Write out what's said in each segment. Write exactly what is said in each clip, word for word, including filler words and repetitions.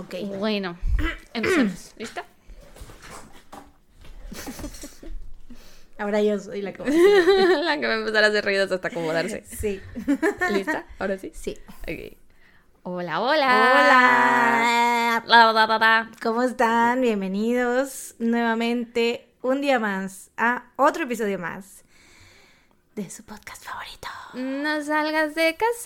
Ok. Bueno, empecemos. ¿Lista? Ahora yo soy la que va a hacer. La que va a empezar a hacer ruidos hasta acomodarse. Sí. ¿Lista? ¿Ahora sí? Sí. Ok. Hola, hola. Hola. La, la, la, la. ¿Cómo están? Bienvenidos nuevamente un día más a otro episodio más de su podcast favorito. No salgas de casa.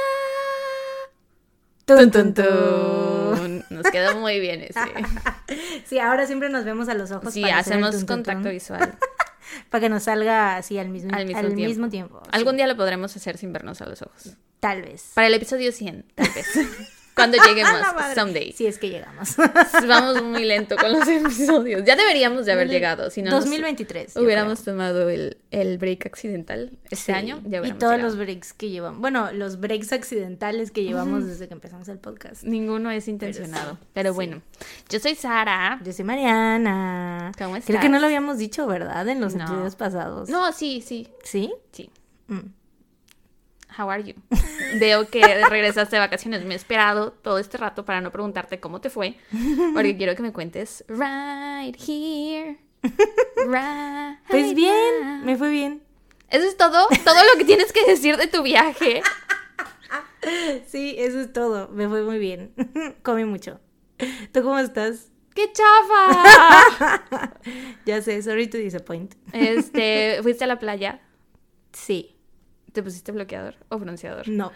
Tun, tun, tun. Nos quedó muy bien ese. Sí, ahora siempre nos vemos a los ojos. Sí, para hacer el hacemos tun, tun, contacto tun. visual. Para que nos salga así al mismo, Al mismo al tiempo. mismo tiempo. Algún sí. día lo podremos hacer sin vernos a los ojos. Tal vez. Para el episodio cien, tal vez. Cuando lleguemos, La madre. someday. Si es que llegamos. Vamos muy lento con los episodios. Ya deberíamos de haber Dale. llegado. Si no nos dos mil veintitrés. yo hubiéramos creo. tomado el, el break accidental este Sí. año, ya Y hubiéramos todos llegado. los breaks que llevamos. Bueno, los breaks accidentales que llevamos desde que empezamos el podcast. Ninguno es intencionado. sí, Pero sí. bueno, yo soy Sara. Yo soy Mariana. ¿Cómo estás? Creo que no lo habíamos dicho, ¿verdad? En los No. episodios pasados. No, sí, sí, ¿Sí? sí. Mm. How are you? Veo que regresaste de vacaciones. Me he esperado todo este rato para no preguntarte cómo te fue, porque quiero que me cuentes right here. Right Pues bien, now. me fue bien. Eso es todo, todo lo que tienes que decir de tu viaje. Sí, eso es todo. Me fue muy bien. Comí mucho. ¿Tú cómo estás? ¡Qué chafa! Ya sé, sorry to disappoint. Este, ¿fuiste a la playa? Sí. ¿Te pusiste bloqueador o bronceador? No.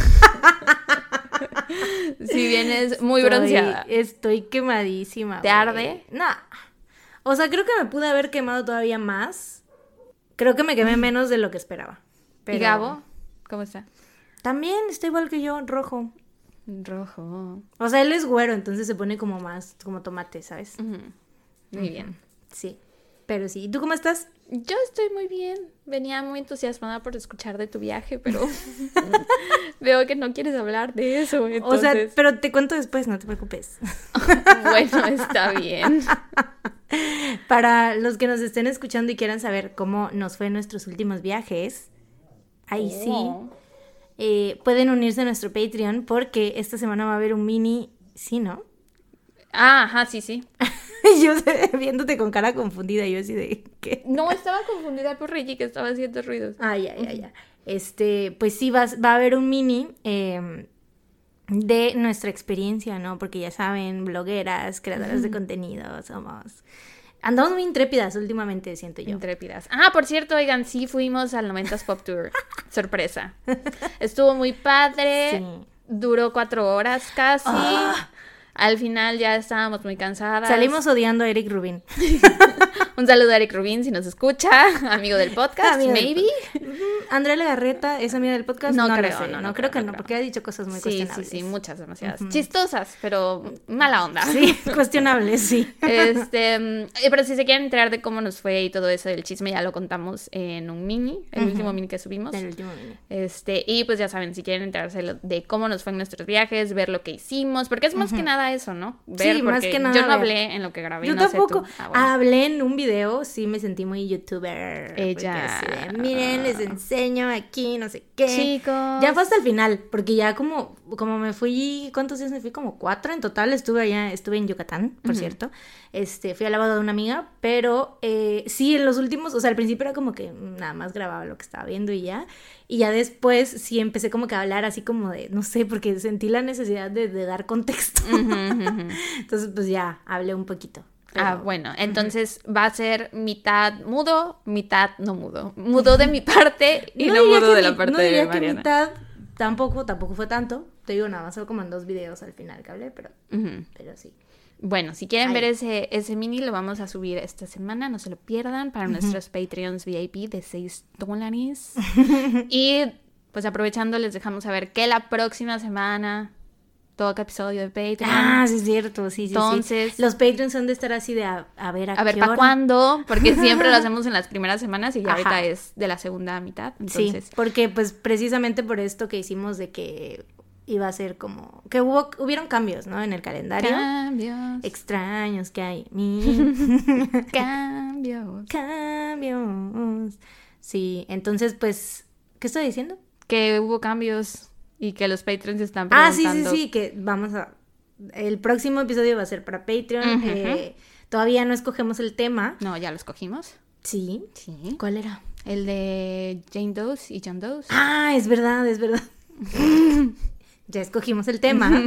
Si vienes muy Estoy- bronceada. Estoy quemadísima. ¿Te güey. arde? No. O sea, creo que me pude haber quemado todavía más. Creo que me quemé menos de lo que esperaba. Pero... ¿Y Gabo? ¿Cómo está? También está igual que yo, rojo. Rojo. O sea, él es güero, entonces se pone como más, como tomate, ¿sabes? Ujú. Muy bien. Sí. Pero sí. ¿Y tú cómo estás? Yo estoy muy bien. Venía muy entusiasmada por escuchar de tu viaje, pero veo que no quieres hablar de eso. Entonces... O sea, pero te cuento después, no te preocupes. Bueno, está bien. Para los que nos estén escuchando y quieran saber cómo nos fue en nuestros últimos viajes, ahí sí, Oh. eh, pueden unirse a nuestro Patreon porque esta semana va a haber un mini, sí, ¿no? Ah, ajá, sí, sí. Yo viéndote con cara confundida, yo así de, ¿qué? No, estaba confundida por Reggie que estaba haciendo ruidos. Ay, ay, ay, ay. Este, pues sí, va, va a haber un mini eh, de nuestra experiencia, ¿no? Porque ya saben, blogueras, creadoras de contenido, somos... Andamos muy intrépidas últimamente, siento yo. Intrépidas. Ah, por cierto, oigan, sí fuimos al noventas Pop Tour. Sorpresa. Estuvo muy padre. Sí. Duró cuatro horas casi. Ah. Al final ya estábamos muy cansadas. Salimos odiando a Eric Rubin. Un saludo a Eric Rubin si nos escucha, amigo del podcast, Amigo del maybe. Andrea Legarreta es amiga del podcast. No No, creo, lo sé. no, No, no creo creo, que no no, creo. porque ha dicho cosas muy Sí, sí, cuestionables. sí, muchas, demasiadas. Chistosas, pero mala onda. Sí, cuestionables, sí. Este, mm, eh, pero si se quieren enterar de cómo nos fue y todo eso del chisme, ya lo contamos en un mini, el Ujú. último mini que subimos. Del último mini. Este, y pues ya saben, si quieren enterarse lo- de cómo nos fue en nuestros viajes, ver lo que hicimos, porque es más que nada eso, ¿no? Ver, Sí, más porque que nada yo no ver. hablé en lo que grabé, Yo no sé tampoco. tú. Ah, bueno. Hablé en un video, sí me sentí muy youtuber. porque Ella. así de, miren, les enseño aquí, no sé qué. Chicos. Ya fue hasta el final, porque ya como, como me fui, ¿cuántos días me fui? Como cuatro en total, estuve allá, estuve en Yucatán, por Ujú. cierto. Este, fui a la boda de una amiga, pero eh, sí, en los últimos, o sea, al principio era como que nada más grababa lo que estaba viendo y ya. Y ya después sí empecé como que a hablar así como de, no sé, porque sentí la necesidad de, de dar contexto. Ujú, ujú, ujú. Entonces, pues ya, hablé un poquito. Pero- Ah, bueno, entonces va a ser mitad mudo, mitad no mudo. Mudo de mi parte y no, diría mudo que de la mi- parte no de diría que Mariana. mitad, tampoco, tampoco fue tanto. Te digo nada más, solo como en dos videos al final que hablé, pero, Ujú. pero sí. Bueno, si quieren Ay. ver ese, ese mini, lo vamos a subir esta semana, no se lo pierdan, para nuestros Patreons V I P de seis dólares. Y pues aprovechando, les dejamos saber que la próxima semana toca episodio de Patreon. Ah, sí es cierto, sí, sí, Entonces- sí. Los Patreons son de estar así de a, a ver a, A ver, qué ¿para hora. cuándo? Porque siempre lo hacemos en las primeras semanas y ya Ajá. ahorita es de la segunda mitad. Entonces, Sí, porque pues precisamente por esto que hicimos de que iba a ser como... Que hubo, hubieron cambios, ¿no? En el calendario. cambios, Extraños que hay. Mi... cambios. cambios. Sí, entonces pues... ¿Qué estoy diciendo? Que hubo cambios y que los Patreons están Ah, sí, preguntando. sí, sí, que vamos a el próximo episodio va a ser para Patreon. Uh-huh. Eh, todavía no escogemos el tema. No, ya lo escogimos. Sí. Sí. ¿Cuál era? El de Jane Doe y John Doe. Ah, es verdad, es verdad. Ya escogimos el tema.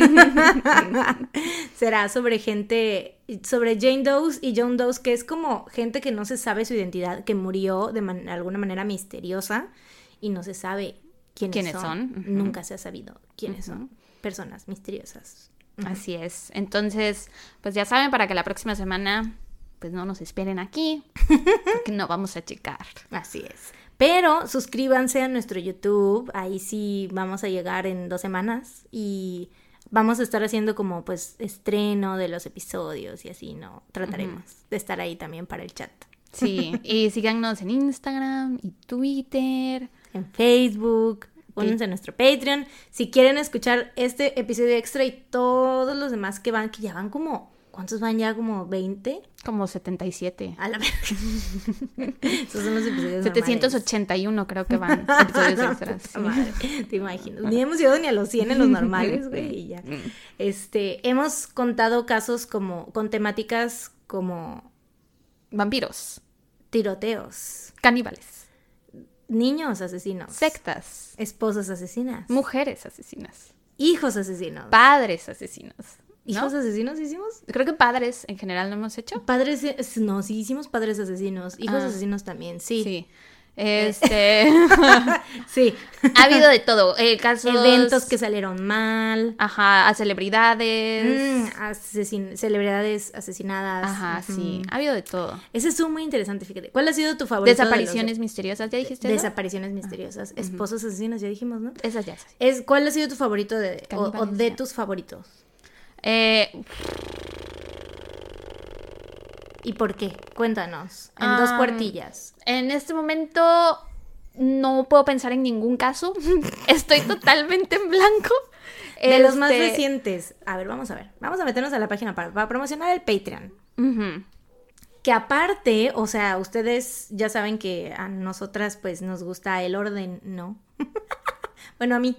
Será sobre gente, sobre Jane Doe y John Doe, que es como gente que no se sabe su identidad, que murió de man- alguna manera misteriosa y no se sabe quiénes, ¿Quiénes son. son? Uh-huh. Nunca se ha sabido quiénes uh-huh. son. Personas misteriosas. Uh-huh. Así es. Entonces, pues ya saben, para que la próxima semana pues no nos esperen aquí, porque no vamos a checar. Así es. Pero suscríbanse a nuestro YouTube, ahí sí vamos a llegar en dos semanas y vamos a estar haciendo como pues estreno de los episodios y así, ¿no? Trataremos uh-huh. de estar ahí también para el chat. Sí, y síganos en Instagram y Twitter. En Facebook, únanse a nuestro Patreon. Si quieren escuchar este episodio extra y todos los demás que van, que ya van como... ¿Cuántos van ya? ¿Como veinte? Como setenta y siete. A la verga. Esos son los episodios setecientos ochenta y uno normales. Creo que van episodios extras. Sí. Madre, te imaginas. Ni hemos llegado ni a los cien en los normales, güey, y ya. Este, hemos contado casos como, con temáticas como... Vampiros. Tiroteos. Caníbales. Niños asesinos. Sectas. Esposas asesinas. Mujeres asesinas. Hijos asesinos. Padres asesinos. ¿No? ¿Hijos asesinos hicimos? Creo que padres en general no hemos hecho. Padres, no, sí hicimos padres asesinos. Hijos ah, asesinos también, sí. Sí. Este. Sí. Ha habido de todo. Eh, casos. Eventos que salieron mal. Ajá. A celebridades. Mm, asesin... Celebridades asesinadas. Ajá, uh-huh. sí. Ha habido de todo. Ese estuvo muy interesante, fíjate. ¿Cuál ha sido tu favorito? Desapariciones de los... misteriosas, ¿ya dijiste? Desapariciones eso? misteriosas. Uh-huh. Esposos asesinos, ya dijimos, ¿no? Esas ya. Sí. Es, ¿Cuál ha sido tu favorito de, o, o de tus favoritos? Eh. ¿Y por qué? Cuéntanos. En um, dos cuartillas. En este momento no puedo pensar en ningún caso. Estoy totalmente en blanco. De este... los más recientes. A ver, vamos a ver. Vamos a meternos a la página para, para promocionar el Patreon. Uh-huh. Que aparte, o sea, ustedes ya saben que a nosotras pues nos gusta el orden, ¿no? Bueno, a mí.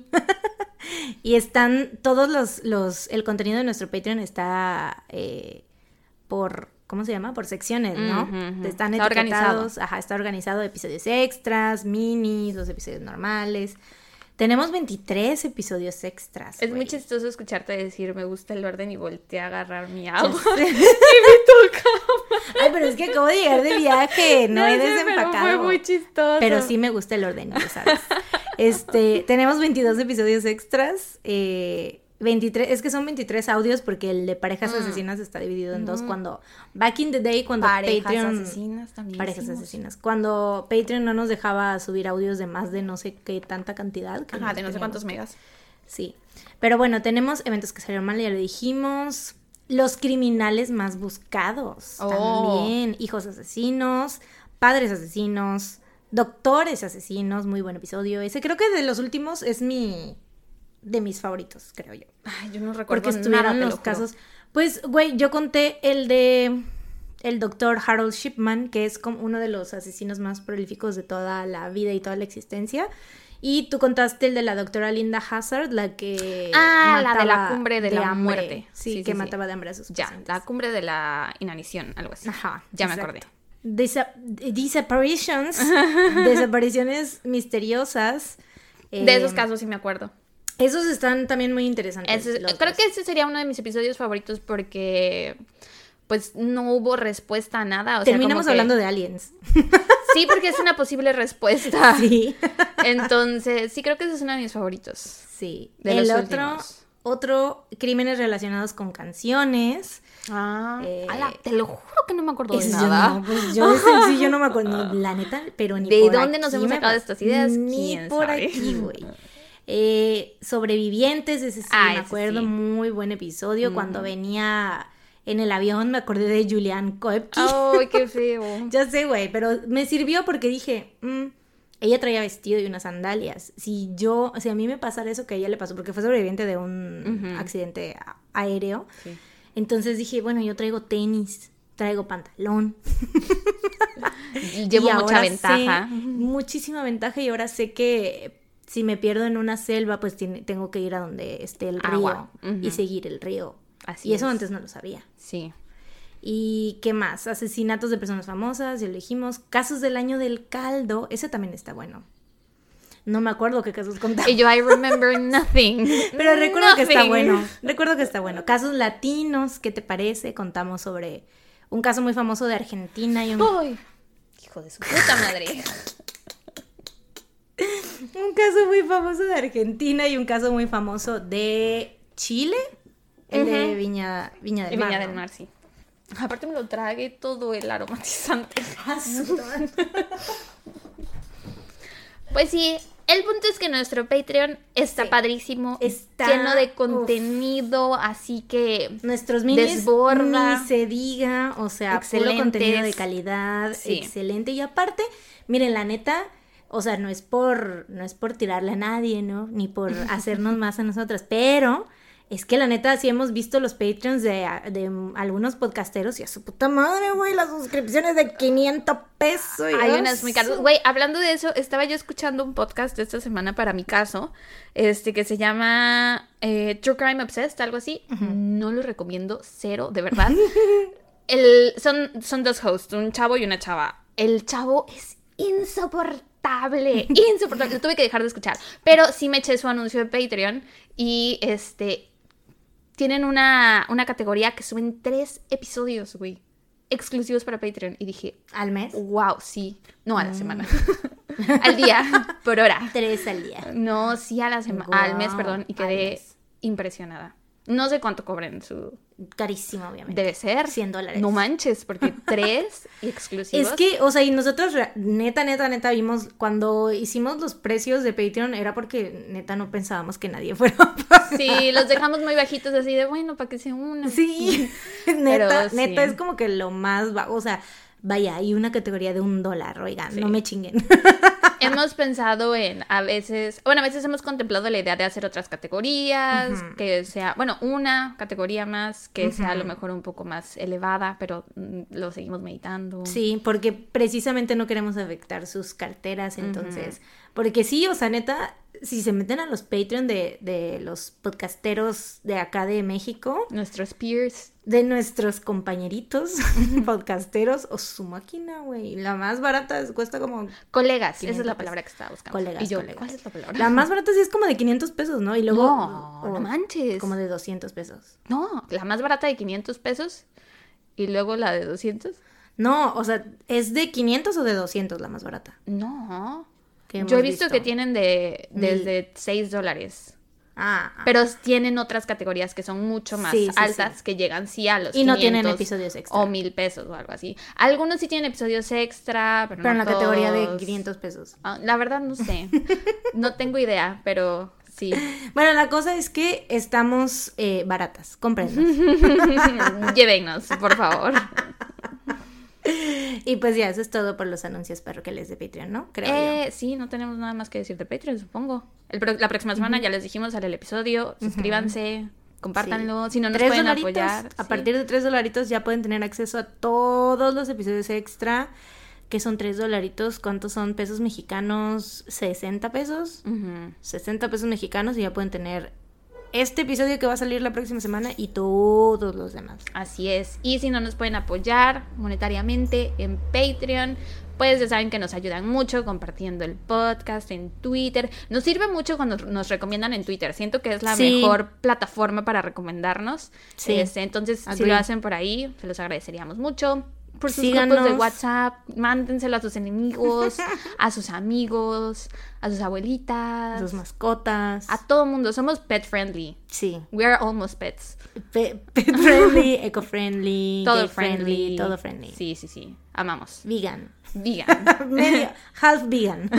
Y están todos los, los... El contenido de nuestro Patreon está eh, por... ¿Cómo se llama? Por secciones, ¿no? Uh-huh, uh-huh. Están está etiquetados. Organizado. Ajá, está organizado episodios extras, minis, los episodios normales. Tenemos veintitrés episodios extras. Es wey. muy chistoso escucharte decir me gusta el orden y volteé a agarrar mi agua. Y me toca. Ay, pero es que acabo de llegar de viaje, no, no he sé, desempacado. Pero fue muy chistoso. Pero sí me gusta el orden, ya sabes. Este, tenemos veintidós episodios extras. Eh... veintitrés, es que son veintitrés audios porque el de parejas mm. asesinas está dividido en mm. dos. Cuando back in the day, cuando parejas Patreon asesinas también parejas hicimos. asesinas cuando Patreon no nos dejaba subir audios de más de no sé qué tanta cantidad que ajá, de no sé cuántos megas. Sí, pero bueno, tenemos eventos que salieron mal, ya lo dijimos. Los criminales más buscados oh. también, hijos asesinos, padres asesinos, doctores asesinos, muy buen episodio. Ese creo que de los últimos es mi de mis favoritos, creo yo. Ay, yo no recuerdo porque estuvieron nada, los casos. Pues, güey, yo conté el de el doctor Harold Shipman, que es como uno de los asesinos más prolíficos de toda la vida y toda la existencia. Y tú contaste el de la doctora Linda Hazard, la que ah, la de la cumbre de, de la hambre. muerte. Sí, sí que sí, mataba sí. de hambre a sus ya, pacientes. La cumbre de la inanición, algo así. Ajá, ya exacto. me acordé. Desa- Desaparitions, desapariciones misteriosas. Eh, de esos casos sí me acuerdo. Esos están también muy interesantes. Ese, creo que ese sería uno de mis episodios favoritos porque pues no hubo respuesta a nada. O Terminamos sea, como hablando que... de aliens. Sí, porque es una posible respuesta. Sí. Entonces, sí creo que ese es uno de mis favoritos. Sí. De El los otro, últimos. otro, crímenes relacionados con canciones. Ah, eh, ala, te lo juro que no me acuerdo de yo nada. No, pues yo de sí, yo no me acuerdo, la neta, pero ni ¿De por dónde aquí nos hemos me sacado pas- estas ideas? Ni ¿Quién por sabe? aquí, güey. Eh, sobrevivientes, ese sí ah, me acuerdo, sí. Muy buen episodio. Mm. Cuando venía en el avión me acordé de Julianne Koepke. ¡Ay, qué feo! Ya sé, güey, pero me sirvió porque dije, mm, ella traía vestido y unas sandalias. Si yo, si a mí me pasara eso que a ella le pasó, porque fue sobreviviente de un uh-huh. accidente a- aéreo, sí. Entonces dije, bueno, yo traigo tenis, traigo pantalón. Llevo mucha ventaja. Sé, muchísima ventaja y ahora sé que si me pierdo en una selva, pues tiene, tengo que ir a donde esté el Agua. río Ujú. y seguir el río. Así y eso es. antes no lo sabía. Sí. ¿Y qué más? Asesinatos de personas famosas, ya lo dijimos. Casos del año del caldo, ese también está bueno. No me acuerdo qué casos contamos. Y yo, I remember nothing. Pero recuerdo que está Nothing. bueno. Recuerdo que está bueno. Casos latinos, ¿qué te parece? Contamos sobre un caso muy famoso de Argentina y un, Uy, hijo de su puta madre. un caso muy famoso de Argentina y un caso muy famoso de Chile. El de Ujú. Viña, Viña del Y Mar. Viña ¿no? del Mar, sí. Aparte me lo tragué todo el aromatizante. Pues sí, el punto es que nuestro Patreon está Sí. padrísimo, Está- lleno de uf. contenido, así que Nuestros minis Desborda. ni se diga, o sea, puro Excelentes. contenido de calidad, Sí. excelente. Y aparte, miren, la neta, o sea, no es por, no es por tirarle a nadie, ¿no? Ni por hacernos más a nosotras, pero es que la neta sí hemos visto los Patreons de, de algunos podcasteros y a su puta madre, güey, las suscripciones de quinientos pesos. y hay eso. unas muy caras. Güey, hablando de eso, estaba yo escuchando un podcast esta semana para mi caso, este que se llama eh, True Crime Obsessed, algo así. No lo recomiendo, cero, de verdad. El, son, son dos hosts, un chavo y una chava. El chavo es insoportable, insoportable. Lo tuve que dejar de escuchar. Pero sí me eché su anuncio de Patreon y este tienen una, una categoría que suben tres episodios, güey, exclusivos para Patreon. Y dije, ¿Al mes? wow, sí. No a la semana. Al día, por hora. Tres al día. No, sí a la semana. Guau, Al mes, perdón. Y al quedé mes. impresionada. No sé cuánto cobren su... Carísimo, obviamente. Debe ser. cien dólares. No manches, porque tres exclusivos. Es que, o sea, y nosotros re- neta, neta, neta vimos, cuando hicimos los precios de Patreon, era porque neta no pensábamos que nadie fuera a pagar. Sí, los dejamos muy bajitos así de, bueno, para que se unan. Sí, neta, Pero sí. neta es como que lo más bajo, o sea, vaya, hay una categoría de un dólar, oigan, Sí. no me chinguen. Hemos pensado en, a veces, bueno, a veces hemos contemplado la idea de hacer otras categorías, Ujú. que sea, bueno, una categoría más, que sea a lo Ujú. mejor un poco más elevada, pero mm, lo seguimos meditando. Sí, porque precisamente no queremos afectar sus carteras, entonces, porque sí, o sea, neta, si se meten a los Patreon de, de los podcasteros de acá de México, Nuestros peers. de nuestros compañeritos podcasteros, o su máquina, güey, la más barata es- cuesta como... Colegas, esa es quinientos la pesos. palabra que estaba buscando. Colegas, y yo, colegas. ¿cuál es la palabra? La más barata sí es como de quinientos pesos, ¿no? Y luego... No, o no manches. Como de doscientos pesos. No, la más barata de quinientos pesos y luego la de doscientos. No, o sea, ¿es de quinientos o de doscientos la más barata? No. ¿Qué Yo hemos he visto, visto? que tienen de Mil. desde seis dólares. Ah, ah. Pero tienen otras categorías que son mucho más Sí, sí, altas, sí. que llegan sí a los Y no tienen quinientos episodios extra. o mil pesos o algo así. Algunos sí tienen episodios extra, pero, Pero en no la categoría de todos. quinientos pesos. Ah, la verdad no sé. No tengo idea, pero sí. Bueno, la cosa es que estamos eh, baratas, cómprenlas. Llévennos, por favor. Y pues ya, eso es todo por los anuncios parroquiales de Patreon, ¿no? Creo yo. Eh, sí, no tenemos nada más que decir de Patreon, supongo. El pro- la próxima semana ya les dijimos, sale el episodio. Suscríbanse, compártanlo. Si no nos Tres pueden dolaritos, apoyar. A sí. partir de tres dolaritos ya pueden tener acceso a todos los episodios extra. Que son tres dolaritos. ¿Cuántos son pesos mexicanos? ¿sesenta pesos? Ujú. sesenta pesos mexicanos y ya pueden tener este episodio que va a salir la próxima semana y todos los demás. Así es. Y si no nos pueden apoyar monetariamente en Patreon, pues ya saben que nos ayudan mucho compartiendo el podcast en Twitter. Nos sirve mucho cuando nos recomiendan en Twitter. Siento que es la Sí. mejor plataforma para recomendarnos. Sí. Este, entonces, si Agree. lo hacen por ahí, se los agradeceríamos mucho. Por sus Síganos. grupos de WhatsApp, mándenselo a sus enemigos, a sus amigos, a sus abuelitas, Sus mascotas. a todo mundo. Somos pet friendly. Sí. We are almost pets. Pe- pet friendly, eco friendly, Todo gay friendly. todo friendly. Sí, sí, sí. Amamos. Vegan. Vegan. Medio, half vegan.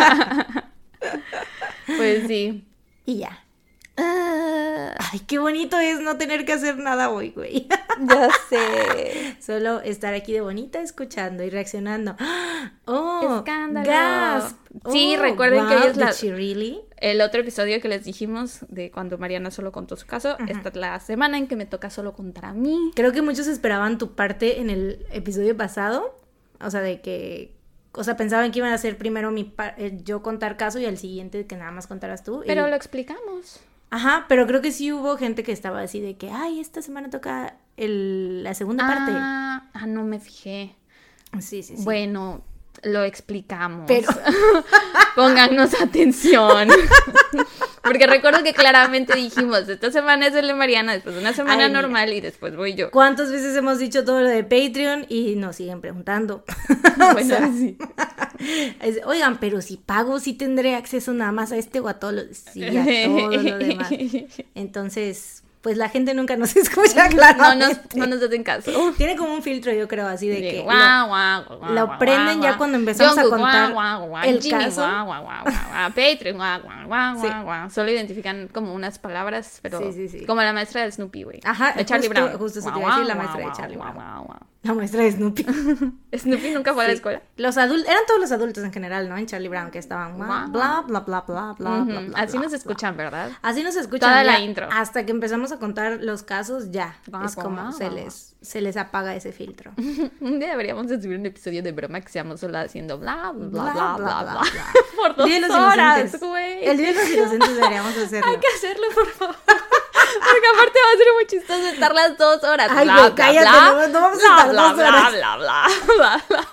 Pues sí. Y ya. Ay, qué bonito es no tener que hacer nada hoy, güey. Ya sé. Solo estar aquí de bonita escuchando y reaccionando. ¡Oh! Escándalo. ¡Gasp! Sí, Oh, recuerden que wow, hoy es la- did she really? El otro episodio que les dijimos de cuando Mariana solo contó su caso, esta es la semana en que me toca solo contar a mí. Creo que muchos esperaban tu parte en el episodio pasado. O sea, de que o sea, pensaban que iban a hacer primero mi pa- eh, yo contar caso y al siguiente que nada más contaras tú. Pero y... lo explicamos. Ajá, pero creo que sí hubo gente que estaba así de que, ay, esta semana toca el, la segunda ah, parte. Ah, no me fijé. Sí, sí, sí. Bueno, lo explicamos. Pero... Pónganos atención. Porque recuerdo que claramente dijimos, esta semana es el de Mariana, después una semana Ay, normal y después voy yo. ¿Cuántas veces hemos dicho todo lo de Patreon y nos siguen preguntando? Bueno, o sea, sí. es, oigan, pero si pago, sí tendré acceso nada más a este o a todo lo, sí, a todo lo demás. Entonces, pues la gente nunca nos escucha, claramente. No nos, no nos hacen caso. Tiene como un filtro, yo creo, así de que guau, guau, guau, lo guau, prenden guau, ya cuando empezamos Jungkook, a contar guau, guau, guau, el Jimmy, caso. Guau, guau, guau, guau, guau, Patreon, guau, guau, guau, Sí. guau, guau. Solo identifican como unas palabras, pero Sí, sí, sí. como la maestra de Snoopy, güey. Ajá, de Charlie justo- Brown. justo eso te Guau, iba a decir, la guau, maestra de guau, Charlie guau, Brown. guau, guau. La maestra de Snoopy. Snoopy nunca fue a la Sí. escuela. Los adultos, eran todos los adultos en general, ¿no? En Charlie Brown, que estaban bla, bla, bla, bla, bla, bla, Ujú, bla, bla, Así bla, nos bla. escuchan, ¿verdad? Así nos escuchan. Toda ya, la intro. Hasta que empezamos a contar los casos, ya. Guau, es como guau, se guau. les, se les apaga ese filtro. Un día deberíamos de subir un episodio de broma que seamos solo haciendo bla, bla, bla, Bla, bla, bla, bla, bla, bla. bla. Por dos Día de los horas, Inocentes. güey. El Día de los Inocentes deberíamos hacerlo. Hay que hacerlo, por favor. Porque aparte va a ser muy chistoso estar las dos horas. Ay, bla, güey, bla, cállate, bla, no- no vamos a bla, estar bla, dos bla, horas. bla, bla, bla, bla.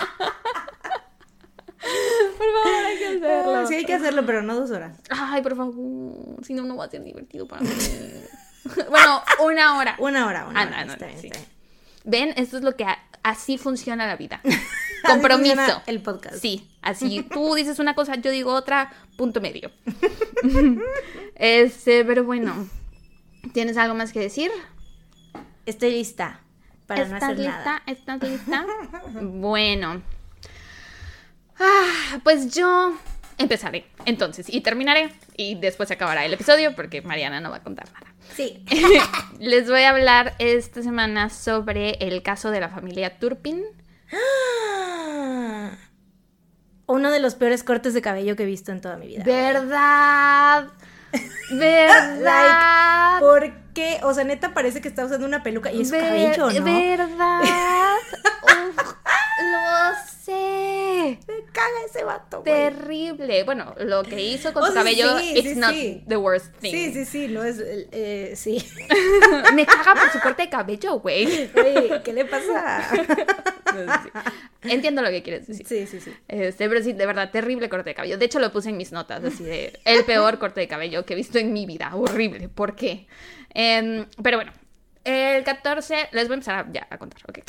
Por favor, hay que hacerlo. Sí, hay que hacerlo, pero no dos horas. Ay, por favor. Si no, no va a ser divertido para mí. Bueno, una hora. Una hora, una Ah, hora. no, no, está no, bien, sí. está bien. Ven, esto es lo que... ha- Así funciona la vida. Así Compromiso. funciona el podcast. Sí, así tú dices una cosa, yo digo otra, punto medio. Este, pero bueno, ¿tienes algo más que decir? Estoy lista para no ¿Estás hacer lista? nada. ¿Estás lista? Bueno. Ah, pues yo empezaré, entonces, y terminaré, y después se acabará el episodio, porque Mariana no va a contar nada. Sí. Les voy a hablar esta semana sobre el caso de la familia Turpin. Uno de los peores cortes de cabello que he visto en toda mi vida. ¿Verdad? ¿Verdad? ¿Por qué? O sea, neta parece que está usando una peluca y es su Ver- cabello, ¿no? ¿Verdad? Uf, lo sé. Me caga ese vato, güey. Terrible. Bueno, lo que hizo con O su sea, cabello, sí, it's sí, not sí. the worst thing. Sí, sí, sí, no es, eh, eh, sí. Me caga por su corte de cabello, güey. Oye, ¿qué le pasa? No sé si- Entiendo lo que quieres decir. Sí, sí, sí. Este, pero sí, de verdad, terrible corte de cabello. De hecho, lo puse en mis notas, así de el peor corte de cabello que he visto en mi vida. Horrible. ¿Por qué? Em, pero bueno, el catorce, les voy a empezar a, ya a contar, ok.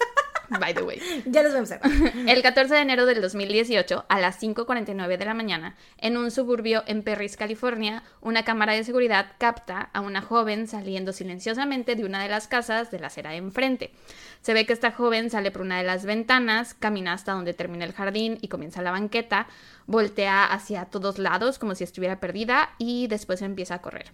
By the way. Ya los vamos a ver. El catorce de enero del dos mil dieciocho, a las cinco cuarenta y nueve de la mañana, en un suburbio en Perris, California, una cámara de seguridad capta a una joven saliendo silenciosamente de una de las casas de la acera de enfrente. Se ve que esta joven sale por una de las ventanas, camina hasta donde termina el jardín y comienza la banqueta, voltea hacia todos lados como si estuviera perdida y después empieza a correr.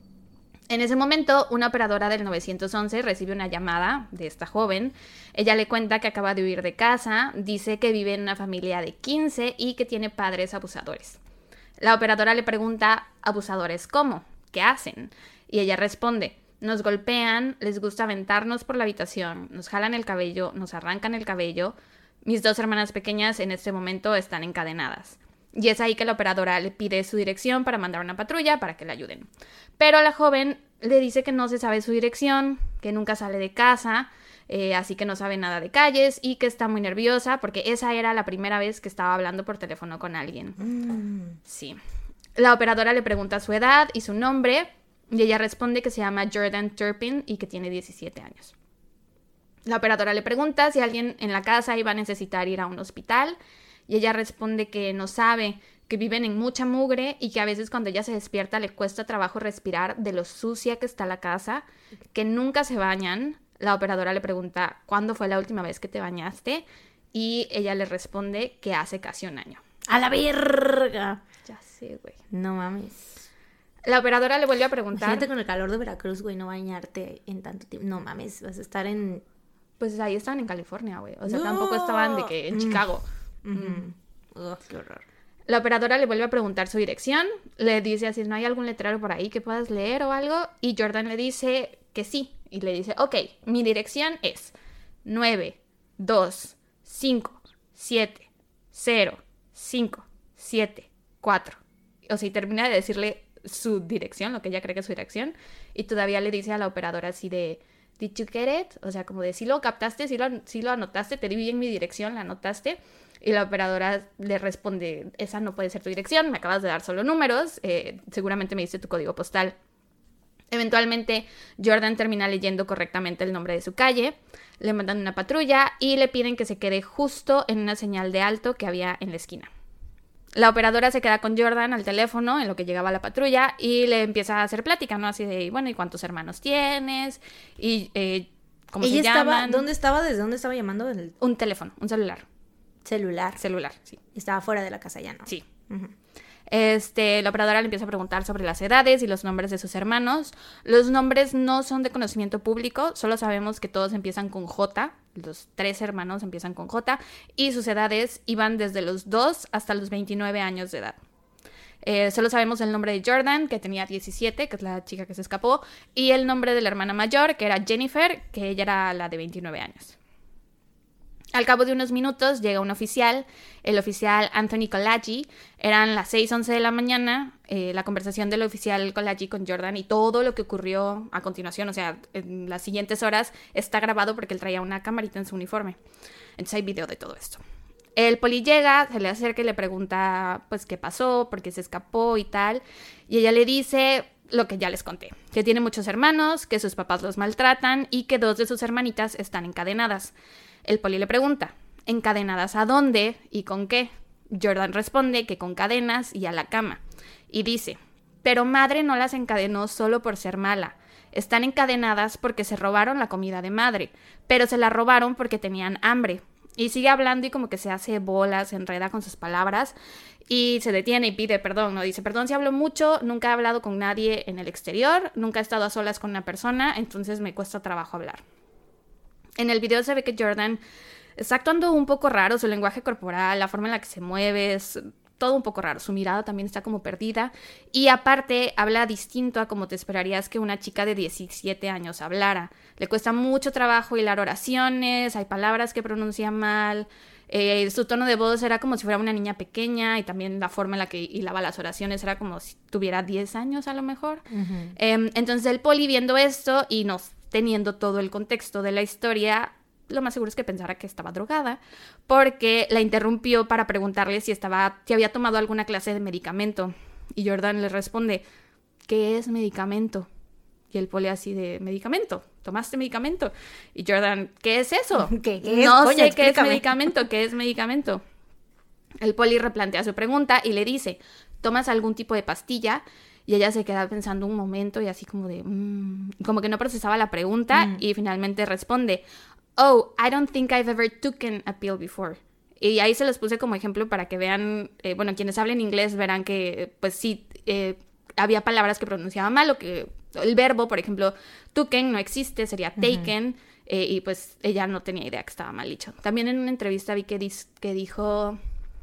En ese momento, una operadora del nueve once recibe una llamada de esta joven. Ella le cuenta que acaba de huir de casa, dice que vive en una familia de quince y que tiene padres abusadores. La operadora le pregunta, ¿abusadores cómo? ¿Qué hacen? Y ella responde, nos golpean, les gusta aventarnos por la habitación, nos jalan el cabello, nos arrancan el cabello. Mis dos hermanas pequeñas en este momento están encadenadas. Y es ahí que la operadora le pide su dirección para mandar una patrulla para que la ayuden. Pero la joven le dice que no se sabe su dirección, que nunca sale de casa, eh, así que no sabe nada de calles y que está muy nerviosa porque esa era la primera vez que estaba hablando por teléfono con alguien. Mm. Sí. La operadora le pregunta su edad y su nombre y ella responde que se llama Jordan Turpin y que tiene diecisiete años. La operadora le pregunta si alguien en la casa iba a necesitar ir a un hospital y ella responde que no sabe, que viven en mucha mugre y que a veces cuando ella se despierta le cuesta trabajo respirar de lo sucia que está la casa, que nunca se bañan. La operadora le pregunta ¿cuándo fue la última vez que te bañaste? Y ella le responde que hace casi un año. ¡A la verga! Ya sé, güey. No mames. La operadora le vuelve a preguntar. Imagínate con el calor de Veracruz, güey, no bañarte en tanto tiempo. No mames, vas a estar en... Pues ahí estaban en California, güey. O sea, No. tampoco estaban de que en Mm. Chicago. Mm. Ugh, qué horror. La operadora le vuelve a preguntar su dirección, le dice así, ¿no hay algún letrero por ahí que puedas leer o algo? Y Jordan le dice que sí, y le dice, ok, mi dirección es nueve dos cinco siete cero, cinco, siete, cuatro. O sea, y termina de decirle su dirección, lo que ella cree que es su dirección, y todavía le dice a la operadora así de, ¿did you get it? O sea, como de, ¿sí lo captaste? ¿Sí lo, sí lo anotaste? ¿Te di bien mi dirección? ¿La anotaste? Y la operadora le responde, esa no puede ser tu dirección, me acabas de dar solo números, eh, seguramente me diste tu código postal. Eventualmente, Jordan termina leyendo correctamente el nombre de su calle, le mandan una patrulla y le piden que se quede justo en una señal de alto que había en la esquina. La operadora se queda con Jordan al teléfono en lo que llegaba la patrulla y le empieza a hacer plática, ¿no? Así de, bueno, ¿y cuántos hermanos tienes? Y eh, ¿cómo ¿Ella se estaba, llaman? ¿Dónde estaba? ¿Desde dónde estaba llamando? El Un teléfono, un celular. celular. Celular, sí. Estaba fuera de la casa ya, ¿no? Sí. Uh-huh. Este, la operadora le empieza a preguntar sobre las edades y los nombres de sus hermanos. Los nombres no son de conocimiento público, solo sabemos que todos empiezan con J, los tres hermanos empiezan con J, y sus edades iban desde los dos hasta los veintinueve años de edad. Eh, solo sabemos el nombre de Jordan, que tenía diecisiete, que es la chica que se escapó, y el nombre de la hermana mayor, que era Jennifer, que ella era la de veintinueve años. Al cabo de unos minutos llega un oficial, el oficial Anthony Colaggi. Eran las seis once de la mañana, eh, la conversación del oficial Colaggi con Jordan y todo lo que ocurrió a continuación, o sea, en las siguientes horas, está grabado porque él traía una camarita en su uniforme. Entonces hay video de todo esto. El poli llega, se le acerca y le pregunta, pues, qué pasó, por qué se escapó y tal. Y ella le dice lo que ya les conté, que tiene muchos hermanos, que sus papás los maltratan y que dos de sus hermanitas están encadenadas. El poli le pregunta, ¿encadenadas a dónde y con qué? Jordan responde que con cadenas y a la cama. Y dice, pero madre no las encadenó solo por ser mala. Están encadenadas porque se robaron la comida de madre, pero se la robaron porque tenían hambre. Y sigue hablando y como que se hace bolas, se enreda con sus palabras y se detiene y pide perdón, ¿no? Dice, perdón si hablo mucho, nunca he hablado con nadie en el exterior, nunca he estado a solas con una persona, entonces me cuesta trabajo hablar. En el video se ve que Jordan está actuando un poco raro, su lenguaje corporal, la forma en la que se mueve, es todo un poco raro. Su mirada también está como perdida. Y aparte, habla distinto a como te esperarías que una chica de diecisiete años hablara. Le cuesta mucho trabajo hilar oraciones, hay palabras que pronuncia mal. Eh, su tono de voz era como si fuera una niña pequeña y también la forma en la que hilaba las oraciones era como si tuviera diez años a lo mejor. Uh-huh. Eh, entonces el poli viendo esto y no teniendo todo el contexto de la historia, lo más seguro es que pensara que estaba drogada, porque la interrumpió para preguntarle si, estaba, si había tomado alguna clase de medicamento. Y Jordan le responde, ¿qué es medicamento? Y el poli así de, ¿medicamento? ¿Tomaste medicamento? Y Jordan, ¿qué es eso? ¿Qué, qué es? No Coño, sé explícame. qué es medicamento, ¿qué es medicamento? El poli replantea su pregunta y le dice, ¿tomas algún tipo de pastilla? Y ella se queda pensando un momento y así como de, mmm, como que no procesaba la pregunta mm. y finalmente responde, oh, I don't think I've ever taken a pill before. Y ahí se los puse como ejemplo para que vean, eh, bueno, quienes hablen inglés verán que, pues sí, eh, había palabras que pronunciaba mal o que el verbo, por ejemplo, taken no existe, sería taken, uh-huh. eh, y pues ella no tenía idea que estaba mal dicho. También en una entrevista vi que, dis- que dijo...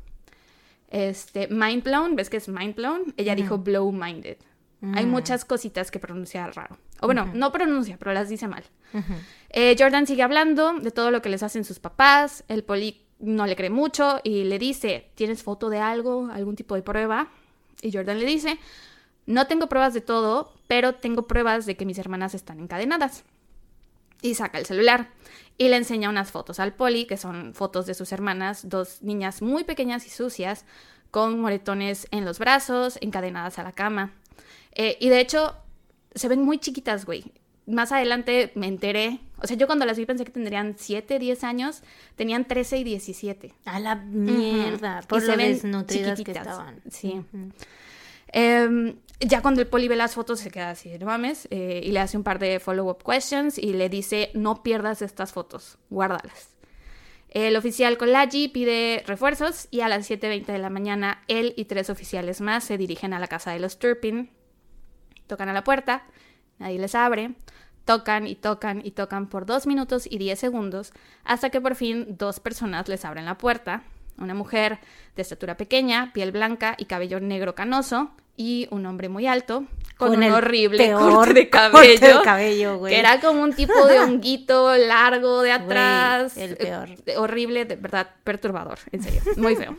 Este, mind blown, ¿ves que es mind blown? Ella uh-huh. dijo blow minded. Uh-huh. Hay muchas cositas que pronuncia raro. O bueno, uh-huh. no pronuncia, pero las dice mal. Uh-huh. Eh, Jordan sigue hablando de todo lo que les hacen sus papás. El poli no le cree mucho y le dice, ¿tienes foto de algo? ¿Algún tipo de prueba? Y Jordan le dice, no tengo pruebas de todo, pero tengo pruebas de que mis hermanas están encadenadas. Y saca el celular y le enseña unas fotos al poli, que son fotos de sus hermanas, dos niñas muy pequeñas y sucias, con moretones en los brazos, encadenadas a la cama. Eh, y de hecho, se ven muy chiquitas, güey. Más adelante me enteré, o sea, yo cuando las vi pensé que tendrían siete, diez años, tenían trece y diecisiete. A la mierda, uh-huh. por y lo se ven desnutridas chiquititas. Que estaban. Sí. Uh-huh. Eh, ya cuando el poli ve las fotos se queda así, no mames, eh, y le hace un par de follow-up questions y le dice, no pierdas estas fotos, guárdalas. El oficial Colaggi pide refuerzos y a las siete veinte de la mañana él y tres oficiales más se dirigen a la casa de los Turpin. Tocan a la puerta, nadie les abre, tocan y tocan y tocan por dos minutos y diez segundos hasta que por fin dos personas les abren la puerta. Una mujer de estatura pequeña, piel blanca y cabello negro canoso, y un hombre muy alto con, Con un el horrible peor corte de corte cabello, de cabello, güey. que era como un tipo de honguito largo de atrás. Güey, el peor. Eh, horrible, de verdad, perturbador, en serio, muy feo.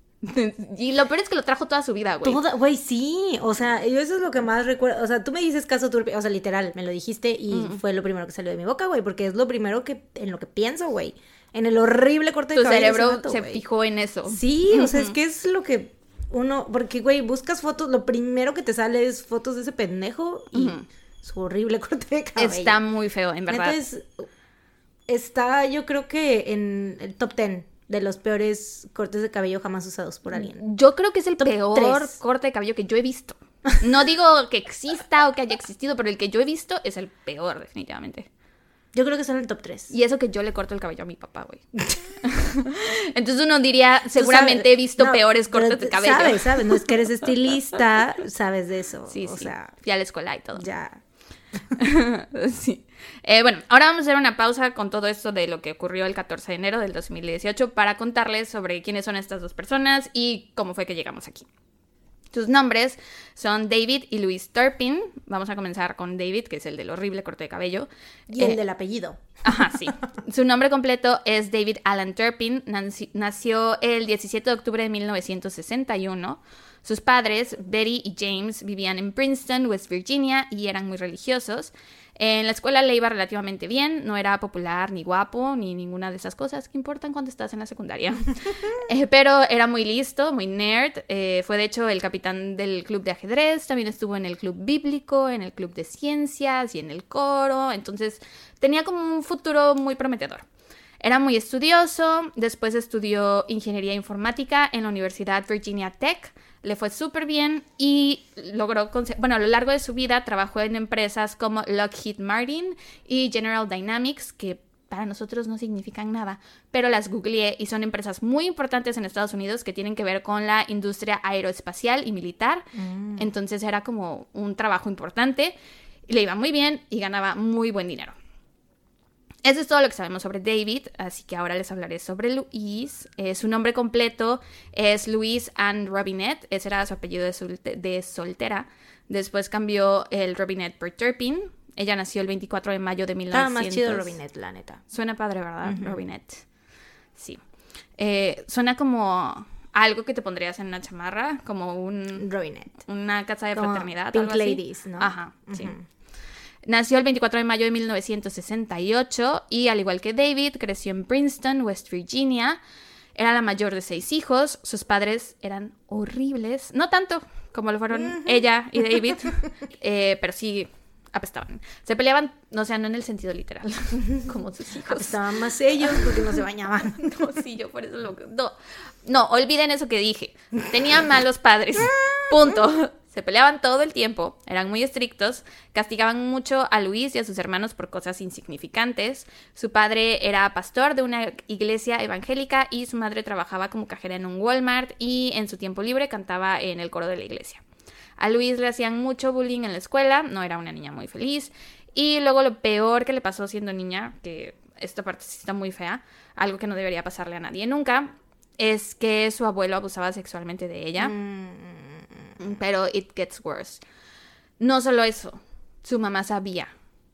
Y lo peor es que lo trajo toda su vida, güey. Toda, güey, sí, o sea, yo eso es lo que más recuerdo, o sea, tú me dices caso turpio, o sea, literal, me lo dijiste y Mm. fue lo primero que salió de mi boca, güey, porque es lo primero que, en lo que pienso, güey, en el horrible corte de Tu cabello de ese cerebro vato, se güey. fijó en eso. Sí, o sea, es que es lo que uno, porque, güey, buscas fotos, lo primero que te sale es fotos de ese pendejo y Ujú. su horrible corte de cabello. Está muy feo, en verdad. Entonces, está, yo creo que en el top ten de los peores cortes de cabello jamás usados por alguien. Yo creo que es el Top peor tres. corte de cabello que yo he visto. No digo que exista o que haya existido, pero el que yo he visto es el peor, definitivamente. Yo creo que son el top tres. Y eso que yo le corto el cabello a mi papá, güey. Entonces uno diría, seguramente he visto No, peores pero cortes de cabello. Sabes, sabes, no es que eres estilista, sabes de eso. Sí, o sí. sea, Fui a la escuela y todo. ya. Sí. Eh, bueno, ahora vamos a hacer una pausa con todo esto de lo que ocurrió el catorce de enero del dos mil dieciocho para contarles sobre quiénes son estas dos personas y cómo fue que llegamos aquí. Sus nombres son David y Louise Turpin. Vamos a comenzar con David, que es el del horrible corte de cabello. Y el Eh, del apellido. Ajá, sí. Su nombre completo es David Alan Turpin. Nanci- Nació el diecisiete de octubre de mil novecientos sesenta y uno. Sus padres, Betty y James, vivían en Princeton, West Virginia, y eran muy religiosos. En la escuela le iba relativamente bien, no era popular ni guapo ni ninguna de esas cosas que importan cuando estás en la secundaria. Eh, pero era muy listo, muy nerd. Eh, fue de hecho el capitán del club de ajedrez, también estuvo en el club bíblico, en el club de ciencias y en el coro. Entonces tenía como un futuro muy prometedor. Era muy estudioso, después estudió ingeniería informática en la Universidad Virginia Tech. Le fue súper bien y logró, conse- bueno, a lo largo de su vida trabajó en empresas como Lockheed Martin y General Dynamics, que para nosotros no significan nada, pero las googleé y son empresas muy importantes en Estados Unidos que tienen que ver con la industria aeroespacial y militar. Mm. Entonces era como un trabajo importante, y le iba muy bien y ganaba muy buen dinero. Eso es todo lo que sabemos sobre David, así que ahora les hablaré sobre Louise. Eh, su nombre completo es Louise Ann Robinette, ese era su apellido de, solte- de soltera. Después cambió el Robinette por Turpin. Ella nació el veinticuatro de mayo de mil novecientos. Estaba más chido Robinette, la neta. Suena padre, ¿verdad? Ujú. Robinette. Sí. Eh, suena como algo que te pondrías en una chamarra, como un, Robinette. una casa de Como fraternidad. Pink algo así. Ladies, ¿no? Ajá, sí. Ujú. Nació el veinticuatro de mayo de mil novecientos sesenta y ocho y, al igual que David, creció en Princeton, West Virginia. Era la mayor de seis hijos. Sus padres eran horribles. No tanto como lo fueron Ujú. ella y David, eh, pero sí apestaban. Se peleaban, o sea, no en el sentido literal, como sus hijos. Estaban más ellos porque no se bañaban. No, sí, yo por eso lo... No, no, olviden eso que dije. Tenían malos padres. Punto. Se peleaban todo el tiempo, eran muy estrictos, castigaban mucho a Luis y a sus hermanos por cosas insignificantes. Su padre era pastor de una iglesia evangélica y su madre trabajaba como cajera en un Walmart y en su tiempo libre cantaba en el coro de la iglesia. A Luis le hacían mucho bullying en la escuela, no era una niña muy feliz. Y luego lo peor que le pasó siendo niña, que esta parte sí está muy fea, algo que no debería pasarle a nadie nunca, es que su abuelo abusaba sexualmente de ella. Mm. Pero it gets worse. No solo eso, su mamá sabía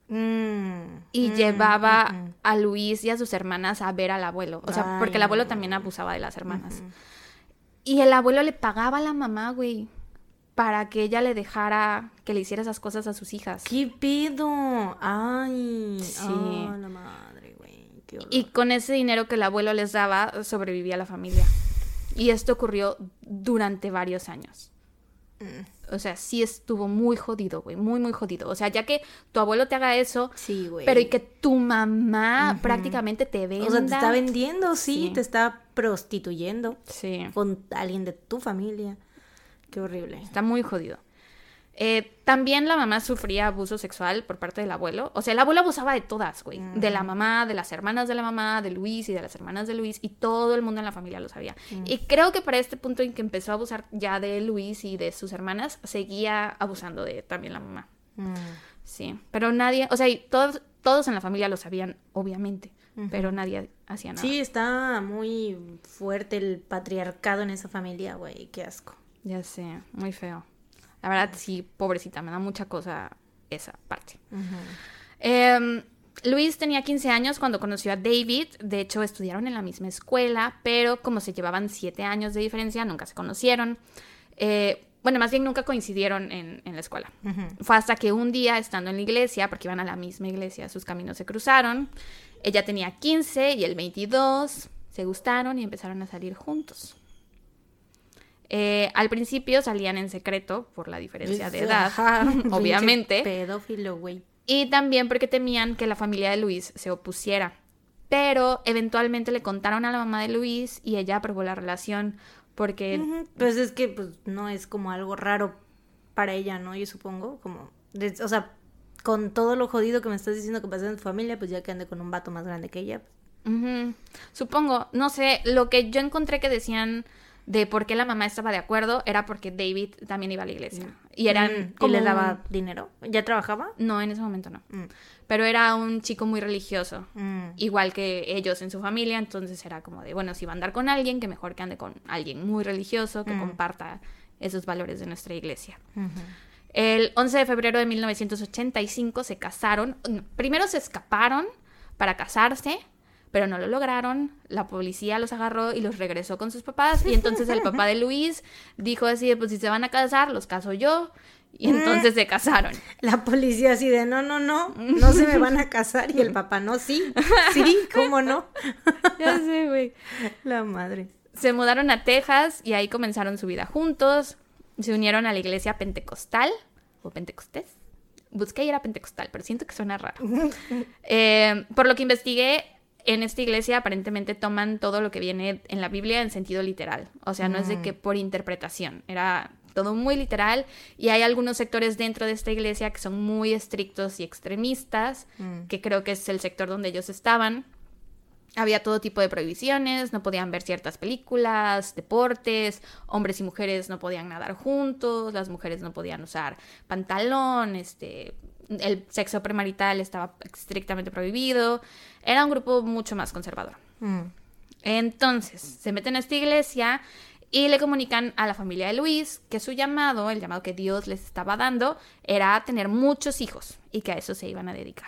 Mm, y mm, llevaba mm, mm. a Luis y a sus hermanas a ver al abuelo. O sea, Ay, porque el abuelo no. también abusaba de las hermanas. Ujú. Y el abuelo le pagaba a la mamá, güey, para que ella le dejara que le hiciera esas cosas a sus hijas. ¿Qué pedo? Ay, Sí. ah, la madre, güey. Qué horror. Y con ese dinero que el abuelo les daba, sobrevivía la familia. Y esto ocurrió durante varios años. Mm. O sea, sí estuvo muy jodido, güey, muy, muy jodido. O sea, ya que tu abuelo te haga eso, Sí, güey. pero y que tu mamá Ujú. prácticamente te venda. O sea, te está vendiendo, sí, Sí. te está prostituyendo Sí, con alguien de tu familia. Qué horrible. está muy jodido. Eh, también la mamá sufría abuso sexual por parte del abuelo. O sea, el abuelo abusaba de todas, güey. Ujú. De la mamá, de las hermanas de la mamá, de Luis y de las hermanas de Luis. Y todo el mundo en la familia lo sabía. Mm. Y creo que para este punto en que empezó a abusar ya de Luis y de sus hermanas, seguía abusando de también la mamá. Mm. Sí, pero nadie, o sea, y todos, todos en la familia lo sabían, obviamente, Ujú. pero nadie hacía nada. Sí, está muy fuerte el patriarcado en esa familia, güey. Qué asco. Ya sé, muy feo. La verdad, sí, pobrecita, me da mucha cosa esa parte. Uh-huh. Eh, Luis tenía quince años cuando conoció a David. De hecho, estudiaron en la misma escuela, pero como se llevaban siete años de diferencia, nunca se conocieron. Eh, bueno, más bien nunca coincidieron en, en la escuela. Uh-huh. Fue hasta que un día, estando en la iglesia, porque iban a la misma iglesia, sus caminos se cruzaron. Ella tenía quince y él veintidós. Se gustaron y empezaron a salir juntos. Eh, al principio salían en secreto por la diferencia de edad, ajá, obviamente. Pedófilo, güey. Y también porque temían que la familia de Luis se opusiera. Pero eventualmente le contaron a la mamá de Luis y ella aprobó la relación porque... Uh-huh. Pues es que pues no es como algo raro para ella, ¿no? Yo supongo, como... De, o sea, con todo lo jodido que me estás diciendo que pasa en tu familia, pues ya que ande con un vato más grande que ella. Uh-huh. Supongo, no sé, lo que yo encontré que decían... de por qué la mamá estaba de acuerdo era porque David también iba a la iglesia. Y eran mm, como... ¿Y le daba dinero? ¿Ya trabajaba? No, en ese momento no. Mm. Pero era un chico muy religioso. Mm. Igual que ellos en su familia. Entonces era como de, bueno, si va a andar con alguien, que mejor que ande con alguien muy religioso, que mm. comparta esos valores de nuestra iglesia. Uh-huh. El once de febrero de mil novecientos ochenta y cinco se casaron. Primero se escaparon para casarse, pero no lo lograron. La policía los agarró y los regresó con sus papás. Y entonces el papá de Luis dijo así, pues si se van a casar, los caso yo. Y entonces se casaron. La policía así de, no, no, no, no se me van a casar. Y el papá, no, sí, sí, ¿cómo no? Ya sé, güey. La madre. Se mudaron a Texas y ahí comenzaron su vida juntos. Se unieron a la iglesia pentecostal, o pentecostés. Busqué y era pentecostal, pero siento que suena raro. eh, por lo que investigué, en esta iglesia aparentemente toman todo lo que viene en la Biblia en sentido literal. O sea, no mm. es de que por interpretación. Era todo muy literal. Y hay algunos sectores dentro de esta iglesia que son muy estrictos y extremistas, mm. que creo que es el sector donde ellos estaban. Había todo tipo de prohibiciones, no podían ver ciertas películas, deportes, hombres y mujeres no podían nadar juntos, las mujeres no podían usar pantalón, este... el sexo premarital estaba estrictamente prohibido. Era un grupo mucho más conservador. Mm. Entonces, se meten a esta iglesia y le comunican a la familia de Luis que su llamado, el llamado que Dios les estaba dando, era tener muchos hijos y que a eso se iban a dedicar.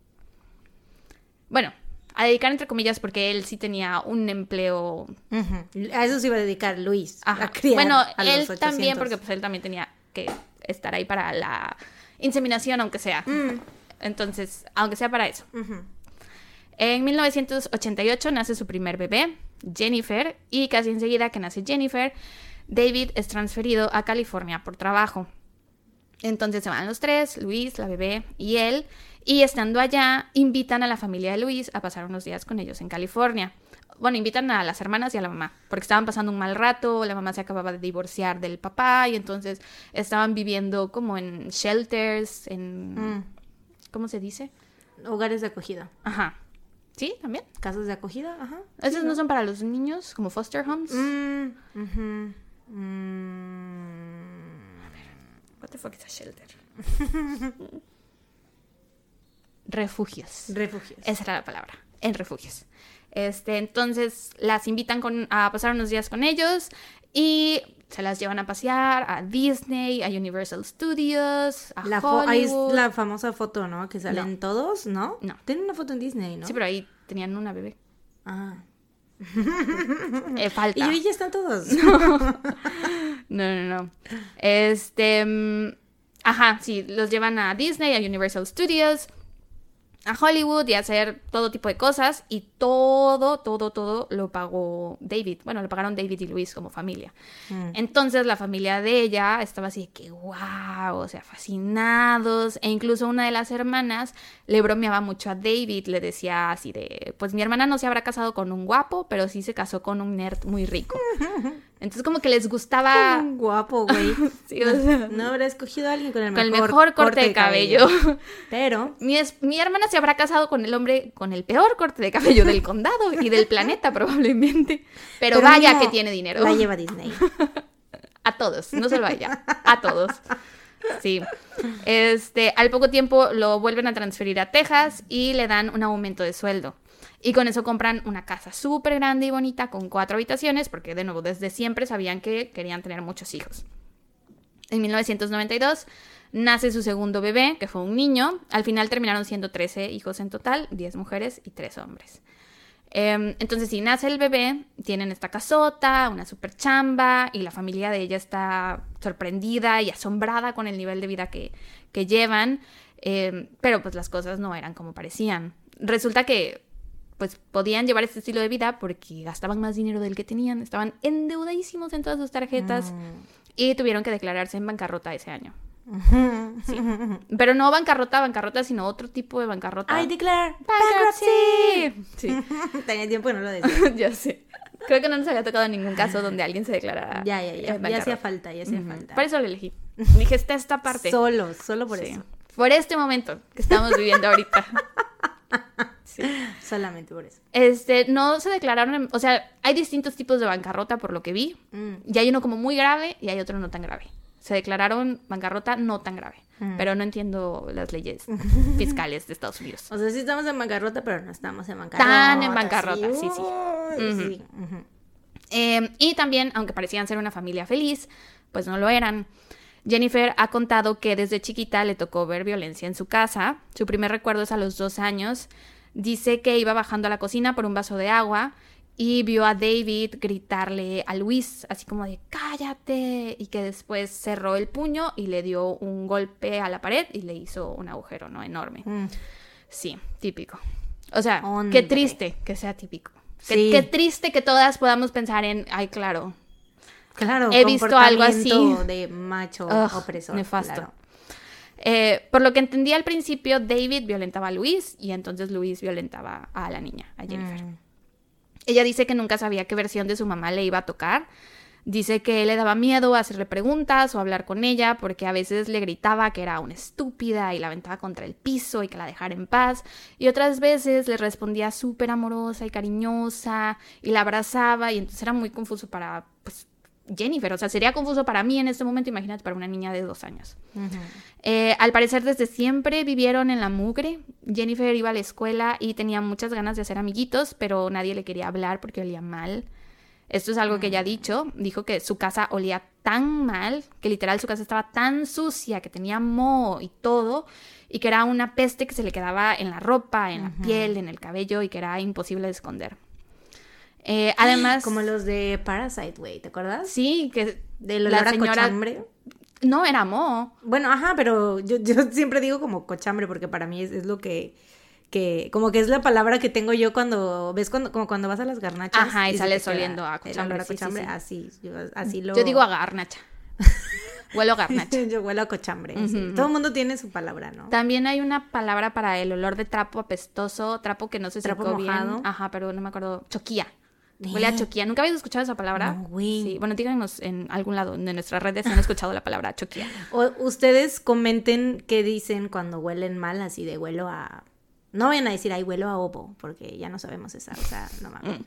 Bueno, a dedicar entre comillas porque él sí tenía un empleo... Uh-huh. A eso se iba a dedicar Luis. Ajá. A criar bueno, a los él ochocientos. También, porque pues él también tenía que estar ahí para la... inseminación, aunque sea. Mm. Entonces, aunque sea para eso. Uh-huh. En mil novecientos ochenta y ocho nace su primer bebé, Jennifer, y casi enseguida que nace Jennifer, David es transferido a California por trabajo. Entonces se van los tres, Luis, la bebé y él, y estando allá, invitan a la familia de Luis a pasar unos días con ellos en California. Bueno, invitan a las hermanas y a la mamá, porque estaban pasando un mal rato, la mamá se acababa de divorciar del papá, y entonces estaban viviendo como en shelters, en... Mm. ¿Cómo se dice? Hogares de acogida. Ajá. ¿Sí? ¿También? Casas de acogida, ajá. ¿Esos sí, no ¿no? son para los niños, como foster homes? Mm, uh-huh. mm. A ver, what the fuck is a shelter? Refugios. Refugios. Esa era la palabra, en refugios. Este, entonces las invitan con, a pasar unos días con ellos y se las llevan a pasear a Disney, a Universal Studios, a la Hollywood. Fo- ahí es la famosa foto, ¿no? Que salen no. todos, ¿no? No. Tienen una foto en Disney, ¿no? Sí, pero ahí tenían una bebé. Ah. eh, falta. Y hoy ya están todos. No, no, no. no. Este, um, ajá, sí, los llevan a Disney, a Universal Studios, a Hollywood y a hacer todo tipo de cosas, y todo, todo, todo lo pagó David. Bueno, lo pagaron David y Luis como familia. Mm. Entonces la familia de ella estaba así de que wow, o sea, fascinados, e incluso una de las hermanas le bromeaba mucho a David, le decía así de, pues mi hermana no se habrá casado con un guapo, pero sí se casó con un nerd muy rico. Entonces como que les gustaba... Un guapo, güey. Sí, o sea, no habrá escogido a alguien con el con mejor, el mejor corte, corte de cabello. cabello. Pero... Mi, es, mi hermana se habrá casado con el hombre con el peor corte de cabello del condado y del planeta probablemente. Pero, Pero vaya no, que tiene dinero. La lleva Disney. A todos, no solo a ella, a todos. Sí. Este, al poco tiempo lo vuelven a transferir a Texas y le dan un aumento de sueldo. Y con eso compran una casa súper grande y bonita con cuatro habitaciones, porque de nuevo desde siempre sabían que querían tener muchos hijos. En mil novecientos noventa y dos nace su segundo bebé, que fue un niño. Al final terminaron siendo trece hijos en total, diez mujeres y tres hombres. Eh, entonces, si nace el bebé, tienen esta casota, una super chamba, y la familia de ella está sorprendida y asombrada con el nivel de vida que, que llevan. Eh, pero pues las cosas no eran como parecían. Resulta que pues podían llevar este estilo de vida porque gastaban más dinero del que tenían, estaban endeudadísimos en todas sus tarjetas mm. y tuvieron que declararse en bancarrota ese año. Sí. Pero no bancarrota, bancarrota, sino otro tipo de bancarrota. ¡Ay, declarar! ¡Bankruptcy! Sí. Tenía tiempo y no lo decía. Ya sé. Creo que no nos había tocado ningún caso donde alguien se declarara. Ya, ya, ya. Ya hacía falta, ya hacía uh-huh. falta. Por eso lo elegí. Dije, está esta parte. Solo, solo por sí. eso. Por este momento que estamos viviendo ahorita. Sí. Solamente por eso. Este, no se declararon, o sea, hay distintos tipos de bancarrota por lo que vi. Mm. Y hay uno como muy grave y hay otro no tan grave. Se declararon bancarrota no tan grave. Mm. Pero no entiendo las leyes fiscales de Estados Unidos. O sea, sí estamos en bancarrota, pero no estamos en bancarrota. Tan en bancarrota, sí, sí. sí. Uh-huh. sí. Uh-huh. Eh, y también, aunque parecían ser una familia feliz, pues no lo eran. Jennifer ha contado que desde chiquita le tocó ver violencia en su casa. Su primer recuerdo es a los dos años. Dice que iba bajando a la cocina por un vaso de agua y vio a David gritarle a Luis, así como de ¡cállate! Y que después cerró el puño y le dio un golpe a la pared y le hizo un agujero, ¿no? Enorme. Mm. Sí, típico. O sea, Hombre. Qué triste que sea típico. Sí. Qué, qué triste que todas podamos pensar en, ay, claro. Claro, he visto algo así de macho Ugh, opresor. Nefasto. Claro. Eh, por lo que entendí al principio, David violentaba a Luis y entonces Luis violentaba a la niña, a Jennifer. Mm. Ella dice que nunca sabía qué versión de su mamá le iba a tocar. Dice que le daba miedo hacerle preguntas o hablar con ella porque a veces le gritaba que era una estúpida y la aventaba contra el piso y que la dejara en paz. Y otras veces le respondía súper amorosa y cariñosa y la abrazaba y entonces era muy confuso para, pues, Jennifer, o sea, sería confuso para mí en este momento, imagínate para una niña de dos años. Uh-huh. Eh, al parecer desde siempre vivieron en la mugre. Jennifer iba a la escuela y tenía muchas ganas de hacer amiguitos, pero nadie le quería hablar porque olía mal. Esto es algo uh-huh. que ella ha dicho, dijo que su casa olía tan mal, que literal su casa estaba tan sucia, que tenía moho y todo, y que era una peste que se le quedaba en la ropa, en uh-huh. la piel, en el cabello, y que era imposible de esconder. Eh, además... Como los de Parasite, güey, ¿te acuerdas? Sí, que... Del olor a cochambre. No, era moho. Bueno, ajá, pero yo, yo siempre digo como cochambre porque para mí es, es lo que... que como que es la palabra que tengo yo cuando... ¿Ves? Cuando, como cuando vas a las garnachas. Ajá, y, y sales oliendo a cochambre. El olor a cochambre, sí, sí, sí. así, yo, así lo... Yo digo a garnacha. Huelo a garnacha. Yo huelo a cochambre. Uh-huh. Sí. Todo el mundo tiene su palabra, ¿no? También hay una palabra para el olor de trapo apestoso, trapo que no se secó secó mojado. bien. Ajá, pero no me acuerdo. Choquía. Huele a choquía. ¿Nunca habéis escuchado esa palabra? No, güey. Sí. Bueno, díganos en algún lado de nuestras redes si han escuchado la palabra choquía. O ustedes comenten qué dicen cuando huelen mal, así de huelo a... No vayan a decir, ay, huelo a ovo, porque ya no sabemos esa, o sea, no mames.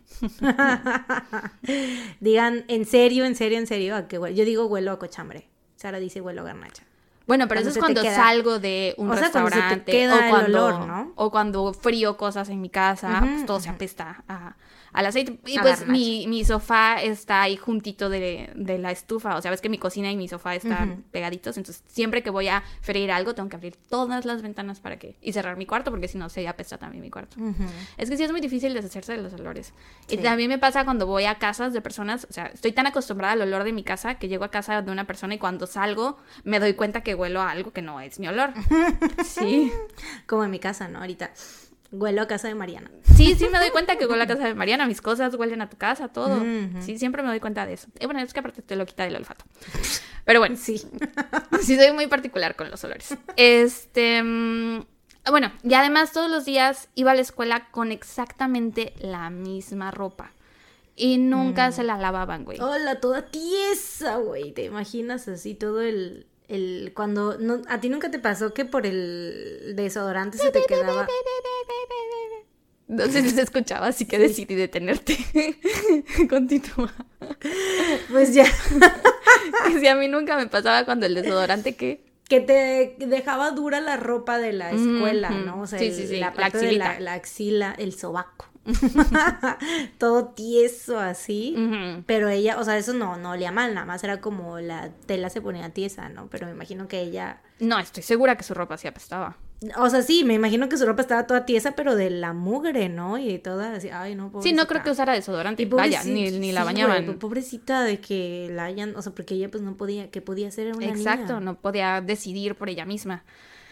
Digan, en serio, en serio, en serio, a qué huelo. Yo digo huelo a cochambre. Sara dice huelo a garnacha. Bueno, pero cuando eso es cuando queda... salgo de un o sea, restaurante cuando se te queda o, cuando, el olor, ¿no? o cuando frío cosas en mi casa, uh-huh, pues todo uh-huh. se apesta a, al aceite. Y a pues mi, mi sofá está ahí juntito de, de la estufa. O sea, ves que mi cocina y mi sofá están uh-huh. pegaditos. Entonces, siempre que voy a freír algo, tengo que abrir todas las ventanas para que... Y cerrar mi cuarto, porque si no, se apesta también mi cuarto. Uh-huh. Es que sí es muy difícil deshacerse de los olores. Sí. Y también me pasa cuando voy a casas de personas... O sea, estoy tan acostumbrada al olor de mi casa que llego a casa de una persona y cuando salgo me doy cuenta que huelo a algo que no es mi olor. Sí. Como en mi casa, ¿no? Ahorita... Huelo a casa de Mariana. Sí, sí me doy cuenta que huelo a casa de Mariana. Mis cosas huelen a tu casa, todo. Uh-huh. Sí, siempre me doy cuenta de eso. Y bueno, es que aparte te lo quita del olfato. Pero bueno, sí. Sí soy muy particular con los olores. Este... Bueno, y además todos los días iba a la escuela con exactamente la misma ropa. Y nunca mm. se la lavaban, güey. Hola, toda tiesa, güey. ¿Te imaginas así todo el... El, cuando no, a ti nunca te pasó que por el desodorante se te quedaba... No sé si se escuchaba, así que decidí detenerte. Continúa. Pues ya. Si a mí nunca me pasaba cuando el desodorante que... Que te dejaba dura la ropa de la escuela, mm-hmm. ¿no? O sea, sí, sí, sí. El, la parte la de la, la axila, el sobaco. todo tieso así, Uh-huh. pero ella, o sea, eso no, no olía mal, nada más era como la tela se ponía tiesa, ¿no? Pero me imagino que ella... No, estoy segura que su ropa sí apestaba. O sea, sí, me imagino que su ropa estaba toda tiesa, pero de la mugre, ¿no? Y toda así, ay, no, pobrecita. Sí, no creo que usara desodorante. Y Vaya, pobrecita- ni, ni la sí, bañaban. güey, pobrecita de que la hayan, o sea, porque ella pues no podía, que podía ser una Exacto, niña. no podía decidir por ella misma.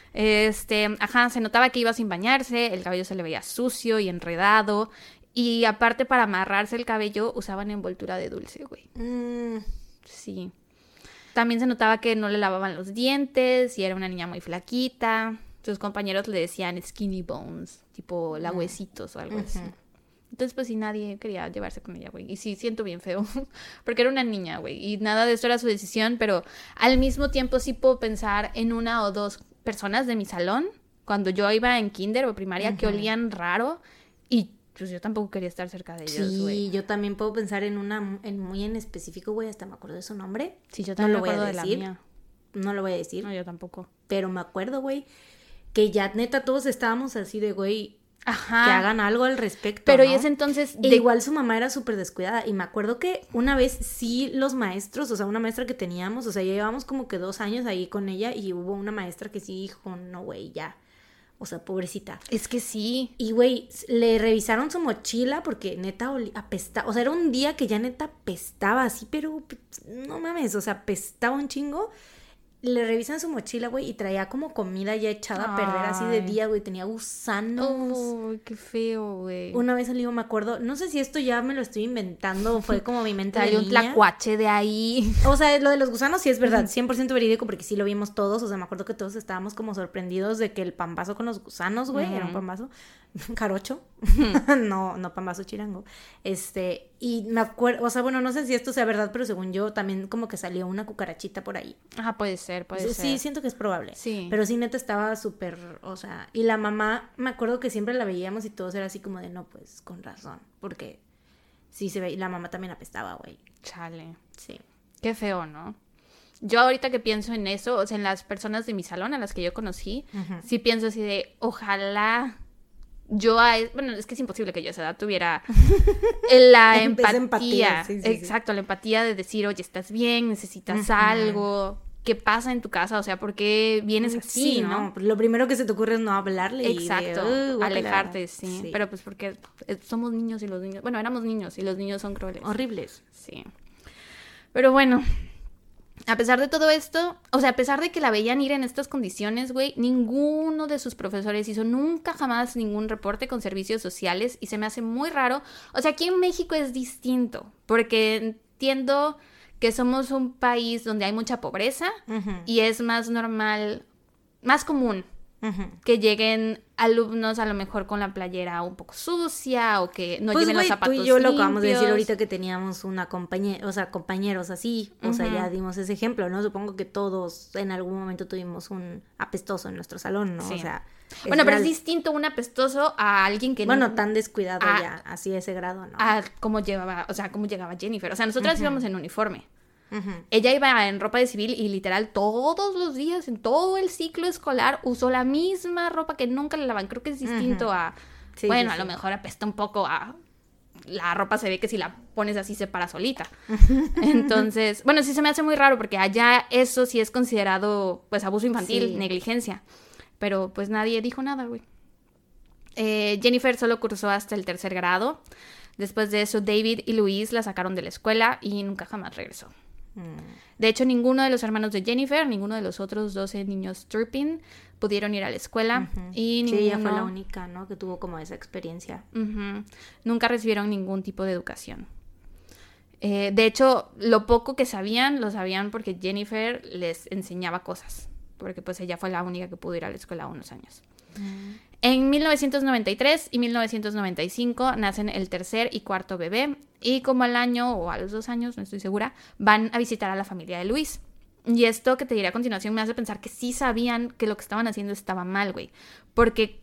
Este, ajá, se notaba que iba sin bañarse, el cabello se le veía sucio y enredado. Y aparte, para amarrarse el cabello, usaban envoltura de dulce, güey. Mm, Sí. También se notaba que no le lavaban los dientes y era una niña muy flaquita. Sus compañeros le decían skinny bones, tipo la huesitos o algo así. ujú. Entonces, pues sí, nadie quería llevarse con ella, güey. Y sí, siento bien feo, porque era una niña, güey. Y nada de esto era su decisión, pero al mismo tiempo sí puedo pensar en una o dos personas de mi salón, cuando yo iba en kinder o primaria, que Ujú. olían raro. Y pues yo tampoco quería estar cerca de ellos, güey. Sí, yo también puedo pensar en una en muy en específico, güey, hasta me acuerdo de su nombre. Sí, yo No también lo me voy a acuerdo de la decir. mía. No lo voy a decir, No, yo tampoco. pero me acuerdo, güey, que ya neta todos estábamos así de, güey, Ajá. que hagan algo al respecto, Pero ¿no? y ese entonces... E de- igual su mamá era súper descuidada. Y me acuerdo que una vez sí los maestros, o sea, una maestra que teníamos, o sea, ya llevábamos como que dos años ahí con ella y hubo una maestra que sí dijo, no, güey, ya. O sea, pobrecita. Es que sí. Y, güey, le revisaron su mochila porque neta oli- apestaba. O sea, era un día que ya neta apestaba así, pero no mames, o sea, apestaba un chingo. Le revisan su mochila, güey, y traía como comida ya echada a perder así de Ay. día, güey. Tenía gusanos. Uy, qué feo, güey. Una vez salió, me acuerdo, no sé si esto ya me lo estoy inventando o fue como mi mente de Salió un niña. tlacuache de ahí. O sea, lo de los gusanos sí es verdad, cien por ciento verídico porque sí lo vimos todos. O sea, me acuerdo que todos estábamos como sorprendidos de que el pambazo con los gusanos, güey, era un Ujú. pambazo jarocho. no, no pambazo chirango. Este, y me acuerdo, o sea, bueno, no sé si esto sea verdad, pero según yo también como que salió una cucarachita por ahí. Ajá, puede ser, puede Sí, ser. sí, siento que es probable. Sí. Pero sí, neta, estaba súper, o sea, y la mamá, me acuerdo que siempre la veíamos y todos era así como de, no, pues, con razón, porque sí se ve, y la mamá también apestaba, güey. Chale. Sí. Qué feo, ¿no? Yo ahorita que pienso en eso, o sea, en las personas de mi salón a las que yo conocí, Ujú. sí pienso así de, ojalá yo a... e- Bueno, es que es imposible que yo a esa edad tuviera la Esa empatía. empatía, sí, sí, sí. Exacto, la empatía de decir, oye, estás bien, necesitas Ujú. algo, ¿qué pasa en tu casa? O sea, ¿por qué vienes así, Sí, no? no, lo primero que se te ocurre es no hablarle y de, Exacto, "Uh, guácala". alejarte, sí. Pero pues porque eh, somos niños y los niños... Bueno, éramos niños y los niños son crueles. horribles. Sí. Pero bueno, a pesar de todo esto, o sea, a pesar de que la veían ir en estas condiciones, güey, ninguno de sus profesores hizo nunca jamás ningún reporte con servicios sociales y se me hace muy raro. O sea, aquí en México es distinto, porque entiendo que somos un país donde hay mucha pobreza Ujú, y es más normal, más común ujú. que lleguen alumnos a lo mejor con la playera un poco sucia o que no Pues, lleven güey, los zapatos tú y yo lo acabamos de decir limpios. ahorita que teníamos una compañera, o sea, compañeros así, o sea, Ujú. ya dimos ese ejemplo, ¿no? Supongo que todos en algún momento tuvimos un apestoso en nuestro salón, ¿no? Sí. O sea, Bueno, pero es real. distinto un apestoso a alguien que Bueno, no... tan descuidado Ah, ya, así a ese grado, ¿no? a cómo llevaba, o sea, cómo llegaba Jennifer. O sea, nosotras Ujú. íbamos en uniforme. Ujú. Ella iba en ropa de civil y literal todos los días, en todo el ciclo escolar, usó la misma ropa que nunca le lavan. Creo que es distinto Ujú. a... Sí, bueno, sí, a lo sí. mejor apesta un poco a... La ropa se ve que si la pones así se para solita. Entonces, bueno, sí se me hace muy raro porque allá eso sí es considerado pues abuso infantil, Sí. negligencia. Pero pues nadie dijo nada, güey. Eh, Jennifer solo cursó hasta el tercer grado. Después de eso, David y Louise la sacaron de la escuela y nunca jamás regresó. Mm. De hecho, ninguno de los hermanos de Jennifer, ninguno de los otros doce niños Turpin pudieron ir a la escuela. Ujú. Y Sí, ninguno... ella fue la única, ¿no? Que tuvo como esa experiencia. Ujú. Nunca recibieron ningún tipo de educación. Eh, de hecho, lo poco que sabían, lo sabían porque Jennifer les enseñaba cosas. Porque pues ella fue la única que pudo ir a la escuela unos años. En mil novecientos noventa y tres y mil novecientos noventa y cinco nacen el tercer y cuarto bebé. Y como al año o a los dos años, no estoy segura, van a visitar a la familia de Luis. Y esto que te diré a continuación me hace pensar que sí sabían que lo que estaban haciendo estaba mal, güey. Porque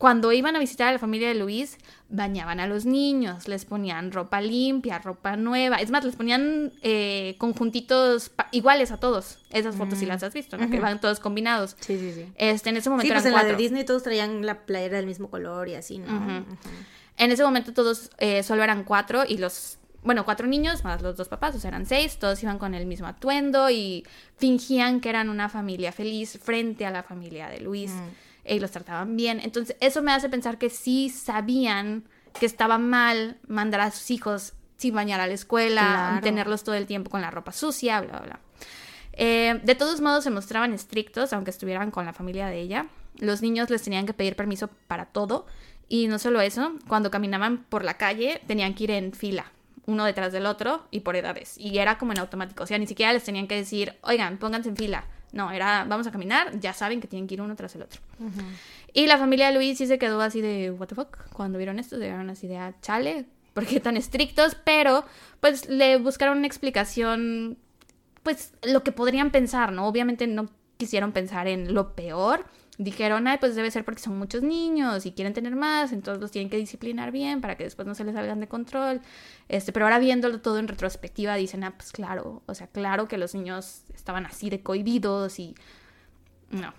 cuando iban a visitar a la familia de Luis, bañaban a los niños, les ponían ropa limpia, ropa nueva. Es más, les ponían eh, conjuntitos pa- iguales a todos. Esas fotos mm. sí las has visto, ¿no? Uh-huh. Que van todos combinados. Sí, sí, sí. Este, en ese momento sí, eran pues en cuatro. la de Disney todos traían la playera del mismo color y así, ¿no? Uh-huh. Uh-huh. En ese momento todos eh, solo eran cuatro y los... Bueno, cuatro niños más los dos papás, o sea, eran seis. Todos iban con el mismo atuendo y fingían que eran una familia feliz frente a la familia de Luis. Mm. Y los trataban bien. Entonces, eso me hace pensar que sí sabían que estaba mal mandar a sus hijos sin bañar a la escuela, claro. tenerlos todo el tiempo con la ropa sucia, bla, bla, bla. Eh, de todos modos, se mostraban estrictos, aunque estuvieran con la familia de ella. Los niños les tenían que pedir permiso para todo. Y no solo eso, cuando caminaban por la calle, tenían que ir en fila, uno detrás del otro y por edades. Y era como en automático. O sea, ni siquiera les tenían que decir, oigan, pónganse en fila. No, era, vamos a caminar, ya saben que tienen que ir uno tras el otro. Uh-huh. Y la familia de Luis sí se quedó así de, what the fuck, cuando vieron esto, se quedaron así de, ah, chale, ¿por qué tan estrictos? Pero, pues, le buscaron una explicación, pues, lo que podrían pensar, ¿no? Obviamente no quisieron pensar en lo peor. Dijeron, ay, pues debe ser porque son muchos niños y quieren tener más, entonces los tienen que disciplinar bien para que después no se les salgan de control. Este, pero ahora viéndolo todo en retrospectiva dicen, ah, pues claro, o sea, claro que los niños estaban así de cohibidos y... No.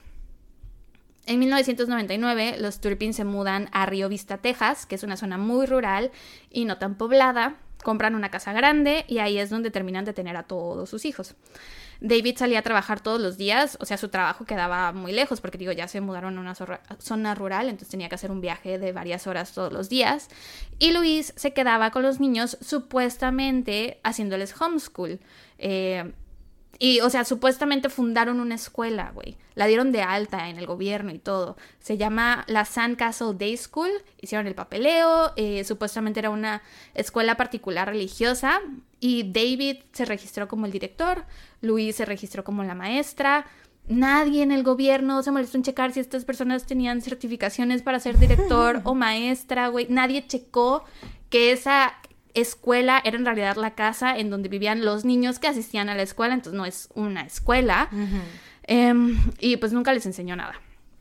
En mil novecientos noventa y nueve, los Turpin se mudan a Río Vista, Texas, que es una zona muy rural y no tan poblada. Compran una casa grande y ahí es donde terminan de tener a todos sus hijos. David salía a trabajar todos los días, o sea, su trabajo quedaba muy lejos porque, digo, ya se mudaron a una zona rural, entonces tenía que hacer un viaje de varias horas todos los días. Y Luis se quedaba con los niños supuestamente haciéndoles homeschool. Eh, y, o sea, supuestamente fundaron una escuela, güey. La dieron de alta en el gobierno y todo. Se llama la Sandcastle Day School. Hicieron el papeleo. Eh, supuestamente era una escuela particular religiosa. Y David se registró como el director. Luis se registró como la maestra. Nadie en el gobierno se molestó en checar si estas personas tenían certificaciones para ser director o maestra, güey. Nadie checó que esa escuela era en realidad la casa en donde vivían los niños que asistían a la escuela. Entonces no es una escuela. Uh-huh. eh, y pues nunca les enseñó nada.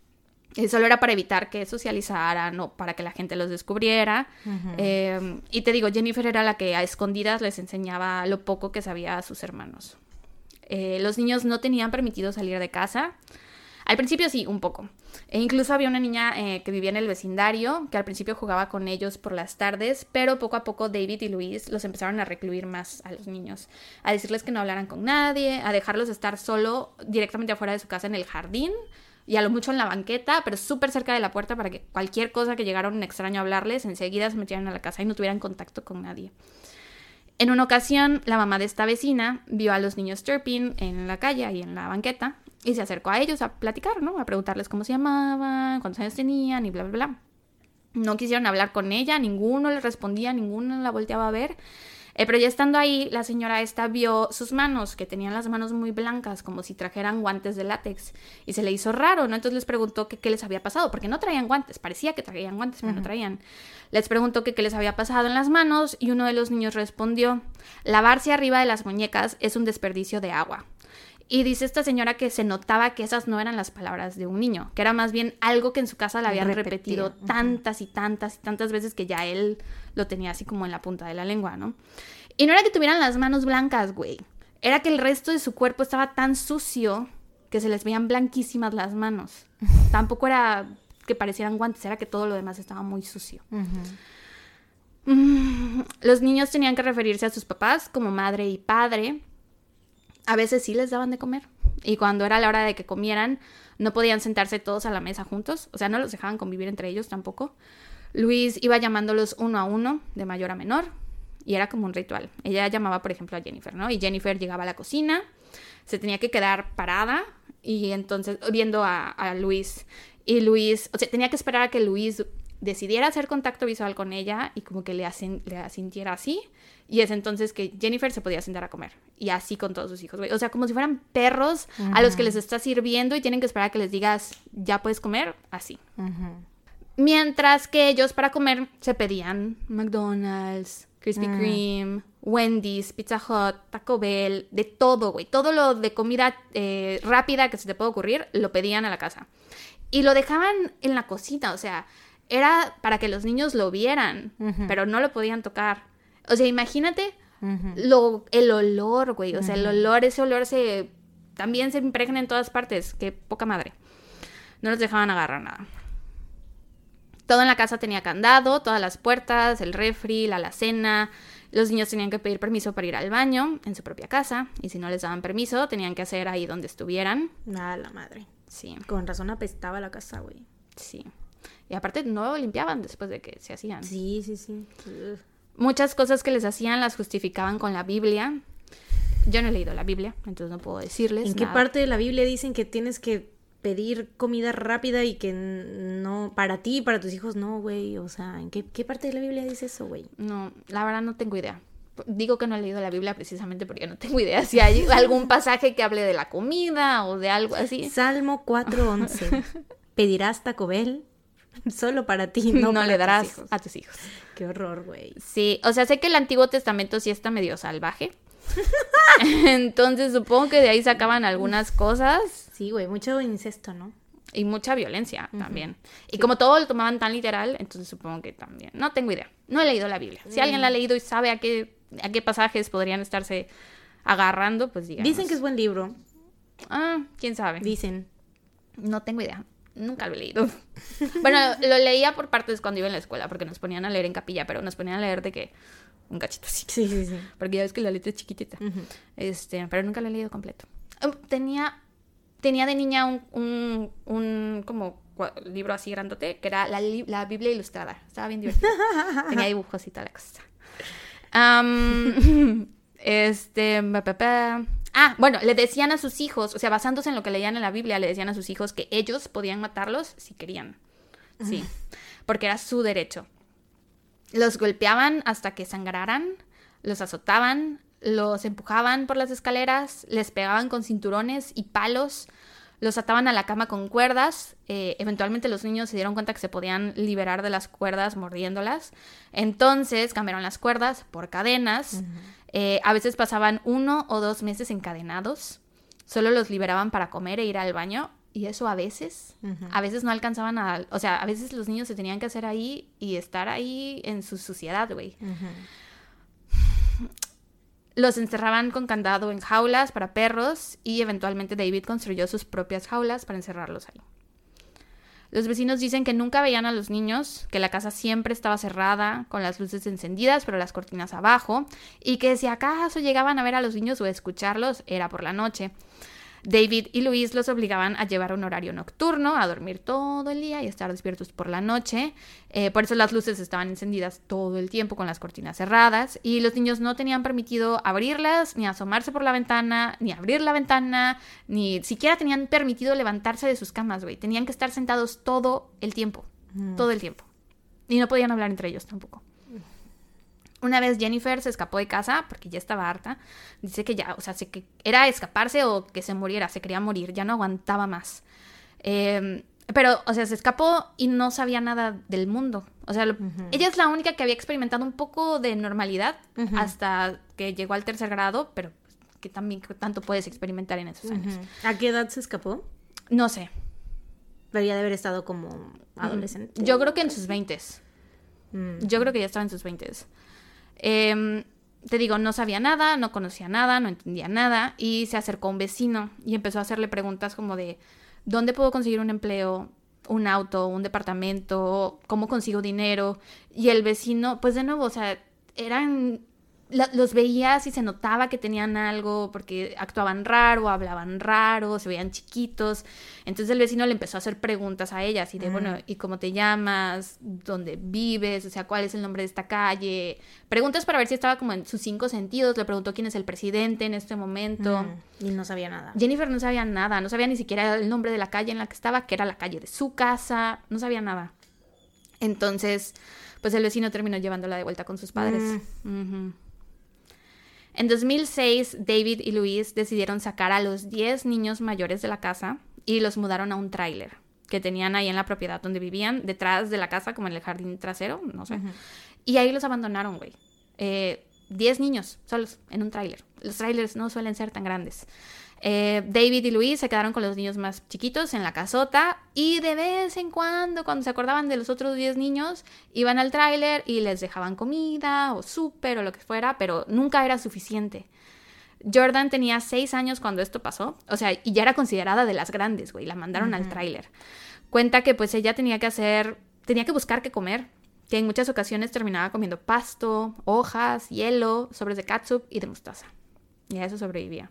Y solo era para evitar que socializaran o para que la gente los descubriera. Uh-huh. Eh, y te digo, Jennifer era la que a escondidas les enseñaba lo poco que sabía a sus hermanos. Eh, los niños no tenían permitido salir de casa. Al principio sí, un poco. E incluso había una niña eh, que vivía en el vecindario, que al principio jugaba con ellos por las tardes, pero poco a poco David y Luis los empezaron a recluir más a los niños, a decirles que no hablaran con nadie, a dejarlos estar solo directamente afuera de su casa en el jardín, y a lo mucho en la banqueta, pero súper cerca de la puerta para que cualquier cosa que llegara un extraño a hablarles, enseguida se metieran a la casa y no tuvieran contacto con nadie. En una ocasión, la mamá de esta vecina vio a los niños Turpin en la calle y en la banqueta y se acercó a ellos a platicar, ¿no? A preguntarles cómo se llamaban, cuántos años tenían y bla, bla, bla. No quisieron hablar con ella, ninguno les respondía, ninguno la volteaba a ver. Eh, pero ya estando ahí, la señora esta vio sus manos, que tenían las manos muy blancas, como si trajeran guantes de látex. Y se le hizo raro, ¿no? Entonces les preguntó que qué les había pasado, porque no traían guantes. Parecía que traían guantes, pero uh-huh. no traían. Les preguntó que qué les había pasado en las manos, y uno de los niños respondió: lavarse arriba de las muñecas es un desperdicio de agua. Y dice esta señora que se notaba que esas no eran las palabras de un niño, que era más bien algo que en su casa le habían repetido, repetido tantas y tantas y tantas veces que ya él lo tenía así como en la punta de la lengua, ¿no? Y no era que tuvieran las manos blancas, güey. Era que el resto de su cuerpo estaba tan sucio que se les veían blanquísimas las manos. Tampoco era que parecieran guantes, era que todo lo demás estaba muy sucio. Uh-huh. Mm, los niños tenían que referirse a sus papás como madre y padre. A veces sí les daban de comer. Y cuando era la hora de que comieran, no podían sentarse todos a la mesa juntos. O sea, no los dejaban convivir entre ellos tampoco. Luis iba llamándolos uno a uno, de mayor a menor. Y era como un ritual. Ella llamaba, por ejemplo, a Jennifer, ¿no? Y Jennifer llegaba a la cocina, se tenía que quedar parada y entonces viendo a, a Luis. Y Luis, o sea, tenía que esperar a que Luis decidiera hacer contacto visual con ella y como que le, asin, le asintiera así. Y es entonces que Jennifer se podía sentar a comer. Y así con todos sus hijos, güey. O sea, como si fueran perros uh-huh. a los que les está sirviendo y tienen que esperar a que les digas, ¿ya puedes comer? Así. Uh-huh. Mientras que ellos para comer se pedían McDonald's, Krispy mm. Kreme, Wendy's, Pizza Hut, Taco Bell, de todo, güey. Todo lo de comida eh, rápida que se te puede ocurrir, lo pedían a la casa. Y lo dejaban en la cocina, o sea, era para que los niños lo vieran, uh-huh. pero no lo podían tocar. O sea, imagínate uh-huh. lo, el olor, güey. O uh-huh. sea, el olor, ese olor se también se impregna en todas partes. Qué poca madre. No los dejaban agarrar nada. Todo en la casa tenía candado, todas las puertas, el refri, la alacena. Los niños tenían que pedir permiso para ir al baño en su propia casa. Y si no les daban permiso, tenían que hacer ahí donde estuvieran. Nada, la madre. Sí. Con razón apestaba la casa, güey. Sí. Y aparte no limpiaban después de que se hacían. Sí, sí, sí. Ugh. Muchas cosas que les hacían las justificaban con la Biblia. Yo no he leído la Biblia, entonces no puedo decirles ¿En qué nada. parte de la Biblia dicen que tienes que pedir comida rápida y que no, para ti y para tus hijos no, güey? O sea, ¿en qué, qué parte de la Biblia dice eso, güey? No, la verdad no tengo idea. Digo que no he leído la Biblia precisamente porque no tengo idea si hay algún pasaje que hable de la comida o de algo así. Salmo cuatro once. Pedirás Taco Bell solo para ti, no, no para le darás tus hijos. a tus hijos. Qué horror, güey. Sí, o sea, sé que el Antiguo Testamento sí está medio salvaje. Entonces supongo que de ahí sacaban algunas cosas. Sí, güey, mucho incesto, ¿no? Y mucha violencia uh-huh. también. Y sí. como todo lo tomaban tan literal, entonces supongo que también. No tengo idea. No he leído la Biblia. Si mm. alguien la ha leído y sabe a qué, a qué pasajes podrían estarse agarrando, pues díganos. Dicen que es buen libro. Ah, quién sabe. Dicen. No tengo idea. Nunca lo he leído. Bueno, lo leía por partes cuando iba en la escuela, porque nos ponían a leer en capilla, pero nos ponían a leer de que un cachito así. Sí, sí, sí. Porque ya ves que la letra es chiquitita. Uh-huh. Este, pero nunca lo he leído completo. Tenía, tenía de niña un, un, un como libro así grandote, que era la, la Biblia ilustrada. Estaba bien divertido. Tenía dibujos y toda la cosa. Um, este... Ah, bueno, le decían a sus hijos, o sea, basándose en lo que leían en la Biblia, le decían a sus hijos que ellos podían matarlos si querían. Sí, porque era su derecho. Los golpeaban hasta que sangraran, los azotaban, los empujaban por las escaleras, les pegaban con cinturones y palos, los ataban a la cama con cuerdas. Eh, eventualmente los niños se dieron cuenta que se podían liberar de las cuerdas mordiéndolas. Entonces cambiaron las cuerdas por cadenas. Uh-huh. Eh, a veces pasaban uno o dos meses encadenados. Solo los liberaban para comer e ir al baño. Y eso a veces, uh-huh. a veces no alcanzaban a... O sea, a veces los niños se tenían que hacer ahí y estar ahí en su suciedad, güey. Uh-huh. Los encerraban con candado en jaulas para perros y eventualmente David construyó sus propias jaulas para encerrarlos ahí. Los vecinos dicen que nunca veían a los niños, que la casa siempre estaba cerrada, con las luces encendidas, pero las cortinas abajo, y que si acaso llegaban a ver a los niños o a escucharlos, era por la noche. David y Luis los obligaban a llevar un horario nocturno, a dormir todo el día y estar despiertos por la noche. Eh, por eso las luces estaban encendidas todo el tiempo con las cortinas cerradas. Y los niños no tenían permitido abrirlas, ni asomarse por la ventana, ni abrir la ventana, ni siquiera tenían permitido levantarse de sus camas, güey. Tenían que estar sentados todo el tiempo, mm. todo el tiempo. Y no podían hablar entre ellos tampoco. Una vez Jennifer se escapó de casa porque ya estaba harta. Dice que ya, o sea, se, que era escaparse o que se muriera. Se quería morir, ya no aguantaba más. Eh, pero, o sea, se escapó y no sabía nada del mundo. O sea, lo, uh-huh. ella es la única que había experimentado un poco de normalidad uh-huh. hasta que llegó al tercer grado, pero que también que tanto puedes experimentar en esos años. Uh-huh. ¿A qué edad se escapó? No sé. Debería de haber estado como adolescente. Uh-huh. Yo creo que en sus veintes. Uh-huh. Yo creo que ya estaba en sus veintes. Eh, te digo, no sabía nada, no conocía nada, no entendía nada y se acercó a un vecino y empezó a hacerle preguntas como de ¿dónde puedo conseguir un empleo, un auto, un departamento? ¿Cómo consigo dinero? Y el vecino, pues de nuevo, o sea, eran... La, los veías y se notaba que tenían algo porque actuaban raro, hablaban raro, se veían chiquitos. Entonces el vecino le empezó a hacer preguntas a ellas y de, mm. bueno, ¿y cómo te llamas? ¿Dónde vives? O sea, ¿cuál es el nombre de esta calle? Preguntas para ver si estaba como en sus cinco sentidos. Le preguntó quién es el presidente en este momento. Mm. Y no sabía nada. Jennifer no sabía nada, no sabía ni siquiera el nombre de la calle en la que estaba, que era la calle de su casa, no sabía nada. Entonces, pues el vecino terminó llevándola de vuelta con sus padres. Mm. Uh-huh. En dos mil seis, David y Luis decidieron sacar a los diez niños mayores de la casa y los mudaron a un tráiler que tenían ahí en la propiedad donde vivían, detrás de la casa, como en el jardín trasero, no sé. Uh-huh. Y ahí los abandonaron, güey. Eh, diez niños solos en un tráiler. Los tráilers no suelen ser tan grandes. Eh, David y Louise se quedaron con los niños más chiquitos en la casota y de vez en cuando, cuando se acordaban de los otros diez niños, iban al tráiler y les dejaban comida o súper o lo que fuera, pero nunca era suficiente. Jordan tenía seis años cuando esto pasó, o sea, y ya era considerada de las grandes, güey, la mandaron uh-huh. al tráiler. Cuenta que pues ella tenía que hacer, tenía que buscar qué comer, que en muchas ocasiones terminaba comiendo pasto, hojas, hielo, sobres de catsup y de mostaza. Y a eso sobrevivía.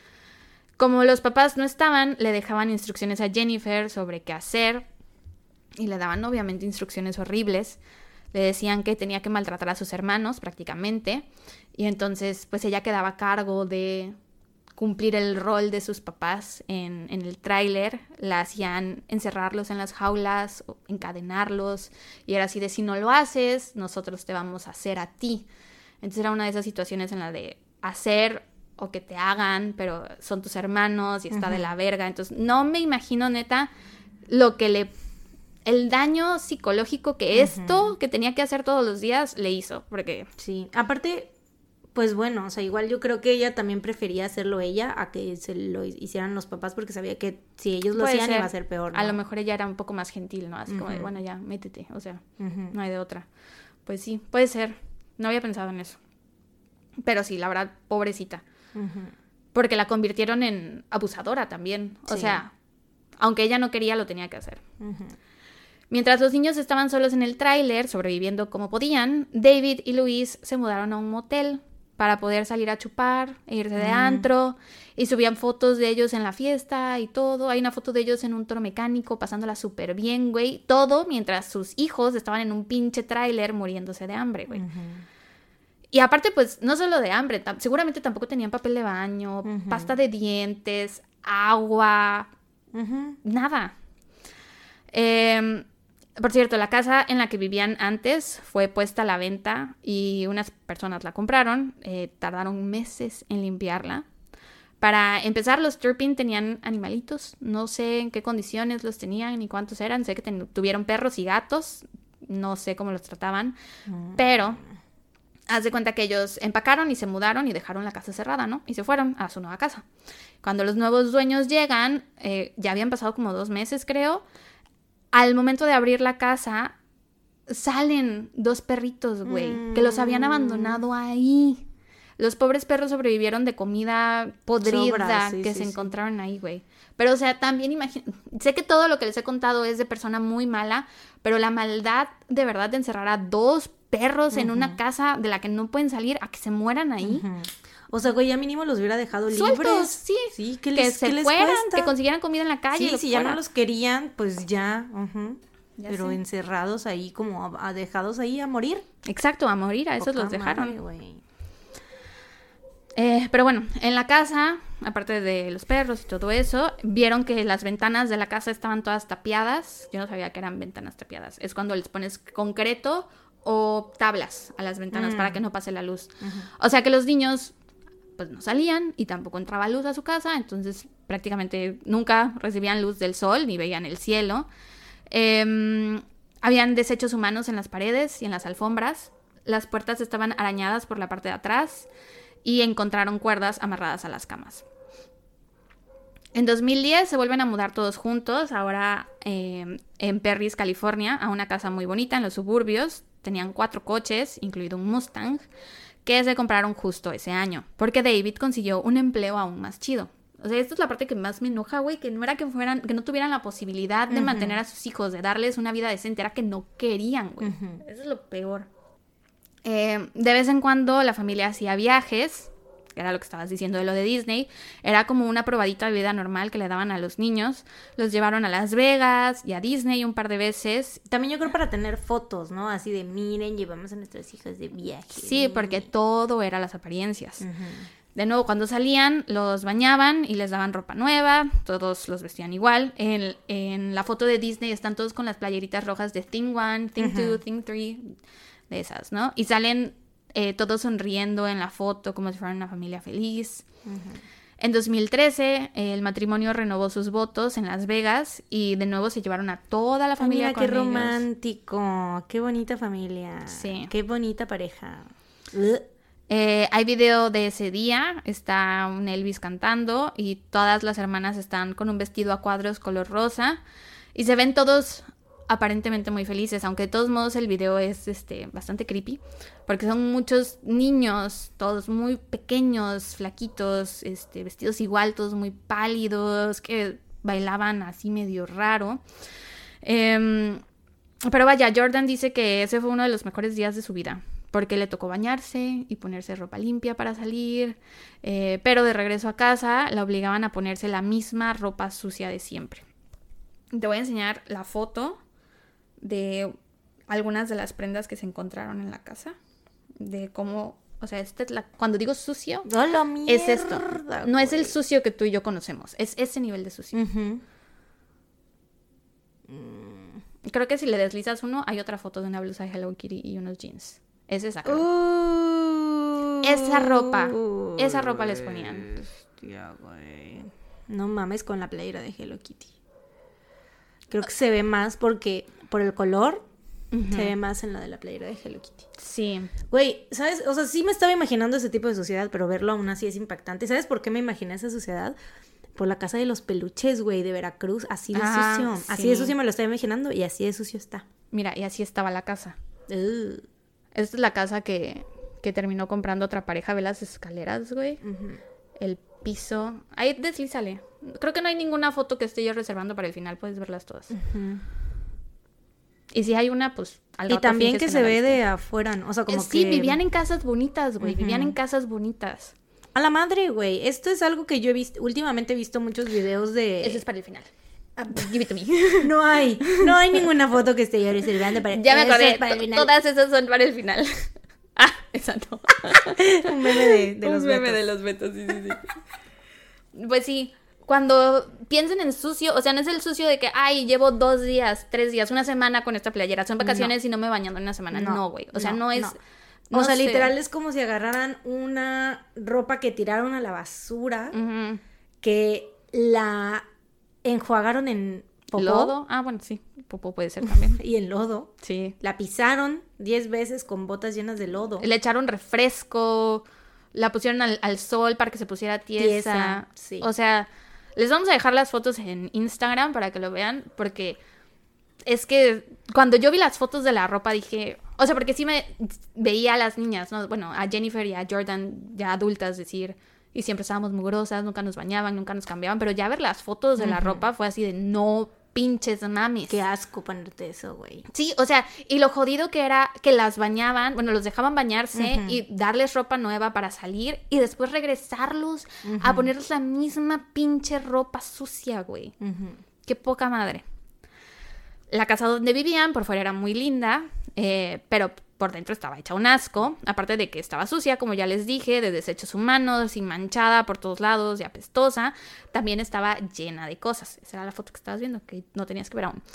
Como los papás no estaban, le dejaban instrucciones a Jennifer sobre qué hacer y le daban obviamente instrucciones horribles. Le decían que tenía que maltratar a sus hermanos prácticamente y entonces pues ella quedaba a cargo de cumplir el rol de sus papás en, en el tráiler. La hacían encerrarlos en las jaulas, encadenarlos y era así de si no lo haces, nosotros te vamos a hacer a ti. Entonces era una de esas situaciones en la de hacer o que te hagan, pero son tus hermanos y está uh-huh. de la verga. Entonces, no me imagino, neta, lo que le... el daño psicológico que uh-huh. esto, que tenía que hacer todos los días, le hizo, porque... Sí, aparte, pues bueno, o sea, igual yo creo que ella también prefería hacerlo ella a que se lo hicieran los papás, porque sabía que si ellos lo hacían iba a ser peor, ¿no? A lo mejor ella era un poco más gentil, ¿no? Así uh-huh. como de, bueno, ya, métete, o sea, uh-huh. no hay de otra. Pues sí, puede ser. No había pensado en eso. Pero sí, la verdad, pobrecita. Uh-huh. Porque la convirtieron en abusadora también. O sí. sea, aunque ella no quería, lo tenía que hacer. Uh-huh. Mientras los niños estaban solos en el tráiler, sobreviviendo como podían, David y Louise se mudaron a un motel para poder salir a chupar e irse de uh-huh. antro. Y subían fotos de ellos en la fiesta y todo. Hay una foto de ellos en un toro mecánico, pasándola súper bien, güey. Todo mientras sus hijos estaban en un pinche tráiler muriéndose de hambre, güey. Uh-huh. Y aparte, pues, no solo de hambre, tam- seguramente tampoco tenían papel de baño, uh-huh. pasta de dientes, agua, uh-huh. nada. Eh, por cierto, la casa en la que vivían antes fue puesta a la venta y unas personas la compraron. Eh, tardaron meses en limpiarla. Para empezar, los Turpin tenían animalitos. No sé en qué condiciones los tenían ni cuántos eran. Sé que ten- tuvieron perros y gatos. No sé cómo los trataban. Uh-huh. Pero... haz de cuenta que ellos empacaron y se mudaron y dejaron la casa cerrada, ¿no? Y se fueron a su nueva casa. Cuando los nuevos dueños llegan, eh, ya habían pasado como dos meses, creo. Al momento de abrir la casa, salen dos perritos, güey, mm. que los habían abandonado ahí. Los pobres perros sobrevivieron de comida podrida Sobra, sí, que sí, se sí. encontraron ahí, güey. Pero, o sea, también imagino... sé que todo lo que les he contado es de persona muy mala, pero la maldad de verdad de encerrar a dos perros uh-huh. en una casa de la que no pueden salir a que se mueran ahí. Uh-huh. O sea, güey, ya mínimo los hubiera dejado Sueltos, libres. sí. Sí, que, que les, se ¿qué les fueran, cuesta? Que consiguieran comida en la calle. Sí, si fuera. ya no los querían, pues ya. Uh-huh. ya pero sé. encerrados ahí, como a, a dejados ahí a morir. Exacto, a morir, a esos Poca los dejaron. Madre, güey. Eh, pero bueno, en la casa, aparte de los perros y todo eso, vieron que las ventanas de la casa estaban todas tapiadas. Yo no sabía que eran ventanas tapiadas. Es cuando les pones concreto o tablas a las ventanas mm. para que no pase la luz. Uh-huh. O sea que los niños pues no salían y tampoco entraba luz a su casa, entonces prácticamente nunca recibían luz del sol ni veían el cielo. Eh, habían desechos humanos en las paredes y en las alfombras. Las puertas estaban arañadas por la parte de atrás y encontraron cuerdas amarradas a las camas. En dos mil diez se vuelven a mudar todos juntos, ahora eh, en Perris, California, a una casa muy bonita en los suburbios. Tenían cuatro coches, incluido un Mustang, que se compraron justo ese año, porque David consiguió un empleo aún más chido. O sea, esta es la parte que más me enoja, güey, que no era que fueran, que no tuvieran la posibilidad de uh-huh. mantener a sus hijos, de darles una vida decente, era que no querían, güey. Uh-huh. Eso es lo peor. Eh, de vez en cuando la familia hacía viajes, que era lo que estabas diciendo de lo de Disney, era como una probadita de vida normal que le daban a los niños. Los llevaron a Las Vegas y a Disney un par de veces. También yo creo para tener fotos, ¿no? Así de miren, llevamos a nuestras hijas de viaje. Sí, porque todo era las apariencias. Uh-huh. De nuevo, cuando salían, los bañaban y les daban ropa nueva, todos los vestían igual. En, en la foto de Disney están todos con las playeritas rojas de Thing One, Thing Two, uh-huh. Thing Three, de esas, ¿no? Y salen eh, todos sonriendo en la foto como si fueran una familia feliz. Uh-huh. En dos mil trece, eh, el matrimonio renovó sus votos en Las Vegas y de nuevo se llevaron a toda la familia Ay, mira, con qué ellos. Romántico, qué bonita familia. Sí. Qué bonita pareja. Uh. Eh, hay video de ese día, está un Elvis cantando y todas las hermanas están con un vestido a cuadros color rosa y se ven todos aparentemente muy felices, aunque de todos modos el video es este, bastante creepy, porque son muchos niños, todos muy pequeños, flaquitos, este, vestidos igual, todos muy pálidos, que bailaban así medio raro. Eh, pero vaya, Jordan dice que ese fue uno de los mejores días de su vida, porque le tocó bañarse y ponerse ropa limpia para salir, eh, pero de regreso a casa la obligaban a ponerse la misma ropa sucia de siempre. Te voy a enseñar la foto de algunas de las prendas que se encontraron en la casa, de cómo, o sea, esta es la, cuando digo sucio, no, la mierda, es esto, no güey. es el sucio que tú y yo conocemos, es ese nivel de sucio. Uh-huh. Mm. Creo que si le deslizas uno, hay otra foto de una blusa de Hello Kitty y unos jeans. Es esa, creo. Uh, esa ropa, esa ropa les ponían. Hostia, güey. No mames con la playera de Hello Kitty. Creo que se ve más porque por el color, uh-huh. se ve más en la de la playera de Hello Kitty. Sí. Güey, ¿sabes? O sea, sí me estaba imaginando ese tipo de suciedad, pero verlo aún así es impactante. ¿Sabes por qué me imaginé esa suciedad? Por la casa de los peluches, güey, de Veracruz. Así de ah, sucio. Sí. Así de sucio me lo estaba imaginando y así de sucio está. Mira, y así estaba la casa. Uh. Esta es la casa que, que terminó comprando otra pareja. Ve las escaleras, güey. Uh-huh. El piso. Ahí deslízale. Creo que no hay ninguna foto que esté yo reservando para el final. Puedes verlas todas. Uh-huh. Y si hay una, pues... Al y también que se ve de afuera, ¿no? O sea, como eh, sí, que... Sí, vivían en casas bonitas, güey. Uh-huh. Vivían en casas bonitas. A la madre, güey. Esto es algo que yo he visto... Últimamente he visto muchos videos de... Eso es para el final. Give it to me. No hay. No hay ninguna foto que esté yo reservando para... Ya me acordé. Es para el final. Todas esas son para el final. Ah, exacto. Un meme de, de los Un meme betos. de los betos, sí, sí, sí. Pues sí. Cuando piensen en sucio, o sea, no es el sucio de que, ay, llevo dos días, tres días, una semana con esta playera. Son vacaciones no. y no me bañando en una semana. No, güey. No, o sea, no, no es... No. No o sea, sé. Literal es como si agarraran una ropa que tiraron a la basura, uh-huh. que la enjuagaron en popó. ¿Lodo? Ah, bueno, sí. Popó puede ser también. Y en lodo. Sí. La pisaron diez veces con botas llenas de lodo. Le echaron refresco, la pusieron al, al sol para que se pusiera tiesa. tiesa sí. O sea, les vamos a dejar las fotos en Instagram para que lo vean, porque es que cuando yo vi las fotos de la ropa dije... O sea, porque sí me veía a las niñas, ¿no? Bueno, a Jennifer y a Jordan ya adultas decir... Y siempre estábamos mugrosas, nunca nos bañaban, nunca nos cambiaban. Pero ya ver las fotos de uh-huh. la ropa fue así de no pinches mames. Qué asco ponerte eso, güey. Sí, o sea, y lo jodido que era que las bañaban, bueno, los dejaban bañarse uh-huh. y darles ropa nueva para salir. Y después regresarlos uh-huh. a ponerles la misma pinche ropa sucia, güey. Uh-huh. Qué poca madre. La casa donde vivían por fuera era muy linda, eh, pero por dentro estaba hecha un asco, aparte de que estaba sucia, como ya les dije, de desechos humanos y manchada por todos lados y apestosa. También estaba llena de cosas. Esa era la foto que estabas viendo, que no tenías que ver aún.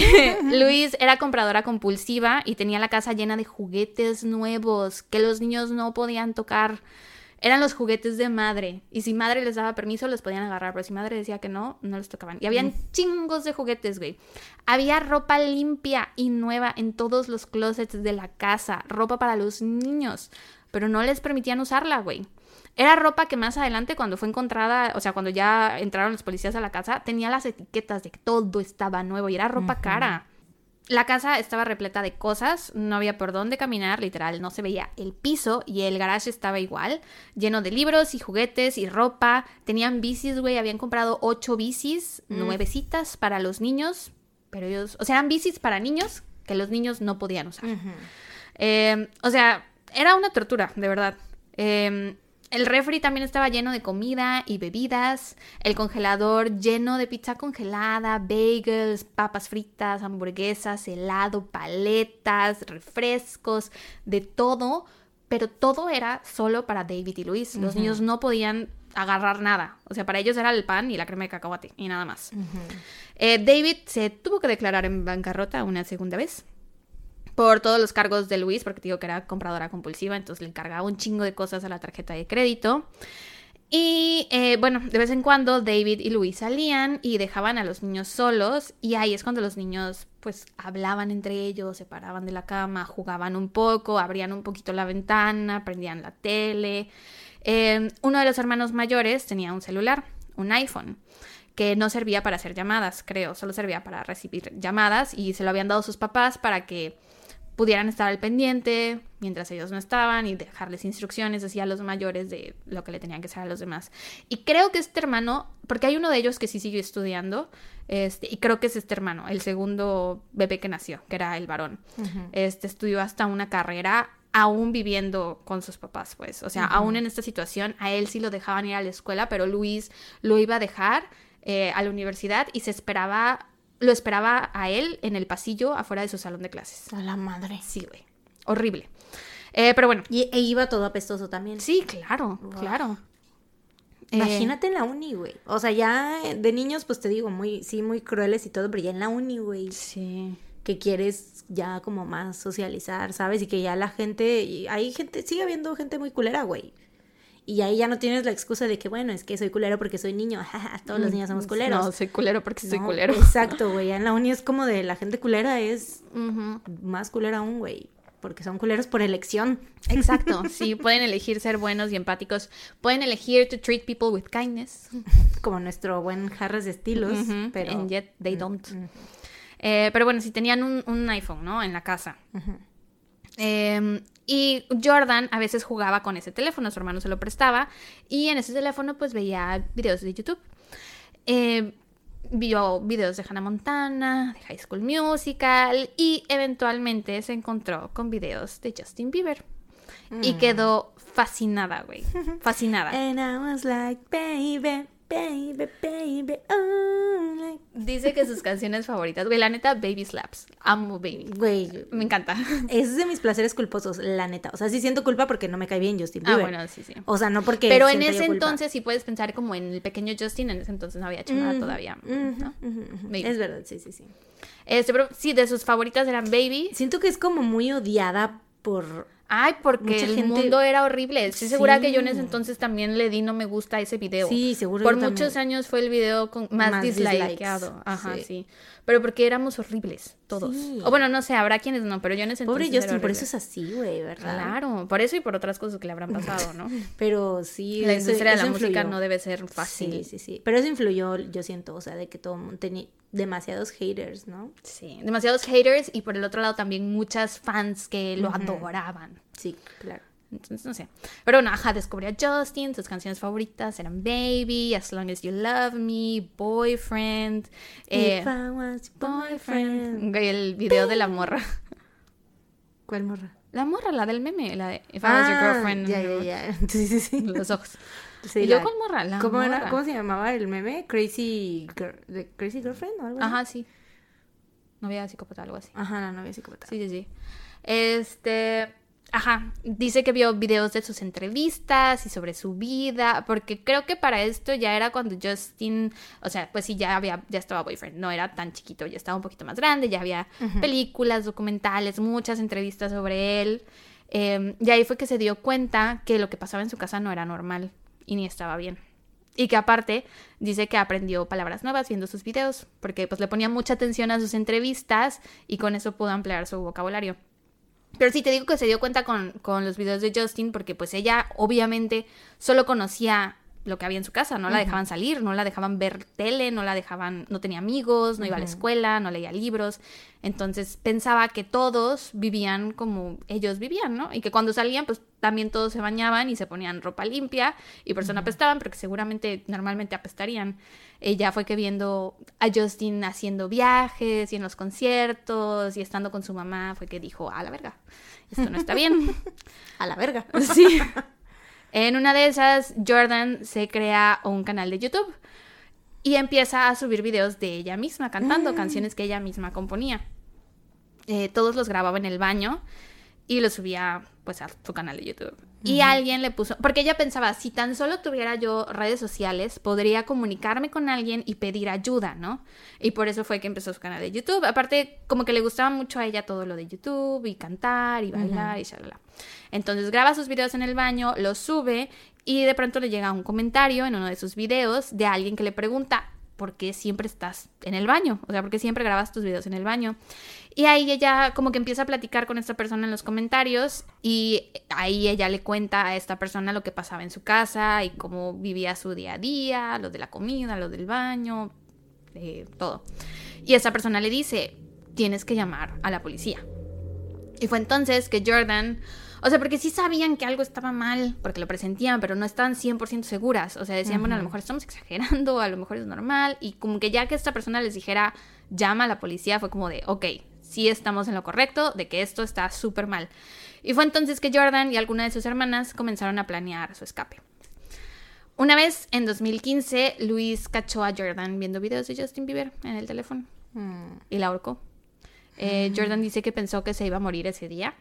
Luis era compradora compulsiva y tenía la casa llena de juguetes nuevos que los niños no podían tocar. Eran los juguetes de madre. Y si madre les daba permiso, los podían agarrar. Pero si madre decía que no, no los tocaban. Y habían mm. chingos de juguetes, güey. Había ropa limpia y nueva en todos los closets de la casa. Ropa para los niños. Pero no les permitían usarla, güey. Era ropa que más adelante, cuando fue encontrada, o sea, cuando ya entraron los policías a la casa, tenía las etiquetas de que todo estaba nuevo. Y era ropa uh-huh. cara. La casa estaba repleta de cosas, no había por dónde caminar, literal, no se veía el piso y el garage estaba igual, lleno de libros y juguetes y ropa. Tenían bicis, güey, habían comprado ocho bicis, mm. nuevecitas para los niños, pero ellos, o sea, eran bicis para niños que los niños no podían usar. Uh-huh. Eh, o sea, era una tortura, de verdad. Eh, El refri también estaba lleno de comida y bebidas, el congelador lleno de pizza congelada, bagels, papas fritas, hamburguesas, helado, paletas, refrescos, de todo, pero todo era solo para David y Luis. Los uh-huh. niños no podían agarrar nada, o sea, para ellos era el pan y la crema de cacahuate y nada más. Uh-huh. Eh, David se tuvo que declarar en bancarrota una segunda vez por todos los cargos de Luis, porque te digo que era compradora compulsiva, entonces le encargaba un chingo de cosas a la tarjeta de crédito. Y eh, bueno, de vez en cuando David y Louise salían y dejaban a los niños solos, y ahí es cuando los niños pues hablaban entre ellos, se paraban de la cama, jugaban un poco, abrían un poquito la ventana, prendían la tele. Eh, uno de los hermanos mayores tenía un celular, un iPhone, que no servía para hacer llamadas, creo, solo servía para recibir llamadas, y se lo habían dado sus papás para que pudieran estar al pendiente mientras ellos no estaban y dejarles instrucciones así a los mayores de lo que le tenían que hacer a los demás. Y creo que este hermano, porque hay uno de ellos que sí siguió estudiando, este, y creo que es este hermano, el segundo bebé que nació, que era el varón. Uh-huh. Este estudió hasta una carrera aún viviendo con sus papás, pues. O sea, uh-huh. aún en esta situación, a él sí lo dejaban ir a la escuela, pero Luis lo iba a dejar eh, a la universidad y se esperaba... Lo esperaba a él en el pasillo afuera de su salón de clases. A la madre. Sí, güey. Horrible. Eh, pero bueno. Y e iba todo apestoso también. Sí, claro, wow. claro. Imagínate eh... en la uni, güey. O sea, ya de niños, pues te digo, muy, sí, muy crueles y todo, pero ya en la uni, güey. Sí. Que quieres ya como más socializar, ¿sabes? Y que ya la gente, y hay gente, sigue habiendo gente muy culera, güey. Y ahí ya no tienes la excusa de que, bueno, es que soy culero porque soy niño. Todos los niños somos culeros. No, soy culero porque soy no, culero. Exacto, güey. En la uni es como de la gente culera es uh-huh. más culera aún, güey. Porque son culeros por elección. Exacto. Sí, pueden elegir ser buenos y empáticos. Pueden elegir to treat people with kindness. Como nuestro buen Harris de estilos. Uh-huh. Pero... And yet they don't. Uh-huh. eh, pero bueno, si tenían un, un iPhone, ¿no? En la casa. Uh-huh. Eh, y Jordan a veces jugaba con ese teléfono, su hermano se lo prestaba, y en ese teléfono pues veía videos de YouTube. Eh, vio videos de Hannah Montana, de High School Musical, y eventualmente se encontró con videos de Justin Bieber. Mm. Y quedó fascinada, güey. Fascinada. And I was like, baby, baby, baby, oh, like... Dice que sus canciones favoritas, güey, la neta, Baby Slaps. Amo Baby. Güey. Me encanta. Es de mis placeres culposos, la neta. O sea, sí siento culpa porque no me cae bien Justin Bieber. Ah, bueno, sí, sí. O sea, no porque Pero en ese entonces, si puedes pensar como en el pequeño Justin, en ese entonces no había hecho nada mm, todavía, mm, ¿no? Mm, mm, es verdad, sí, sí, sí. Este, pero sí, de sus favoritas eran Baby. Siento que es como muy odiada por... Ay, porque mucha el gente... mundo era horrible. Estoy sí. segura que yo en ese entonces también le di no me gusta a ese video. Sí, seguro. Por muchos también. años fue el video con más, más dislikeado. Ajá, sí. sí. Pero porque éramos horribles, todos. Sí. O bueno, no sé, habrá quienes no, pero yo en ese Pobre entonces Justin, por eso es así, güey, ¿verdad? Claro, por eso y por otras cosas que le habrán pasado, ¿no? Pero sí. La industria eso, de la eso música influyó. no debe ser fácil. Sí, sí, sí. Pero eso influyó, yo siento, o sea, de que todo el mundo tenía demasiados haters, ¿no? Sí, demasiados haters y por el otro lado también muchas fans que lo uh-huh. adoraban. Sí, claro. Entonces, no sé. Pero bueno, ajá, descubrí a Justin, sus canciones favoritas eran Baby, As Long As You Love Me, Boyfriend. Eh, If I was your boyfriend. El video de la morra. ¿Cuál morra? La morra, la del meme, la de If I ah, Was Your Girlfriend. Ya, ya, ya. Sí, sí, sí. Los ojos. Sí, ¿Y la... yo cuál morra? La ¿Cómo, morra. Era, ¿Cómo se llamaba el meme? Crazy, Girl... ¿The Crazy Girlfriend o algo así? Ajá, sí. Novia psicópata, algo así. Ajá, la novia psicópata. Sí, sí, sí. Este... Ajá, dice que vio videos de sus entrevistas y sobre su vida, porque creo que para esto ya era cuando Justin, o sea, pues sí, ya había, ya estaba Boyfriend, no era tan chiquito, ya estaba un poquito más grande, ya había uh-huh. películas, documentales, muchas entrevistas sobre él, eh, y ahí fue que se dio cuenta que lo que pasaba en su casa no era normal y ni estaba bien. Y que aparte dice que aprendió palabras nuevas viendo sus videos, porque pues le ponía mucha atención a sus entrevistas y con eso pudo ampliar su vocabulario. Pero sí, te digo que se dio cuenta con, con los videos de Justin porque pues ella obviamente solo conocía lo que había en su casa, no la uh-huh. dejaban salir, no la dejaban ver tele, no la dejaban, no tenía amigos, no uh-huh. iba a la escuela, no leía libros, entonces pensaba que todos vivían como ellos vivían, ¿no? Y que cuando salían pues también todos se bañaban y se ponían ropa limpia y por eso no apestaban, porque seguramente normalmente apestarían. Ella fue que viendo a Justin haciendo viajes y en los conciertos y estando con su mamá fue que dijo, a la verga, esto no está bien. A la verga. Sí. En una de esas, Jordan se crea un canal de YouTube y empieza a subir videos de ella misma, cantando mm. canciones que ella misma componía. Eh, todos los grababa en el baño y los subía pues a su canal de YouTube. Uh-huh. Y alguien le puso, porque ella pensaba, si tan solo tuviera yo redes sociales, podría comunicarme con alguien y pedir ayuda, ¿no? Y por eso fue que empezó su canal de YouTube. Aparte, como que le gustaba mucho a ella todo lo de YouTube y cantar y bailar uh-huh. y shalala. Entonces graba sus videos en el baño, los sube, y de pronto le llega un comentario en uno de sus videos de alguien que le pregunta ¿por qué siempre estás en el baño? O sea, ¿por qué siempre grabas tus videos en el baño? Y ahí ella como que empieza a platicar con esta persona en los comentarios y ahí ella le cuenta a esta persona lo que pasaba en su casa y cómo vivía su día a día, lo de la comida, lo del baño, eh, todo. Y esta persona le dice, tienes que llamar a la policía. Y fue entonces que Jordan... O sea, porque sí sabían que algo estaba mal, porque lo presentían, pero no estaban cien por ciento seguras. O sea, decían, uh-huh. bueno, a lo mejor estamos exagerando, a lo mejor es normal. Y como que ya que esta persona les dijera, llama a la policía, fue como de, ok, sí estamos en lo correcto, de que esto está súper mal. Y fue entonces que Jordan y alguna de sus hermanas comenzaron a planear su escape. Una vez, en dos mil quince, Luis cachó a Jordan viendo videos de Justin Bieber en el teléfono. Mm. Y la ahorcó. Eh, mm. Jordan dice que pensó que se iba a morir ese día.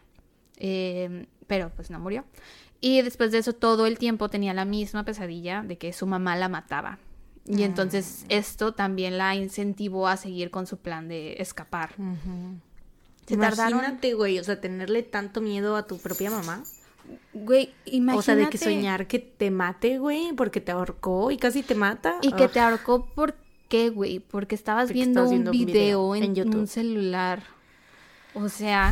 Eh, pero pues no murió. Y después de eso todo el tiempo tenía la misma pesadilla de que su mamá la mataba. Y entonces esto también la incentivó a seguir con su plan de escapar. Uh-huh. Se Imagínate, tardaron... güey, o sea, tenerle tanto miedo a tu propia mamá. Güey, imagínate. O sea, de que soñar que te mate, güey, porque te ahorcó y casi te mata. Y que Ugh. te ahorcó, ¿por qué, güey? Porque estabas porque viendo un video, video en, en YouTube. Un celular. O sea...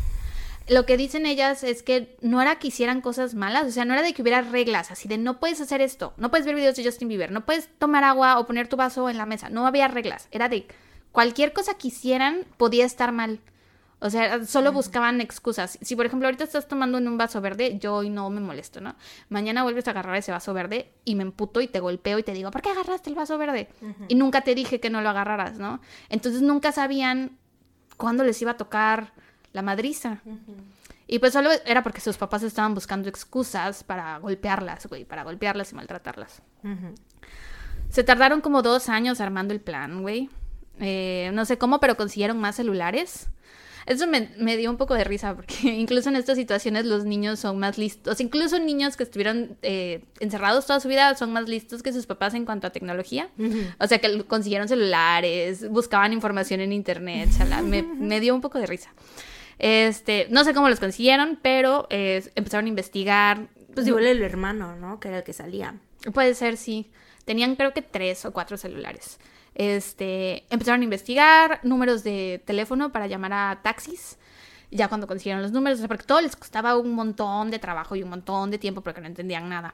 Lo que dicen ellas es que no era que hicieran cosas malas, o sea, no era de que hubiera reglas, así de no puedes hacer esto, no puedes ver videos de Justin Bieber, no puedes tomar agua o poner tu vaso en la mesa, no había reglas, era de cualquier cosa que hicieran podía estar mal, o sea, solo buscaban excusas. Si por ejemplo ahorita estás tomando en un vaso verde, yo hoy no me molesto, ¿no? Mañana vuelves a agarrar ese vaso verde y me emputo y te golpeo y te digo, ¿por qué agarraste el vaso verde? Uh-huh. Y nunca te dije que no lo agarraras, ¿no? Entonces nunca sabían cuándo les iba a tocar la madriza. Uh-huh. Y pues solo era porque sus papás estaban buscando excusas para golpearlas, güey, para golpearlas y maltratarlas. Uh-huh. Se tardaron como dos años armando el plan, güey. Eh, no sé cómo, pero consiguieron más celulares. Eso me, me dio un poco de risa porque incluso en estas situaciones los niños son más listos. Incluso niños que estuvieron eh, encerrados toda su vida son más listos que sus papás en cuanto a tecnología. Uh-huh. O sea, que consiguieron celulares, buscaban información en internet. Chala, me, me dio un poco de risa. Este, no sé cómo los consiguieron, pero eh, empezaron a investigar. Pues igual el hermano, ¿no? Que era el que salía. Puede ser, sí. Tenían creo que tres o cuatro celulares. Este, empezaron a investigar números de teléfono para llamar a taxis. Ya cuando consiguieron los números, o sea, porque todo les costaba un montón de trabajo y un montón de tiempo porque no entendían nada.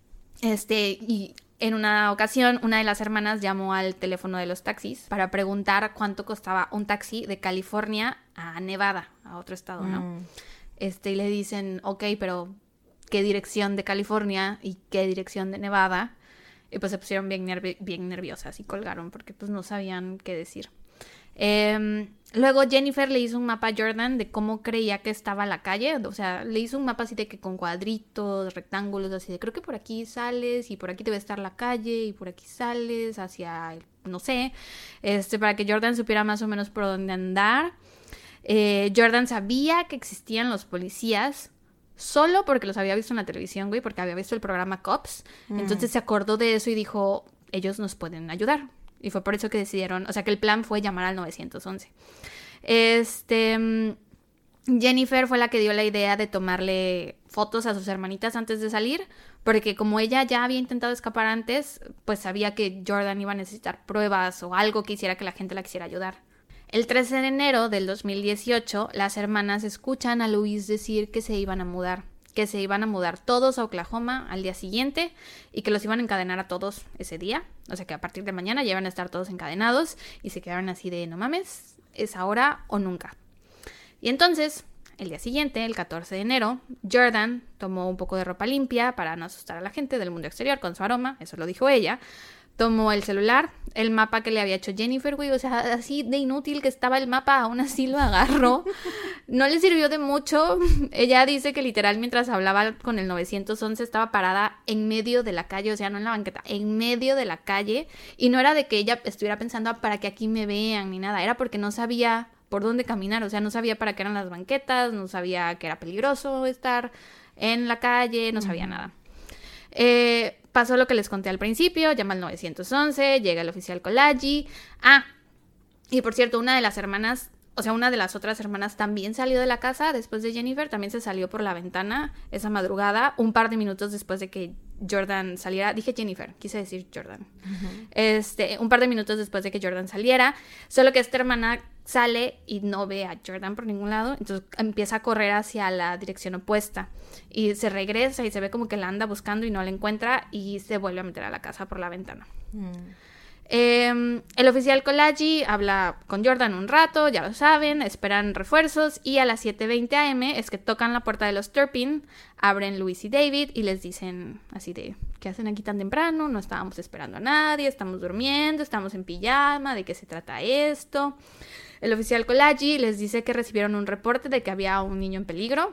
Este, y en una ocasión, una de las hermanas llamó al teléfono de los taxis para preguntar cuánto costaba un taxi de California a Nevada, a otro estado, ¿no? Mm. Este, y le dicen, ok, pero ¿qué dirección de California y qué dirección de Nevada? Y pues se pusieron bien, nervi- bien nerviosas y colgaron porque pues no sabían qué decir. Eh, luego Jennifer le hizo un mapa a Jordan de cómo creía que estaba la calle. O sea, le hizo un mapa así de que con cuadritos, rectángulos, así de creo que por aquí sales y por aquí debe estar la calle y por aquí sales hacia, no sé, este, para que Jordan supiera más o menos por dónde andar. Eh, Jordan sabía que existían los policías solo porque los había visto en la televisión, güey, porque había visto el programa Cops. Mm. Entonces se acordó de eso y dijo, ellos nos pueden ayudar. Y fue por eso que decidieron, o sea, que el plan fue llamar al nueve once. Este, Jennifer fue la que dio la idea de tomarle fotos a sus hermanitas antes de salir, porque como ella ya había intentado escapar antes, pues sabía que Jordan iba a necesitar pruebas o algo que hiciera que la gente la quisiera ayudar. El trece de enero del dos mil dieciocho, las hermanas escuchan a Luis decir que se iban a mudar. que se iban a mudar todos a Oklahoma al día siguiente y que los iban a encadenar a todos ese día. O sea que a partir de mañana ya iban a estar todos encadenados y se quedaron así de no mames, es ahora o nunca. Y entonces, el día siguiente, el catorce de enero, Jordan tomó un poco de ropa limpia para no asustar a la gente del mundo exterior con su aroma, eso lo dijo ella. Tomó el celular, el mapa que le había hecho Jennifer, güey, o sea, así de inútil que estaba el mapa, aún así lo agarró. No le sirvió de mucho. Ella dice que literal mientras hablaba con el nueve once estaba parada en medio de la calle, o sea, no en la banqueta, en medio de la calle. Y no era de que ella estuviera pensando ah, para que aquí me vean ni nada, era porque no sabía por dónde caminar, o sea, no sabía para qué eran las banquetas, no sabía que era peligroso estar en la calle, no sabía mm. nada. Eh... Pasó lo que les conté al principio, llama al nueve once, llega el oficial Kolagi. Ah, y por cierto, una de las hermanas o sea, una de las otras hermanas también salió de la casa después de Jennifer, también se salió por la ventana esa madrugada, un par de minutos después de que Jordan saliera. Dije Jennifer, quise decir Jordan. Uh-huh. Este, un par de minutos después de que Jordan saliera, solo que esta hermana sale y no ve a Jordan por ningún lado, entonces empieza a correr hacia la dirección opuesta y se regresa y se ve como que la anda buscando y no la encuentra y se vuelve a meter a la casa por la ventana. Mm. Eh, el oficial Kolagi habla con Jordan un rato, ya lo saben, esperan refuerzos y a las siete veinte a eme es que tocan la puerta de los Turpin, abren Luis y David y les dicen así de, ¿qué hacen aquí tan temprano? No estábamos esperando a nadie, estamos durmiendo, estamos en pijama, ¿de qué se trata esto? El oficial Kolagi les dice que recibieron un reporte de que había un niño en peligro.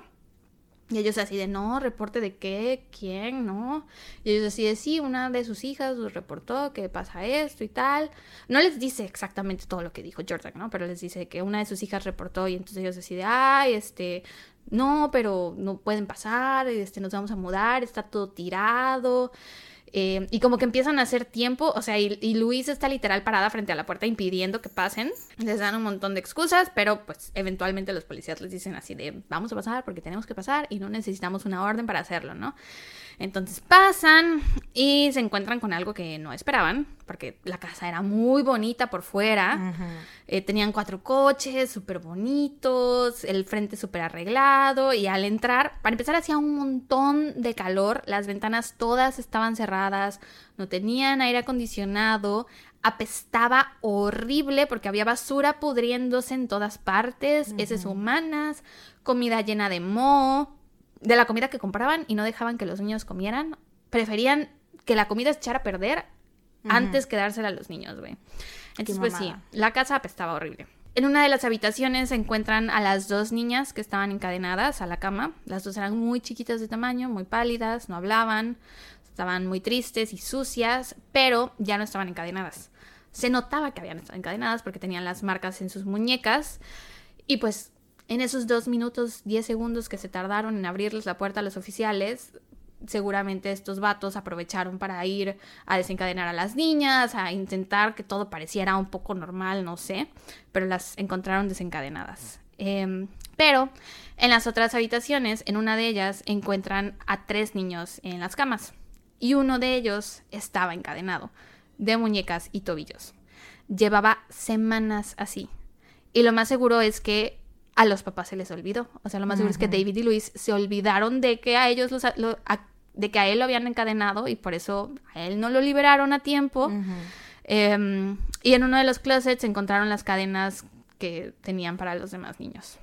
Y ellos así de, no, ¿reporte de qué? ¿Quién? ¿No? Y ellos así de, sí, una de sus hijas nos reportó que pasa esto y tal. No les dice exactamente todo lo que dijo Jordan, ¿no? Pero les dice que una de sus hijas reportó y entonces ellos así de, ay, este, no, pero no pueden pasar, este, nos vamos a mudar, está todo tirado. Eh, y como que empiezan a hacer tiempo, o sea, y, y Luis está literal parada frente a la puerta impidiendo que pasen. Les dan un montón de excusas, pero pues eventualmente los policías les dicen así de, vamos a pasar porque tenemos que pasar y no necesitamos una orden para hacerlo, ¿no? Entonces pasan y se encuentran con algo que no esperaban, porque la casa era muy bonita por fuera. Uh-huh. Eh, tenían cuatro coches súper bonitos, el frente súper arreglado, y al entrar, para empezar, hacía un montón de calor, las ventanas todas estaban cerradas, no tenían aire acondicionado, apestaba horrible porque había basura pudriéndose en todas partes, uh-huh. heces humanas, comida llena de moho, de la comida que compraban y no dejaban que los niños comieran. Preferían que la comida se echara a perder uh-huh. antes que dársela a los niños, güey. Entonces, pues sí, la casa apestaba horrible. En una de las habitaciones se encuentran a las dos niñas que estaban encadenadas a la cama. Las dos eran muy chiquitas de tamaño, muy pálidas, no hablaban, estaban muy tristes y sucias, pero ya no estaban encadenadas. Se notaba que habían estado encadenadas porque tenían las marcas en sus muñecas y pues en esos dos minutos, diez segundos que se tardaron en abrirles la puerta a los oficiales, seguramente estos vatos aprovecharon para ir a desencadenar a las niñas, a intentar que todo pareciera un poco normal, no sé, pero las encontraron desencadenadas. Eh, pero en las otras habitaciones, en una de ellas, encuentran a tres niños en las camas y uno de ellos estaba encadenado, de muñecas y tobillos. Llevaba semanas así. Y lo más seguro es que a los papás se les olvidó. O sea, lo más uh-huh. seguro es que David y Luis se olvidaron de que a ellos los, lo, a, de que a él lo habían encadenado y por eso a él no lo liberaron a tiempo. Uh-huh. Eh, y en uno de los closets encontraron las cadenas que tenían para los demás niños.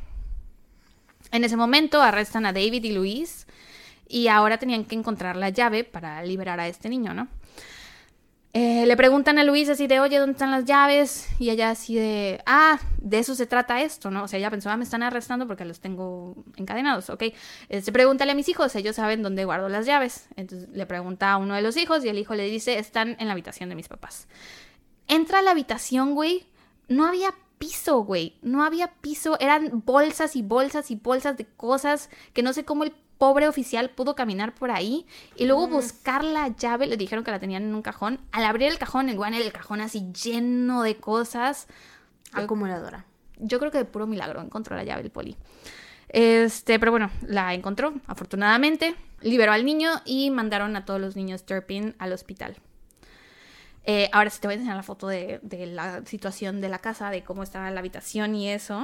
En ese momento arrestan a David y Luis y ahora tenían que encontrar la llave para liberar a este niño, ¿no? Eh, le preguntan a Luis así de, oye, ¿dónde están las llaves? Y ella así de, ah, de eso se trata esto, ¿no? O sea, ella pensó, ah, me están arrestando porque los tengo encadenados, ¿ok? Este, pregúntale a mis hijos, ellos saben dónde guardo las llaves. Entonces le pregunta a uno de los hijos y el hijo le dice, están en la habitación de mis papás. Entra a la habitación, güey, no había piso, güey, no había piso, eran bolsas y bolsas y bolsas de cosas que no sé cómo el pobre oficial pudo caminar por ahí y luego mm. buscar la llave. Le dijeron que la tenían en un cajón. Al abrir el cajón, el guan, el cajón así lleno de cosas. Acumuladora. Yo, yo creo que de puro milagro encontró la llave el poli. Este, pero bueno, la encontró, afortunadamente. Liberó al niño y mandaron a todos los niños Turpin al hospital. Eh, ahora sí te voy a enseñar la foto de, de la situación de la casa, de cómo estaba la habitación y eso.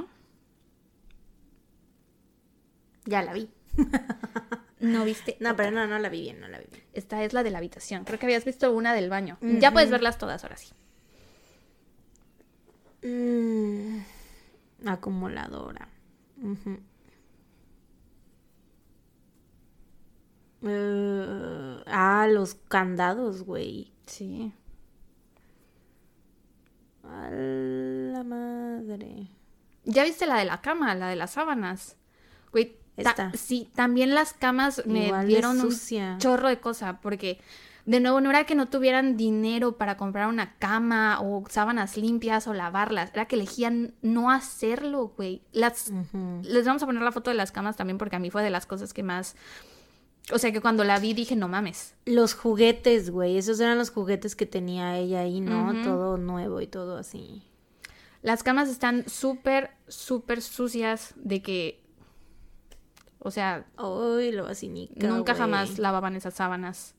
Ya la vi. ¿No viste? No, pero no, no la vi bien, no la vi bien. Esta es la de la habitación. Creo que habías visto una del baño. Uh-huh. Ya puedes verlas todas ahora sí. Mm, acumuladora. Uh-huh. Uh, ah, los candados, güey. Sí. A la madre. ¿Ya viste la de la cama? La de las sábanas. Güey. Ta- sí, también las camas me Igual dieron un chorro de cosa, porque de nuevo no era que no tuvieran dinero para comprar una cama o sábanas limpias o lavarlas, era que elegían no hacerlo, güey. Las, uh-huh. Les vamos a poner la foto de las camas también porque a mí fue de las cosas que más, o sea, que cuando la vi dije, no mames. Los juguetes, güey, esos eran los juguetes que tenía ella ahí, ¿no? Uh-huh. Todo nuevo y todo así. Las camas están súper, súper sucias de que, o sea, Ay, lo vacinica, nunca güey. jamás lavaban esas sábanas.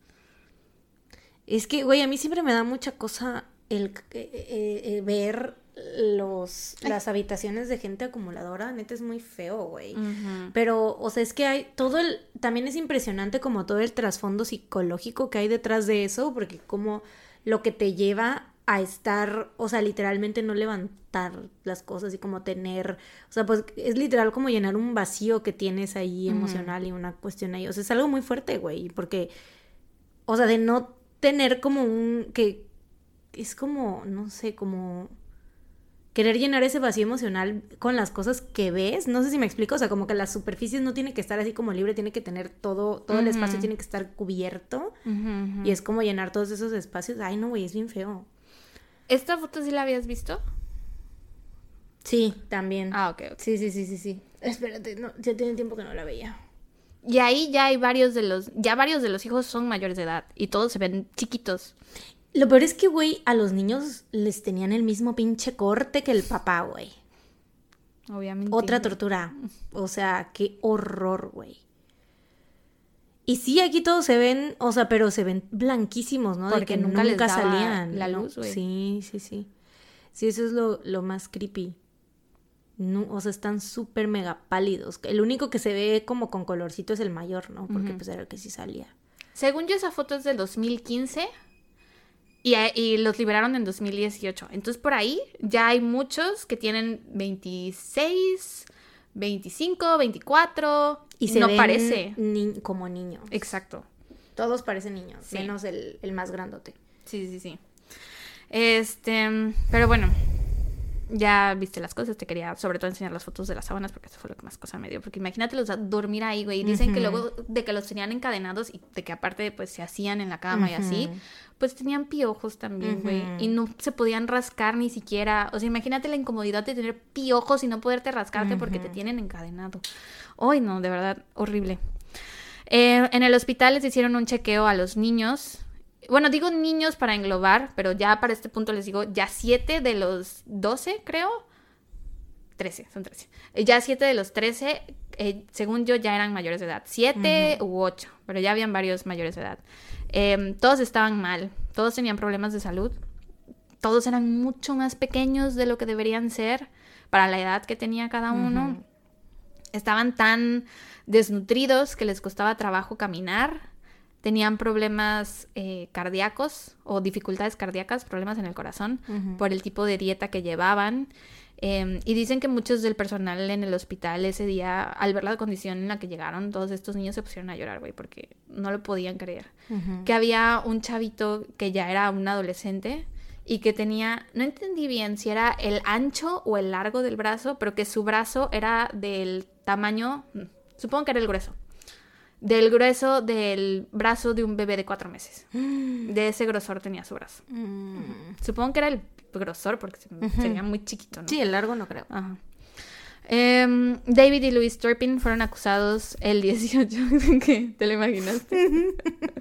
Es que, güey, a mí siempre me da mucha cosa el eh, eh, eh, ver los las habitaciones de gente acumuladora. Neta es muy feo, güey. Uh-huh. Pero, o sea, es que hay todo el... También es impresionante como todo el trasfondo psicológico que hay detrás de eso, porque como lo que te lleva a estar, o sea, literalmente no levantar las cosas y como tener, o sea, pues es literal como llenar un vacío que tienes ahí emocional uh-huh. y una cuestión ahí. O sea, es algo muy fuerte, güey, porque, o sea, de no tener como un... que es como, no sé, como... querer llenar ese vacío emocional con las cosas que ves, no sé si me explico, o sea, como que las superficies no tiene que estar así como libre, tiene que tener todo, todo uh-huh. el espacio tiene que estar cubierto, uh-huh, uh-huh. y es como llenar todos esos espacios. Ay, no, güey, es bien feo. ¿Esta foto sí la habías visto? Sí, también. Ah, ok. okay. Sí, sí, sí, sí, sí. Espérate, no, ya tiene tiempo que no la veía. Y ahí ya hay varios de los, ya varios de los hijos son mayores de edad y todos se ven chiquitos. Lo peor es que, güey, a los niños les tenían el mismo pinche corte que el papá, güey. Obviamente. Otra tortura. O sea, qué horror, güey. Y sí, aquí todos se ven, o sea, pero se ven blanquísimos, ¿no? Porque de que nunca, nunca les daba salían. la luz, güey. ¿No? Sí, sí, sí. Sí, eso es lo, lo más creepy. No, o sea, están súper mega pálidos. El único que se ve como con colorcito es el mayor, ¿no? Porque uh-huh. pues era el que sí salía. Según yo, esa foto es del dos mil quince y, y los liberaron en dos mil dieciocho. Entonces, por ahí ya hay muchos que tienen veintiséis, veinticinco, veinticuatro... Y se no ven parece ni- como niños. Exacto. Todos parecen niños, sí. menos el, el más grandote. Sí, sí, sí. Este, pero bueno, ya viste las cosas. Te quería sobre todo enseñar las fotos de las sábanas porque eso fue lo que más cosa me dio. Porque imagínate los dormir ahí, güey. Dicen uh-huh. que luego de que los tenían encadenados y de que aparte pues se hacían en la cama uh-huh. y así, pues tenían piojos también, güey. Uh-huh. Y no se podían rascar ni siquiera. O sea, imagínate la incomodidad de tener piojos y no poderte rascarte uh-huh. porque te tienen encadenado. Ay, no, de verdad, horrible. Eh, en el hospital les hicieron un chequeo a los niños. Bueno, digo niños para englobar, pero ya para este punto les digo, ya siete de los doce, creo. trece, son trece. Ya siete de los trece, eh, según yo, ya eran mayores de edad. siete uh-huh. u ocho, pero ya habían varios mayores de edad. Eh, todos estaban mal, todos tenían problemas de salud. Todos eran mucho más pequeños de lo que deberían ser para la edad que tenía cada uno. Uh-huh. Estaban tan desnutridos que les costaba trabajo caminar. Tenían problemas eh, cardíacos o dificultades cardíacas, problemas en el corazón, uh-huh. por el tipo de dieta que llevaban. Eh, y dicen que muchos del personal en el hospital ese día, al ver la condición en la que llegaron, todos estos niños se pusieron a llorar, güey, porque no lo podían creer. Uh-huh. Que había un chavito que ya era un adolescente y que tenía, no entendí bien si era el ancho o el largo del brazo, pero que su brazo era del tamaño, supongo que era el grueso, del grueso del brazo de un bebé de cuatro meses. Mm. De ese grosor tenía su brazo. Mm. Supongo que era el grosor porque se, uh-huh. sería muy chiquito, ¿no? Sí, el largo no creo. Ajá. Um, David y Louise Turpin fueron acusados el dieciocho. ¿Qué? ¿Te lo imaginaste?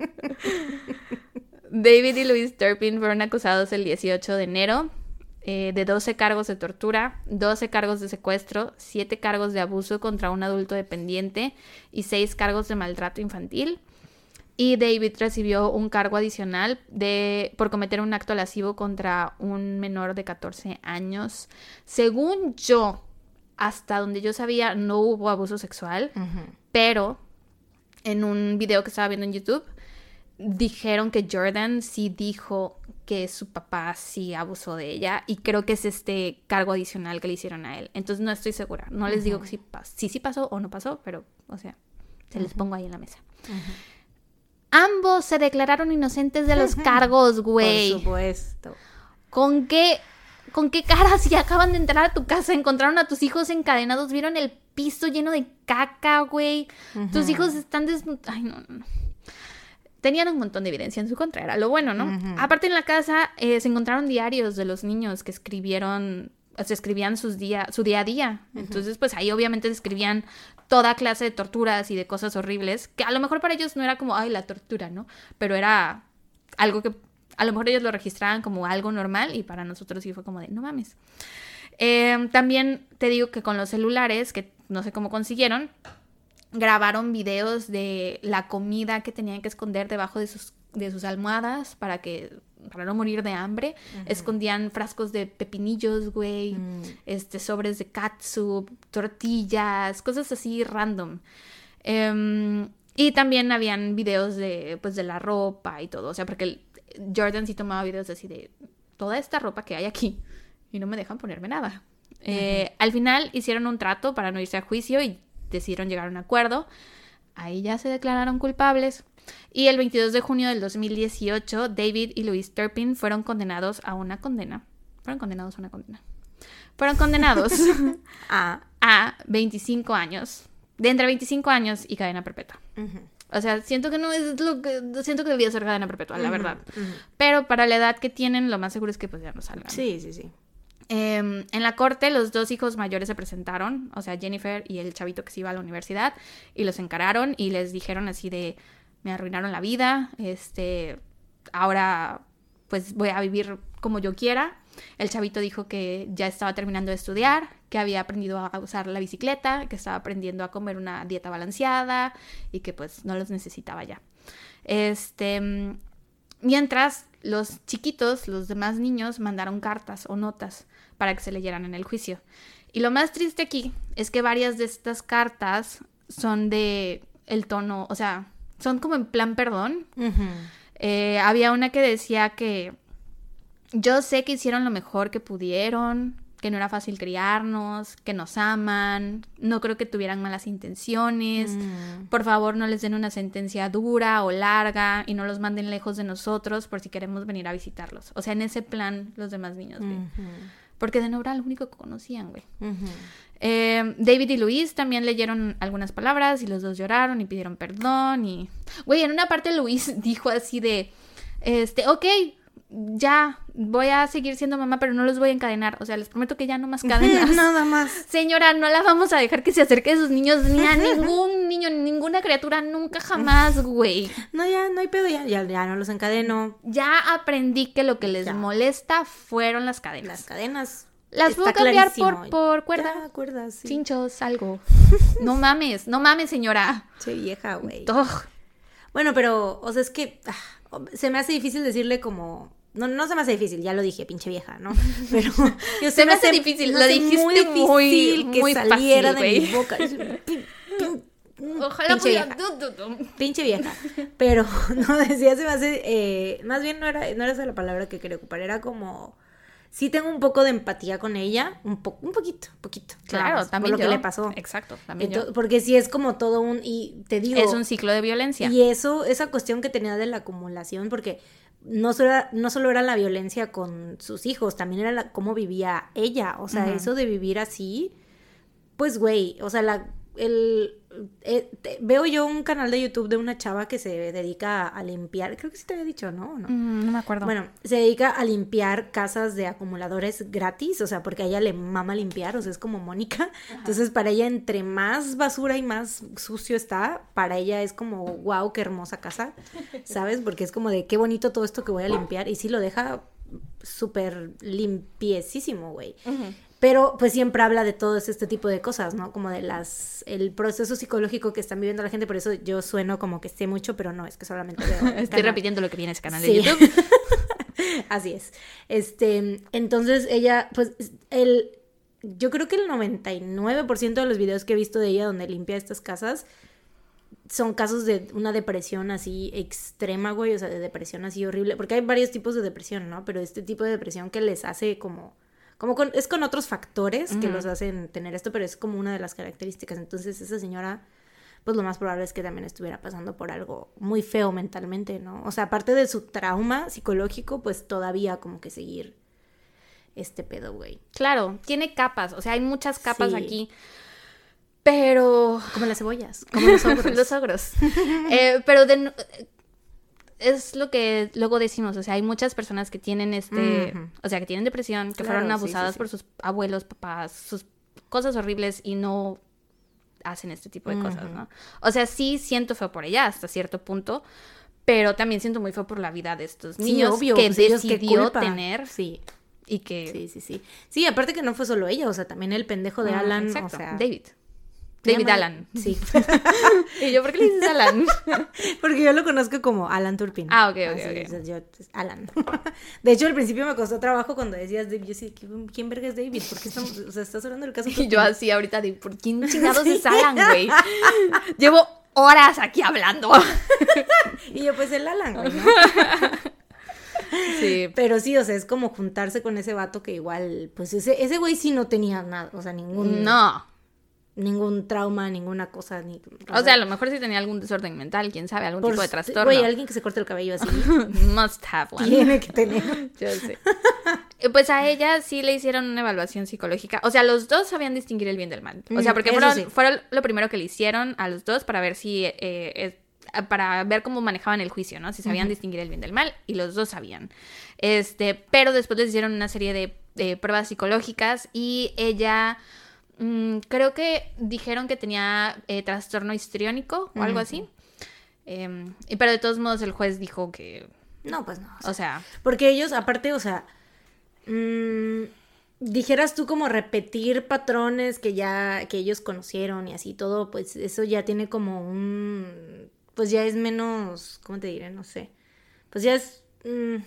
David y Louise Turpin fueron acusados el dieciocho de enero eh, de doce cargos de tortura, doce cargos de secuestro, siete cargos de abuso contra un adulto dependiente y seis cargos de maltrato infantil. Y David recibió un cargo adicional de, por cometer un acto lascivo contra un menor de catorce años. Según yo, hasta donde yo sabía, no hubo abuso sexual, uh-huh. pero en un video que estaba viendo en YouTube, dijeron que Jordan sí dijo que su papá sí abusó de ella y creo que es este cargo adicional que le hicieron a él. Entonces no estoy segura. No les uh-huh. digo que sí, sí, sí pasó o no pasó, pero, o sea, se uh-huh. les pongo ahí en la mesa. Uh-huh. Ambos se declararon inocentes de los cargos, güey. Por supuesto. ¿Con qué, con qué cara si acaban de entrar a tu casa, encontraron a tus hijos encadenados, vieron el piso lleno de caca, güey? Uh-huh. Tus hijos están desnudados. Ay, no, no, no. Tenían un montón de evidencia en su contra, era lo bueno, ¿no? Uh-huh. Aparte en la casa eh, se encontraron diarios de los niños que escribieron, o sea, escribían sus día, su día a día. Uh-huh. Entonces, pues ahí obviamente escribían toda clase de torturas y de cosas horribles, que a lo mejor para ellos no era como, ay, la tortura, ¿no? Pero era algo que a lo mejor ellos lo registraban como algo normal y para nosotros sí fue como de, no mames. Eh, también te digo que con los celulares, que no sé cómo consiguieron, grabaron videos de la comida que tenían que esconder debajo de sus, de sus almohadas para que para no morir de hambre. Uh-huh. Escondían frascos de pepinillos, güey, uh-huh. este, sobres de catsup, tortillas, cosas así random. Um, y también habían videos de, pues, de la ropa y todo. O sea, porque el, Jordan sí tomaba videos así de toda esta ropa que hay aquí y no me dejan ponerme nada. Uh-huh. Eh, al final hicieron un trato para no irse a juicio y decidieron llegar a un acuerdo. Ahí ya se declararon culpables. Y el veintidós de junio del dos mil dieciocho, David y Louise Turpin fueron condenados a una condena. Fueron condenados a una condena. Fueron condenados a, a veinticinco años. De entre veinticinco años y cadena perpetua. Uh-huh. O sea, siento que no es lo que... Siento que debía ser cadena perpetua, uh-huh, la verdad. Uh-huh. Pero para la edad que tienen, lo más seguro es que pues ya no salgan. Sí, sí, sí. Eh, en la corte, los dos hijos mayores se presentaron. O sea, Jennifer y el chavito que se iba a la universidad. Y los encararon y les dijeron así de... Me arruinaron la vida. Este... Ahora, pues voy a vivir como yo quiera. El chavito dijo que ya estaba terminando de estudiar, que había aprendido a usar la bicicleta, que estaba aprendiendo a comer una dieta balanceada y que pues no los necesitaba ya. Este, mientras los chiquitos, los demás niños, mandaron cartas o notas para que se leyeran en el juicio. Y lo más triste aquí es que varias de estas cartas son de el tono, o sea, son como en plan perdón. Uh-huh. Eh, había una que decía que yo sé que hicieron lo mejor que pudieron, que no era fácil criarnos, que nos aman, no creo que tuvieran malas intenciones, mm. por favor no les den una sentencia dura o larga y no los manden lejos de nosotros por si queremos venir a visitarlos. O sea, en ese plan los demás niños, güey. Uh-huh. Porque de no era lo único que conocían, güey. Uh-huh. Eh, David y Louise también leyeron algunas palabras y los dos lloraron y pidieron perdón y... Güey, en una parte Louise dijo así de, este, ok... ya, voy a seguir siendo mamá, pero no los voy a encadenar. O sea, les prometo que ya no más cadenas. Nada más. Señora, no la vamos a dejar que se acerque a esos niños, ni a ningún niño, ni ninguna criatura, nunca jamás, güey. No, ya, no hay pedo, ya, ya, ya no los encadeno. Ya aprendí que lo que les ya. molesta fueron las cadenas. Las cadenas. Las puedo cambiar por, por cuerda. Ya, cuerdas, sí. Cinchos, algo. No mames, no mames, señora. Che vieja, güey. Ugh. Bueno, pero, o sea, es que ah, se me hace difícil decirle como... No, no se me hace difícil, ya lo dije, pinche vieja, ¿no? Pero yo se me hace difícil, lo dijiste muy difícil muy, que muy saliera fácil, de mi boca. Ojalá pinche vieja. Pinche vieja. Pero no decía, se me hace, eh, más bien no era, no era esa la palabra que quería ocupar, era como sí tengo un poco de empatía con ella, un poco, un poquito, poquito. Claro, vamos, también por lo yo. que le pasó. Exacto, también Entonces, yo. Porque sí es como todo un, y te digo. Es un ciclo de violencia. Y eso, esa cuestión que tenía de la acumulación, porque no solo era, no solo era la violencia con sus hijos, también era la, cómo vivía ella. O sea, uh-huh. eso de vivir así, pues güey, o sea, la, el, eh, te, veo yo un canal de YouTube de una chava que se dedica a, a limpiar, creo que sí te había dicho, ¿no? No, mm, no me acuerdo. Bueno, se dedica a limpiar casas de acumuladores gratis, o sea, porque a ella le mama limpiar, o sea, es como Mónica. Uh-huh. Entonces, para ella, entre más basura y más sucio está, para ella es como, wow, qué hermosa casa, ¿sabes? Porque es como de, qué bonito todo esto que voy a limpiar, y sí lo deja súper limpiecísimo, güey. Uh-huh. Pero pues siempre habla de todo este tipo de cosas, ¿no? Como de las el proceso psicológico que están viviendo la gente, por eso yo sueno como que sé mucho, pero no, es que solamente veo Estoy canal. repitiendo lo que viene en ese canal sí. de YouTube. Así es. Este, entonces ella, pues, el yo creo que el noventa y nueve por ciento de los videos que he visto de ella donde limpia estas casas son casos de una depresión así extrema, güey, o sea, de depresión así horrible, porque hay varios tipos de depresión, ¿no? Pero este tipo de depresión que les hace como... Como con, es con otros factores que uh-huh. los hacen tener esto, pero es como una de las características. Entonces, esa señora, pues lo más probable es que también estuviera pasando por algo muy feo mentalmente, ¿no? O sea, aparte de su trauma psicológico, pues todavía como que seguir este pedo, güey. Claro, tiene capas, o sea, hay muchas capas sí. aquí. Pero... Como las cebollas, como los ogros. Los ogros. eh, pero de... Es lo que luego decimos, o sea, hay muchas personas que tienen este, uh-huh. o sea, que tienen depresión, que claro, fueron abusadas sí, sí, sí. por sus abuelos, papás, sus cosas horribles y no hacen este tipo de uh-huh. cosas, ¿no? O sea, sí siento feo por ella hasta cierto punto, pero también siento muy feo por la vida de estos niños sí, obvio, que pues decidió tener. Sí. Y que... Sí, sí, sí. Sí, aparte que no fue solo ella, o sea, también el pendejo de Ah, Alan, exacto. o sea... David. David llama- Alan. Sí. Y yo, ¿por qué le dices Alan? Porque yo lo conozco como Alan Turpin. Ah, ok, ok, Así, ok. o sea, yo, pues, Alan. De hecho, al principio me costó trabajo cuando decías David. Yo sí, ¿quién quién verga es David? ¿Por qué estamos, o sea, estás hablando del caso Y Turpin? yo así ahorita de, ¿por quién chingados es Alan, güey? Llevo horas aquí hablando. Y yo, pues, el Alan, güey, ¿no? Sí. Pero sí, o sea, es como juntarse con ese vato que igual, pues, ese ese güey sí no tenía nada, o sea, ningún... No. Ningún trauma, ninguna cosa, ni... O sea, a lo mejor sí tenía algún desorden mental, quién sabe, algún por- tipo de trastorno. Güey, alguien que se corte el cabello así, Must have one. tiene que tener. Yo sé. Eh, Pues a ella sí le hicieron una evaluación psicológica. O sea, los dos sabían distinguir el bien del mal. O sea, Mm, porque eso fueron, sí. fueron lo primero que le hicieron a los dos para ver si... eh, eh, para ver cómo manejaban el juicio, ¿no? Si sabían Ujú. distinguir el bien del mal. Y los dos sabían. Este, pero después les hicieron una serie de, de pruebas psicológicas. Y ella... mm, creo que dijeron que tenía eh, trastorno histriónico o algo Ujú. así. Em, y pero de todos modos el juez dijo que... No, pues no. o sea, O sea... porque ellos, aparte, o sea, mm, dijeras tú como repetir patrones que ya, que ellos conocieron y así todo, pues eso ya tiene como un, pues ya es menos, ¿cómo te diré? No sé. Pues ya es, mm,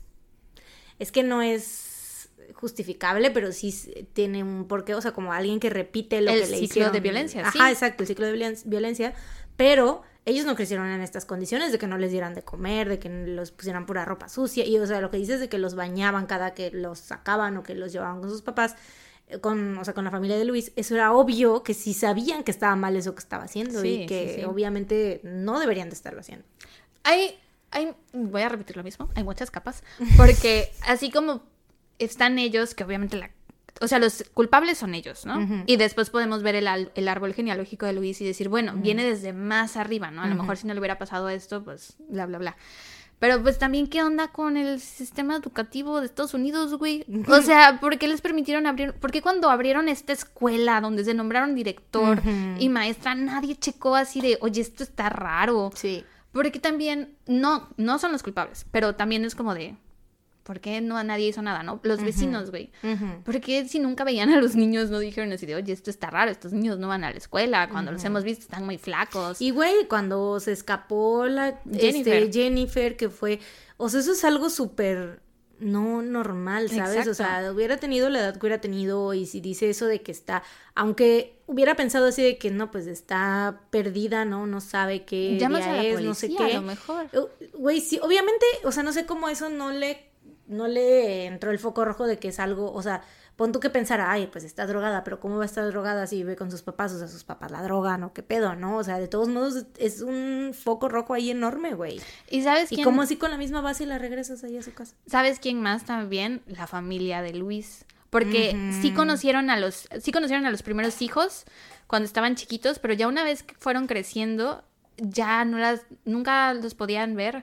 es que no es justificable, pero sí s- tiene un porqué, o sea, como alguien que repite lo El que le ciclo hicieron. de violencia, Ajá, sí. exacto, el ciclo de violen- violencia, pero ellos no crecieron en estas condiciones de que no les dieran de comer, de que los pusieran pura ropa sucia, y o sea, lo que dices de que los bañaban cada que los sacaban o que los llevaban con sus papás, eh, con, o sea, con la familia de Luis, eso era obvio que sí sabían que estaba mal eso que estaba haciendo Sí, y que sí, sí. obviamente no deberían de estarlo haciendo. Hay, hay, voy a repetir lo mismo, hay muchas capas, porque así como están ellos, que obviamente la, o sea, los culpables son ellos, ¿no? Ujú. Y después podemos ver el, al- el árbol genealógico de Luis y decir, bueno, viene desde más arriba, ¿no? A lo Ujú. mejor si no le hubiera pasado esto, pues, bla, bla, bla. Pero pues también, ¿qué onda con el sistema educativo de Estados Unidos, güey? O sea, ¿por qué les permitieron abrir? ¿Por qué cuando abrieron esta escuela donde se nombraron director Ujú. y maestra, nadie checó así de, oye, esto está raro? Sí. Porque también, no, no son los culpables, pero también es como de, ¿por qué no nadie hizo nada, no? Los Ujú. vecinos, güey. Ujú. ¿Por qué si nunca veían a los niños no dijeron así de, oye, esto está raro, estos niños no van a la escuela, cuando los Ujú. hemos visto están muy flacos? Y güey, cuando se escapó la Jennifer. Este, Jennifer, que fue, o sea, eso es algo súper no normal, ¿sabes? Exacto. O sea, hubiera tenido la edad que hubiera tenido y si dice eso de que está, aunque hubiera pensado así de que no, pues está perdida, ¿no? No sabe qué Llamas día a la es, policía, no sé a qué. lo mejor. Uh, Güey, sí, obviamente, o sea, no sé cómo eso no le, no le entró el foco rojo de que es algo, o sea, pon tú que pensara, ay, pues está drogada, pero ¿cómo va a estar drogada si vive con sus papás? O sea, sus papás la drogan, ¿o qué pedo, no? O sea, de todos modos es un foco rojo ahí enorme, güey. ¿Y sabes ¿Y quién? cómo así con la misma base la regresas ahí a su casa? ¿Sabes quién más también? La familia de Luis. Porque Ujú. sí conocieron a los, sí conocieron a los primeros hijos cuando estaban chiquitos, pero ya una vez que fueron creciendo, ya no las, nunca los podían ver.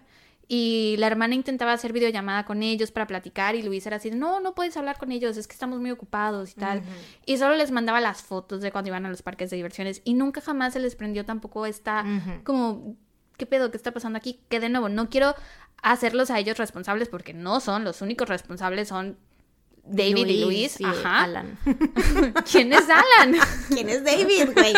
Y la hermana intentaba hacer videollamada con ellos para platicar y Luis era así, no, no puedes hablar con ellos, es que estamos muy ocupados y tal. Ujú. Y solo les mandaba las fotos de cuando iban a los parques de diversiones y nunca jamás se les prendió tampoco esta, Ujú. como, ¿qué pedo? ¿Qué está pasando aquí? Que de nuevo, no quiero hacerlos a ellos responsables porque no son, los únicos responsables son David y Luis. y Ajá. Alan. ¿Quién es Alan? ¿Quién es David, güey?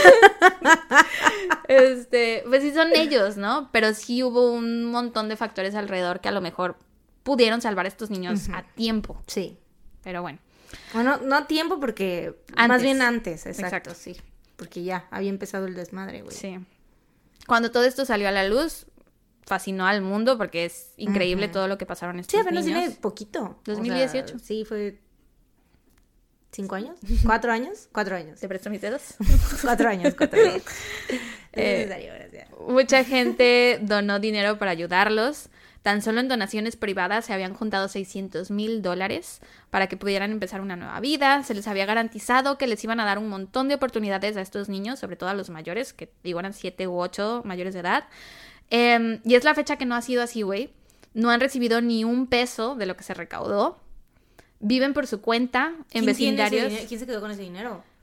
Este, pues sí son ellos, ¿no? Pero sí hubo un montón de factores alrededor que a lo mejor pudieron salvar a estos niños Ujú. a tiempo. Sí. Pero bueno. Bueno, no a tiempo porque, Antes. más bien antes, exacto, Exacto. sí. Porque ya había empezado el desmadre, güey. Sí. Cuando todo esto salió a la luz, fascinó al mundo porque es increíble Ujú. todo lo que pasaron estos Sí, apenas niños. tiene poquito. dos mil dieciocho. O sea, sí, fue ¿cinco años? ¿Cuatro años? Cuatro años. ¿Te presto mis dedos? Cuatro años, cuatro años. Es Eh, necesario, gracias. Mucha gente donó dinero para ayudarlos. Tan solo en donaciones privadas se habían juntado seiscientos mil dólares para que pudieran empezar una nueva vida. Se les había garantizado que les iban a dar un montón de oportunidades a estos niños, sobre todo a los mayores, que digo eran siete u ocho mayores de edad. Eh, y es la fecha que no ha sido así, güey. No han recibido ni un peso de lo que se recaudó. Viven por su cuenta en ¿Quién tiene ese vecindarios. dinero? ¿Quién se quedó con ese dinero?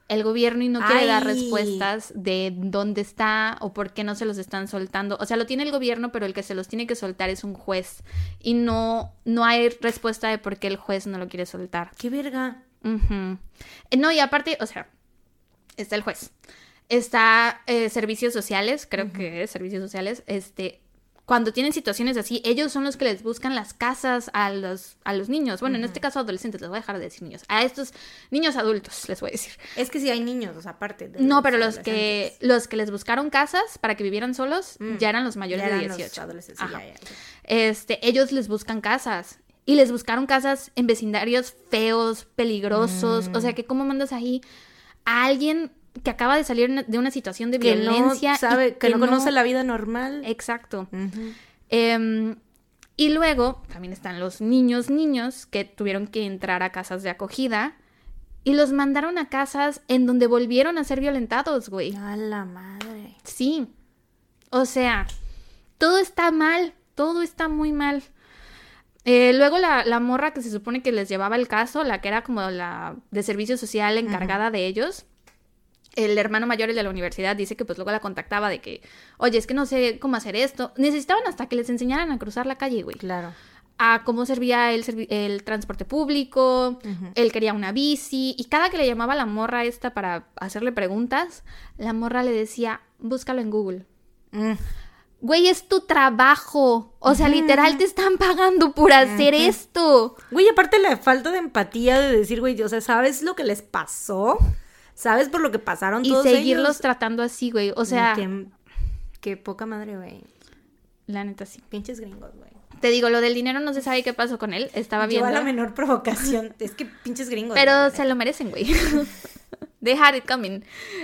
el gobierno y no quiere Ay. dar respuestas de dónde está o por qué no se los están soltando. O sea, lo tiene el gobierno, pero el que se los tiene que soltar es un juez. Y no, no hay respuesta de por qué el juez no lo quiere soltar. ¡Qué verga! Uh-huh. No, y aparte, o sea, está el juez. Está eh, servicios sociales, creo uh-huh. que es servicios sociales, este... Cuando tienen situaciones así, ellos son los que les buscan las casas a los, a los niños. Bueno, uh-huh. en este caso adolescentes, les voy a dejar de decir niños. A estos niños adultos, les voy a decir. Es que sí hay niños, o sea, aparte. De no, los pero los que los que les buscaron casas para que vivieran solos, mm. ya eran los mayores ya de eran dieciocho. Los adolescentes, sí, ya, ya, ya. Este, ellos les buscan casas. Y les buscaron casas en vecindarios feos, peligrosos. Mm. O sea, que cómo mandas ahí a alguien que acaba de salir de una situación de que violencia. No sabe, que, que no conoce no... la vida normal. Exacto. Uh-huh. Eh, y luego también están los niños, niños que tuvieron que entrar a casas de acogida y los mandaron a casas en donde volvieron a ser violentados, güey. A la madre. Sí. O sea, todo está mal, todo está muy mal. Eh, luego la, la morra que se supone que les llevaba el caso, la que era como la de servicio social encargada uh-huh. de ellos, el hermano mayor, el de la universidad, dice que pues luego la contactaba de que, oye, es que no sé cómo hacer esto. Necesitaban hasta que les enseñaran a cruzar la calle, güey. Claro. A cómo servía el, servi- el transporte público, uh-huh. él quería una bici, y cada que le llamaba a la morra esta para hacerle preguntas, la morra le decía, búscalo en Google. Mm. Güey, es tu trabajo. O sea, uh-huh. literal te están pagando por hacer uh-huh. esto. Güey, aparte la falta de empatía de decir, güey, o sea, ¿sabes lo que les pasó? ¿Sabes por lo que pasaron y todos seguirlos ellos? tratando así, güey. O sea... Qué, qué poca madre, güey. La neta, sí. Pinches gringos, güey. Te digo, lo del dinero no se sabe qué pasó con él. Estaba viendo... Yo a la menor provocación. Es que pinches gringos. Pero güey, se lo merecen, güey. They had it coming.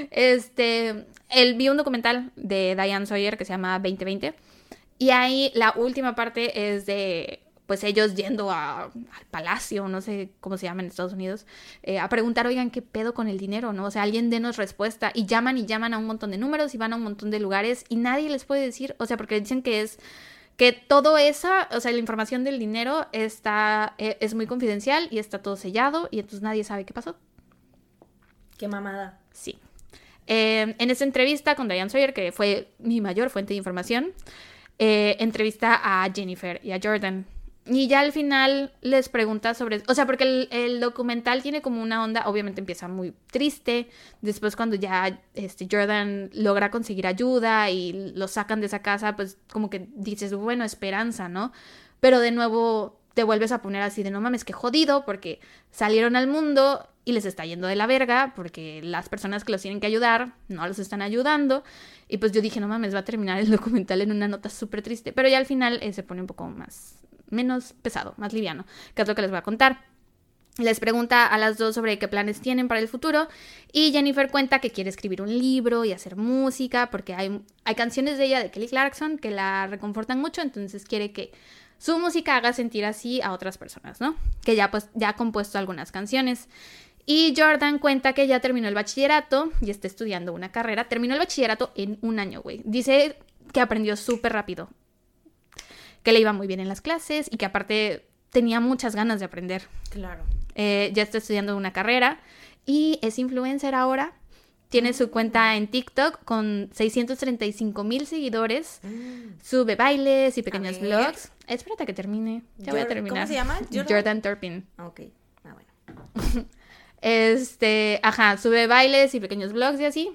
Este... Él vio un documental de Diane Sawyer que se llama veinte veinte. Y ahí la última parte es de... pues ellos yendo a, al palacio, no sé cómo se llama en Estados Unidos, eh, a preguntar, oigan, ¿qué pedo con el dinero, no? O sea, alguien denos respuesta, y llaman y llaman a un montón de números, y van a un montón de lugares, y nadie les puede decir, o sea, porque dicen que es, que todo esa, o sea, la información del dinero está, eh, es muy confidencial, y está todo sellado, y entonces nadie sabe qué pasó. Qué mamada. Sí. Eh, en esta entrevista con Diane Sawyer, que fue mi mayor fuente de información, eh, entrevista a Jennifer y a Jordan. Y ya al final les pregunta sobre... O sea, porque el, el documental tiene como una onda... Obviamente empieza muy triste. Después cuando ya este, Jordan logra conseguir ayuda y lo sacan de esa casa, pues como que dices, bueno, esperanza, ¿no? Pero de nuevo te vuelves a poner así de, no mames, qué jodido, porque salieron al mundo y les está yendo de la verga, porque las personas que los tienen que ayudar no los están ayudando. Y pues yo dije, no mames, va a terminar el documental en una nota súper triste. Pero ya al final eh, se pone un poco más... menos pesado, más liviano, que es lo que les voy a contar. Les pregunta a las dos sobre qué planes tienen para el futuro, y Jennifer cuenta que quiere escribir un libro y hacer música, porque hay, hay canciones de ella, de Kelly Clarkson, que la reconfortan mucho, entonces quiere que su música haga sentir así a otras personas, ¿no? Que ya, pues, ya ha compuesto algunas canciones. Y Jordan cuenta que ya terminó el bachillerato y está estudiando una carrera. Terminó el bachillerato en un año, güey. Dice que aprendió súper rápido, que le iba muy bien en las clases y que aparte tenía muchas ganas de aprender. Claro. Eh, ya está estudiando una carrera y es influencer ahora. Tiene su cuenta en TikTok con seiscientos treinta y cinco mil seguidores. Mm. Sube bailes y pequeños vlogs. Espérate a que termine. Ya Jor- voy a terminar. ¿Cómo se llama? Jordan, Jordan Turpin. Ok. Ah, bueno. Este, ajá, sube bailes y pequeños vlogs y así.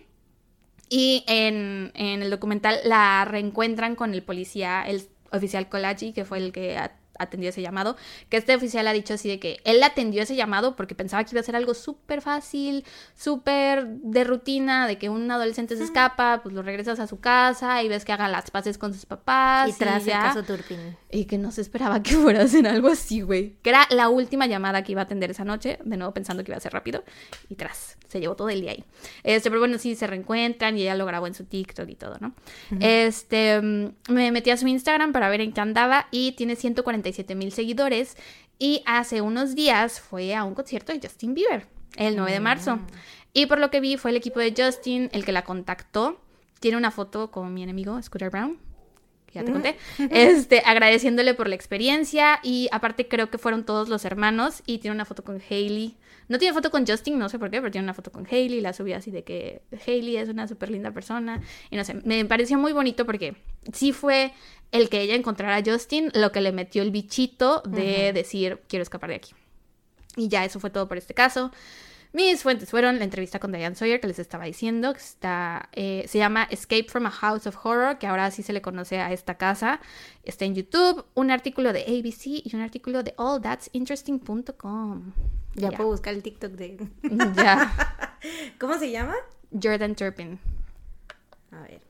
Y en, en el documental la reencuentran con el policía, el oficial Kolaji, que fue el que atendió ese llamado, que este oficial ha dicho así de que él atendió ese llamado porque pensaba que iba a ser algo súper fácil, súper de rutina, de que un adolescente se escapa, pues lo regresas a su casa y ves que haga las paces con sus papás. Y tras y ya, el caso Turpin. Y que no se esperaba que fuera a hacer algo así, güey. Que era la última llamada que iba a atender esa noche, de nuevo pensando que iba a ser rápido, y tras, se llevó todo el día ahí. Este, pero bueno, sí, se reencuentran y ella lo grabó en su TikTok y todo, ¿no? Uh-huh. Este, me metí a su Instagram para ver en qué andaba y tiene ciento cuarenta y siete mil seguidores. Y hace unos días fue a un concierto de Justin Bieber, el nueve de marzo. Mm. Y por lo que vi, fue el equipo de Justin el que la contactó. Tiene una foto con mi enemigo, Scooter Braun. que ya te conté, este, agradeciéndole por la experiencia y aparte creo que fueron todos los hermanos y tiene una foto con Hailey. No tiene foto con Justin, no sé por qué, pero tiene una foto con Hailey y la subió así de que Hailey es una súper linda persona y no sé, me pareció muy bonito porque sí fue el que ella encontrara a Justin lo que le metió el bichito de uh-huh. decir quiero escapar de aquí. Y ya eso fue todo por este caso. Mis fuentes fueron la entrevista con Diane Sawyer que les estaba diciendo, que está, eh, se llama Escape from a House of Horror, que ahora sí se le conoce a esta casa. Está en YouTube, un artículo de A B C y un artículo de all that's interesting punto com. Ya, ya puedo buscar el TikTok de... Ya. ¿Cómo se llama? Jordan Turpin. A ver.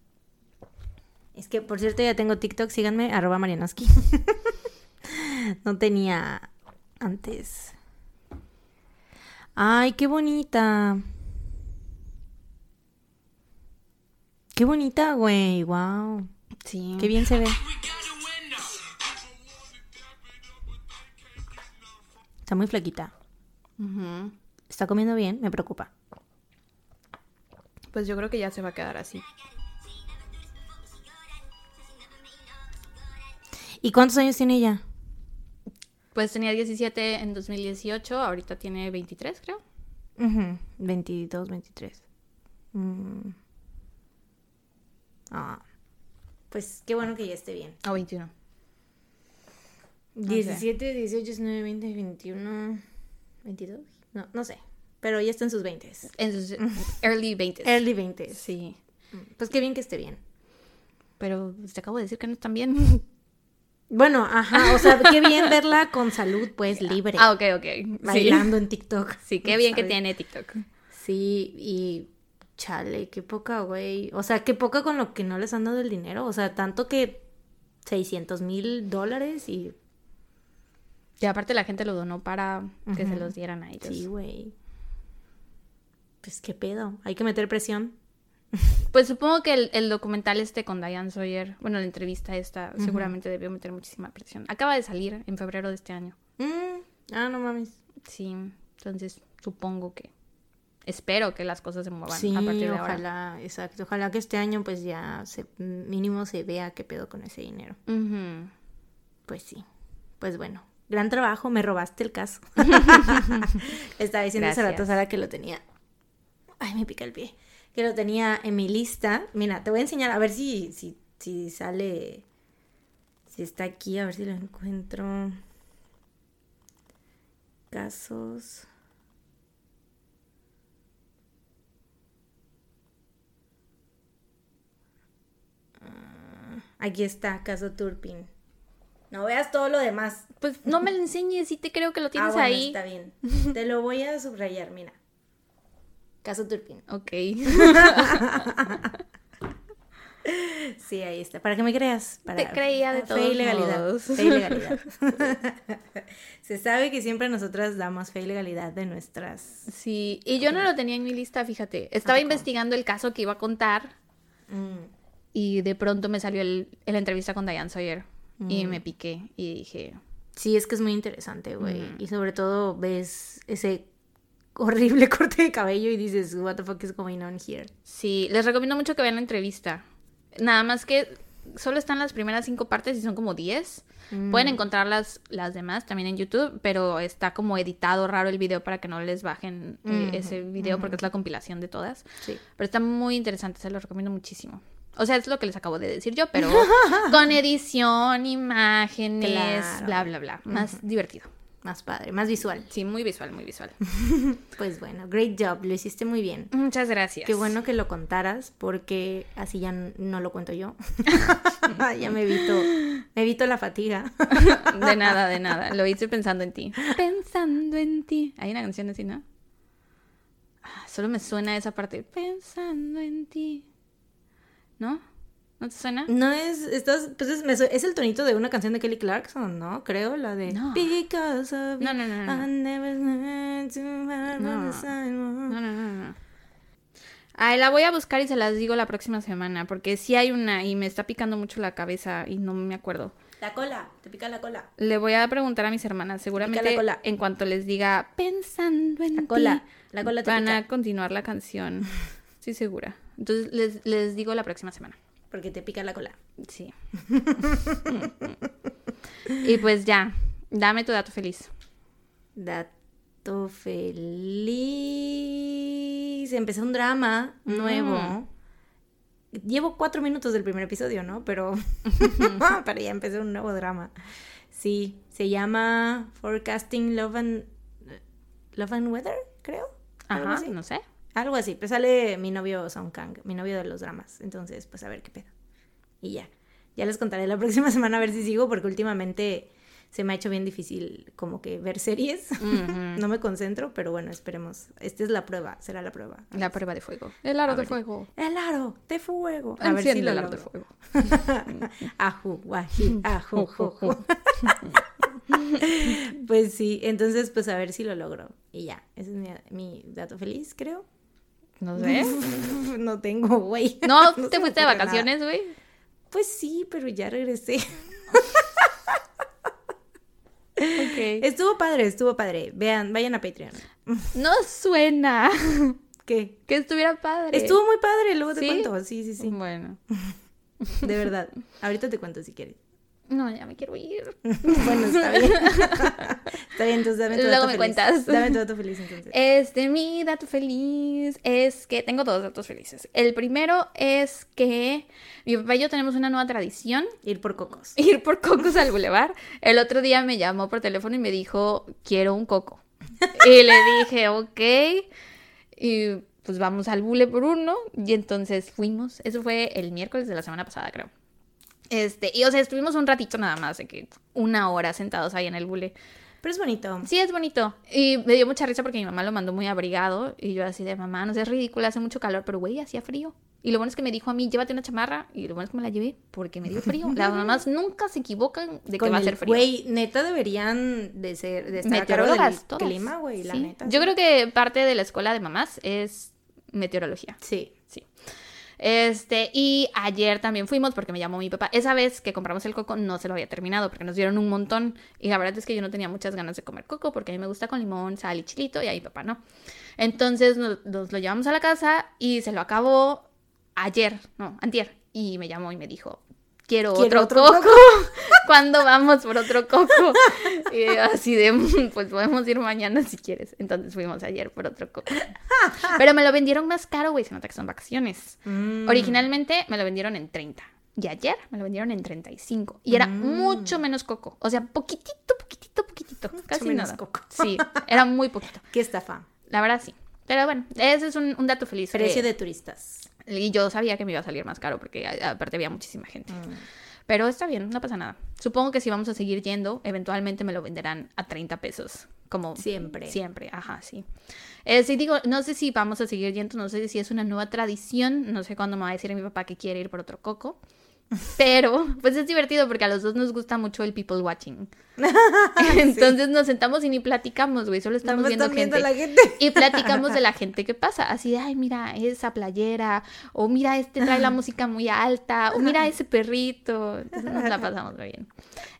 Es que, por cierto, ya tengo TikTok, síganme, arroba Marianoski. No tenía antes... Ay, qué bonita. Qué bonita, güey. Wow. Sí. Qué bien se ve. Está muy flaquita. Uh-huh. Está comiendo bien, me preocupa. Pues yo creo que ya se va a quedar así. ¿Y cuántos años tiene ella? Pues tenía diecisiete en dos mil dieciocho, ahorita tiene veintitrés, creo. Uh-huh. veintidós, veintitrés. Mm. Ah, pues qué bueno que ya esté bien. O veintiuno. diecisiete, dieciocho, diecinueve, veinte, veintiuno, veintidós. No, no sé, pero ya está en sus veintes. En sus early veintes. Early veintes. Sí. Pues qué bien que esté bien. Pero te acabo de decir que no están bien. Bueno, ajá, o sea, qué bien verla con salud, pues, libre. Ah, ok, ok. Bailando sí. en TikTok. Sí, qué bien ¿sabes? que tiene TikTok. Sí, y chale, qué poca, güey. O sea, qué poca con lo que no les han dado el dinero. O sea, tanto que seiscientos mil dólares y... Y aparte la gente lo donó para que uh-huh. se los dieran a ellos. Sí, güey. Pues qué pedo, hay que meter presión. Pues supongo que el, el documental este con Diane Sawyer, bueno, la entrevista esta, uh-huh. seguramente debió meter muchísima presión. Acaba de salir en febrero de este año. Mm, ah, no mames. Sí, entonces supongo que, espero que las cosas se muevan sí, a partir de ojalá, ahora. Ojalá, exacto. Ojalá que este año pues ya se, mínimo se vea qué pedo con ese dinero. Uh-huh. Pues sí, pues bueno. Gran trabajo, me robaste el caso. Estaba diciendo hace rato Sara que lo tenía. Ay, me pica el pie. Que lo tenía en mi lista. Mira, te voy a enseñar a ver si, si, si sale. Si está aquí, a ver si lo encuentro. Casos. Uh, aquí está, caso Turpin. No veas todo lo demás. Pues no me lo enseñes, sí te creo que lo tienes ah, bueno, ahí. Está bien. Te lo voy a subrayar, mira. Caso Turpin. Ok. Sí, ahí está. Para que me creas. Para te creía de todos fe y legalidad. modos. Fe y legalidad. Se sabe que siempre nosotras damos fe y legalidad de nuestras... Sí, y yo no lo tenía en mi lista, fíjate. Estaba investigando el caso que iba a contar mm. y de pronto me salió el, la entrevista con Diane Sawyer. Mm. Y me piqué y dije... Sí, es que es muy interesante, güey. Mm. Y sobre todo ves ese horrible corte de cabello y dices, what the fuck is going on here? Sí, les recomiendo mucho que vean la entrevista. Nada más que solo están las primeras cinco partes y son como diez. Mm. Pueden encontrar las, las demás también en YouTube, pero está como editado raro el video para que no les bajen mm. eh, ese video mm. porque es la compilación de todas. Sí. Pero está muy interesante, se los recomiendo muchísimo. O sea, es lo que les acabo de decir yo, pero con edición, imágenes, claro. bla, bla, bla. Más uh-huh. divertido. Más padre, más visual. Sí, muy visual, muy visual. Pues bueno, great job, lo hiciste muy bien. Muchas gracias. Qué bueno que lo contaras, porque así ya no lo cuento yo. Ya me evito, me evito la fatiga. De nada, de nada. Lo hice pensando en ti. Pensando en ti. Hay una canción así, ¿no? Solo me suena esa parte. Pensando en ti. ¿No? ¿No te suena? No es, estás, pues es, me, es el tonito de una canción de Kelly Clarkson, ¿no? Creo, la de no. Because of no, no, no, no. I never learned to have no. the sidewalk. No, no, no, no. Ay, la voy a buscar y se las digo la próxima semana, porque sí hay una y me está picando mucho la cabeza y no me acuerdo. La cola, te pica la cola. Le voy a preguntar a mis hermanas, seguramente en cuanto les diga pensando en la ti, cola, la cola te van pica. A continuar la canción. Estoy segura. Entonces les, les digo la próxima semana. porque te pica la cola. Sí. Y pues ya, dame tu dato feliz. Dato feliz. Empezó un drama nuevo. Mm. Llevo cuatro minutos del primer episodio, ¿no? Pero, pero ya empezó un nuevo drama. Sí, se llama Forecasting Love and, Love and Weather, creo. Ajá, no sé. Algo así, pues sale mi novio Song Kang, mi novio de los dramas. Entonces, pues a ver qué pedo. Y ya, ya les contaré la próxima semana a ver si sigo, porque últimamente se me ha hecho bien difícil como que ver series. Uh-huh. No me concentro, pero bueno, esperemos. Esta es la prueba, será la prueba. La prueba de fuego. El aro de fuego. El aro de fuego. A ver si lo el aro de fuego. Ajú, guají, ajú, jojo. Pues sí, entonces pues a ver si lo logro. Y ya, ese es mi, mi dato feliz, creo. No sé. No tengo, güey. ¿No, no te fuiste de vacaciones, güey? Pues sí, pero ya regresé. Okay. Estuvo padre, estuvo padre. Vean, vayan a Patreon. No suena. ¿Qué? Que estuviera padre. Estuvo muy padre, luego te ¿Sí? cuento. Sí, sí, sí. Bueno. De verdad. Ahorita te cuento si quieres. No, ya me quiero ir. Bueno, está bien. Está bien, entonces dame tu Luego dato me feliz. cuentas. Dame tu dato feliz entonces. Este, mi dato feliz es que tengo dos datos felices. El primero es que mi papá y yo tenemos una nueva tradición. Ir por cocos. Ir por cocos al bulevar. El otro día me llamó por teléfono y me dijo, quiero un coco. Y le dije, ok. Y pues vamos al bule por uno. Y entonces fuimos. Eso fue el miércoles de la semana pasada, creo. Este, y o sea, estuvimos un ratito nada más, de que una hora sentados ahí en el bule. Pero es bonito. Sí, es bonito. Y me dio mucha risa porque mi mamá lo mandó muy abrigado. Y yo así de, mamá, no seas ridícula, hace mucho calor. Pero güey, hacía frío. Y lo bueno es que me dijo a mí, llévate una chamarra. Y lo bueno es que me la llevé porque me dio frío. Las mamás nunca se equivocan de Con que va el, a ser frío. Güey, neta deberían de ser, de estar a cargo del clima, güey, la sí. neta. Yo sí. creo que parte de la escuela de mamás es meteorología. Sí. Sí. Este, y ayer también fuimos porque me llamó mi papá. Esa vez que compramos el coco no se lo había terminado porque nos dieron un montón. Y la verdad es que yo no tenía muchas ganas de comer coco porque a mí me gusta con limón, sal y chilito y a mi papá no. Entonces nos, nos lo llevamos a la casa y se lo acabó ayer, no, antier. Y me llamó y me dijo, quiero, quiero otro, otro coco. ¿Cuándo vamos por otro coco? Y así de, pues podemos ir mañana si quieres. Entonces fuimos ayer por otro coco. Pero me lo vendieron más caro, güey, se nota que son vacaciones. Mm. Originalmente me lo vendieron en treinta. Y ayer me lo vendieron en treinta y cinco. Y era mm. mucho menos coco. O sea, poquitito, poquitito, poquitito. Mucho casi menos nada. Coco. Sí, era muy poquito. Qué estafa. La verdad, sí. Pero bueno, ese es un, un dato feliz. Precio que... de turistas. Y yo sabía que me iba a salir más caro porque aparte había muchísima gente. Mm. Pero está bien, no pasa nada. Supongo que si vamos a seguir yendo, eventualmente me lo venderán a treinta pesos. Como siempre. Siempre, ajá, sí. Eh, sí, digo, no sé si vamos a seguir yendo, no sé si es una nueva tradición, no sé cuándo me va a decir mi papá que quiere ir por otro coco. Pero, pues es divertido porque a los dos nos gusta mucho el people watching. Entonces sí. Nos sentamos y ni platicamos, güey, solo estamos no viendo, gente. La gente. Y platicamos de la gente que pasa, así de, ay, mira esa playera, o mira, este trae la música muy alta, o mira ese perrito. Entonces nos la pasamos muy bien.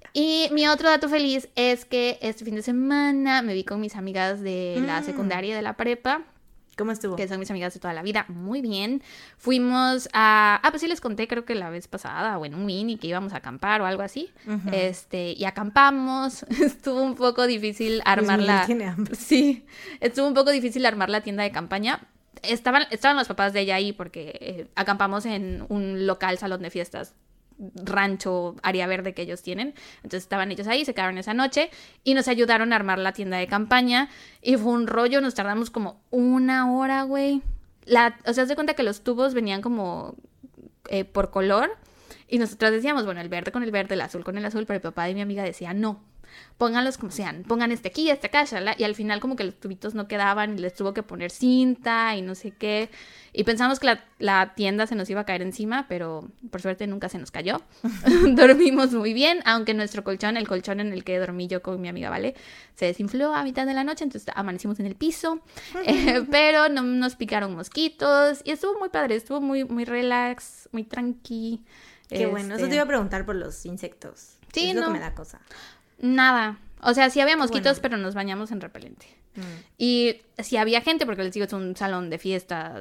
Y mi otro dato feliz es que este fin de semana me vi con mis amigas de la secundaria y de la prepa. ¿Cómo estuvo? Que son mis amigas de toda la vida. Muy bien. Fuimos a... Ah, pues sí les conté, creo que la vez pasada, o en un mini, que íbamos a acampar o algo así. Uh-huh. Este, y acampamos. Estuvo un poco difícil armar la... Tiene hambre. Sí. Estuvo un poco difícil armar la tienda de campaña. Estaban, estaban los papás de ella ahí porque eh, acampamos en un local salón de fiestas, rancho, área verde que ellos tienen. Entonces estaban ellos ahí, se quedaron esa noche y nos ayudaron a armar la tienda de campaña y fue un rollo, nos tardamos como una hora, güey. La, o sea, haz de cuenta que los tubos venían como eh, por color y nosotros decíamos, bueno, el verde con el verde, el azul con el azul, pero el papá de mi amiga decía, no, pónganlos como sean, pongan este aquí, este acá, shala, y al final como que los tubitos no quedaban y les tuvo que poner cinta y no sé qué, y pensamos que la, la tienda se nos iba a caer encima, pero por suerte nunca se nos cayó. Dormimos muy bien, aunque nuestro colchón, el colchón en el que dormí yo con mi amiga Vale, se desinfló a mitad de la noche, entonces amanecimos en el piso, eh, pero no nos picaron mosquitos y estuvo muy padre, estuvo muy, muy relax, muy tranqui. Qué este... bueno, eso te iba a preguntar por los insectos. Sí, es no. lo que me da cosa. Nada, o sea, sí había mosquitos, bueno. Pero nos bañamos en repelente. Mm. Y sí había gente, porque les digo, es un salón de fiestas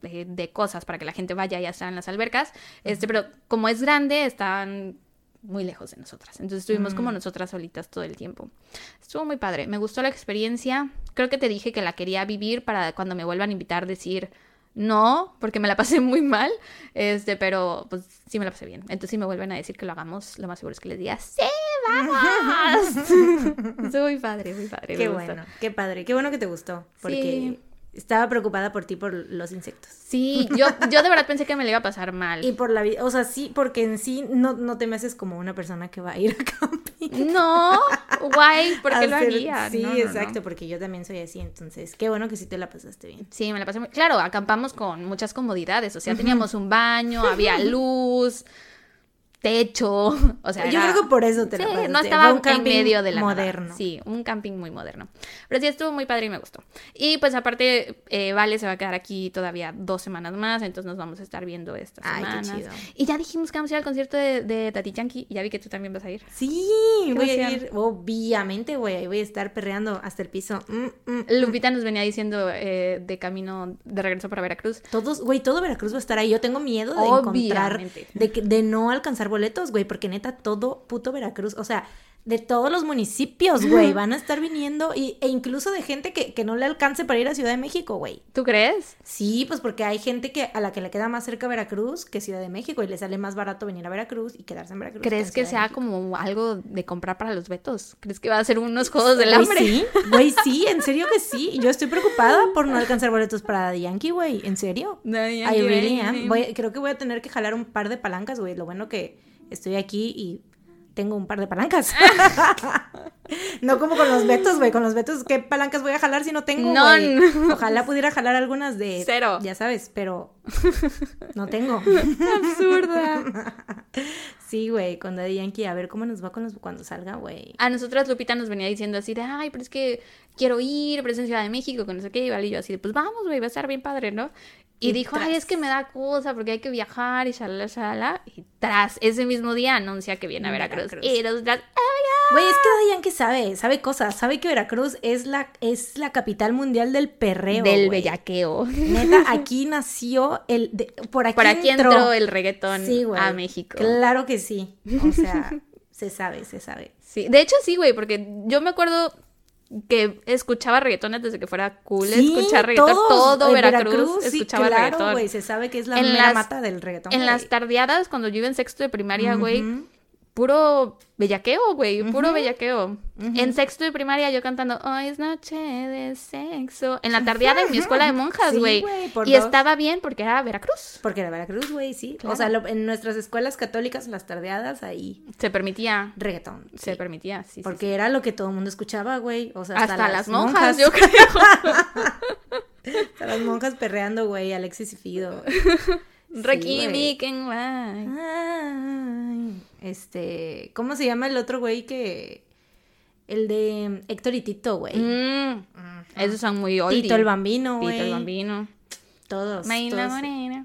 de, de cosas para que la gente vaya y estar en las albercas, este, pero como es grande, están muy lejos de nosotras. Entonces estuvimos mm. como nosotras solitas todo el tiempo. Estuvo muy padre. Me gustó la experiencia. Creo que te dije que la quería vivir para cuando me vuelvan a invitar decir no, porque me la pasé muy mal. Este, pero pues sí me la pasé bien. Entonces si me vuelven a decir que lo hagamos, lo más seguro es que les diga ¡sí, vamos! Estuvo muy padre, muy padre. Qué bueno, gustó. Qué padre. Qué bueno que te gustó. Porque... Sí. Estaba preocupada por ti por los insectos. Sí, yo, yo de verdad pensé que me le iba a pasar mal. Y por la vida, o sea, sí, porque en sí no, no te me haces como una persona que va a ir a camping. No, guay, ¿por qué lo haría? Sí, no, no, exacto, no. Porque yo también soy así, entonces, qué bueno que sí te la pasaste bien. Sí, me la pasé muy... Claro, acampamos con muchas comodidades, o sea, teníamos un baño, había luz... techo, o sea, yo era... creo que por eso te sí, la pasaste. No estaba un en medio de la moderno. Nada. Sí, un camping muy moderno. Pero sí estuvo muy padre y me gustó. Y pues aparte, eh, Vale se va a quedar aquí todavía dos semanas más, entonces nos vamos a estar viendo estas Ay, semanas. qué chido. Y ya dijimos que vamos a ir al concierto de, de Daddy Yankee, y ya vi que tú también vas a ir. Sí, voy a ir, obviamente, güey, ahí voy a estar perreando hasta el piso. Mm, mm, Lupita nos venía diciendo eh, de camino de regreso para Veracruz. Todos, güey, todo Veracruz va a estar ahí. Yo tengo miedo de obviamente. encontrar, de, que, de no alcanzar boletos, güey, porque neta, todo puto Veracruz, o sea, de todos los municipios, güey, van a estar viniendo, y, e incluso de gente que, que no le alcance para ir a Ciudad de México, güey. ¿Tú crees? Sí, pues porque hay gente que a la que le queda más cerca Veracruz que Ciudad de México, y le sale más barato venir a Veracruz y quedarse en Veracruz. ¿Crees que, que sea como algo de comprar para los betos? ¿Crees que va a ser unos juegos del güey, hambre? Sí, güey, sí, en serio que sí. Yo estoy preocupada por no alcanzar boletos para Daddy Yankee, güey, en serio. Daddy Yankee, I really am. Voy, creo que voy a tener que jalar un par de palancas, güey. Lo bueno que estoy aquí y tengo un par de palancas. No como con los Betos, güey. Con los Betos, ¿qué palancas voy a jalar si no tengo, güey? No. Ojalá pudiera jalar algunas de... Cero. Ya sabes, pero no tengo. Absurda. Sí, güey, con Daddy Yankee. A ver cómo nos va con los... cuando salga, güey. A nosotras Lupita nos venía diciendo así de, ay, pero es que quiero ir, pero es en Ciudad de México, con no sé qué. Y Vale, y yo así de, pues vamos, güey, va a estar bien padre, ¿no? Y, y dijo, tras. ay, es que me da cosa porque hay que viajar y shalala, shalala. Y tras ese mismo día anuncia que viene a Veracruz. Veracruz. Y nosotras, ¡ay, güey, es que Daddy Yankee sabe, sabe cosas. Sabe que Veracruz es la, es la capital mundial del perreo, del güey. bellaqueo. Neta, aquí nació el... De, por aquí, por aquí entró, entró el reggaetón sí, a México. Claro que sí. O sea, se sabe, se sabe. Sí, de hecho sí, güey, porque yo me acuerdo... que escuchaba reggaetón desde que fuera cool, sí, escuchar reggaetón, todos, todo Veracruz, Veracruz escuchaba sí, claro, reggaetón. Güey, se sabe que es la en mera las, mata del reggaetón. En wey. las tardeadas, cuando yo iba en sexto de primaria, güey, uh-huh. puro bellaqueo, güey, puro uh-huh. bellaqueo. Uh-huh. En sexto de primaria yo cantando, hoy es noche de sexo, en la tardeada en mi escuela de monjas, güey. Sí, y dos. Estaba bien porque era Veracruz. Porque era Veracruz, güey, sí. Claro. O sea, lo, en nuestras escuelas católicas, las tardeadas, ahí... se permitía. Reggaetón. Se sí. permitía, sí. Porque sí, era sí. lo que todo el mundo escuchaba, güey. O sea, hasta, hasta las, las monjas, monjas yo creo. Hasta las monjas perreando, güey, Alexis y Fido. Ricky Viking, güey. Este, ¿cómo se llama el otro güey que... el de Héctor y Tito, güey? Mm, uh-huh. Esos son muy oldie. Tito el Bambino, güey. Tito el Bambino. Todos. Mayla Morena.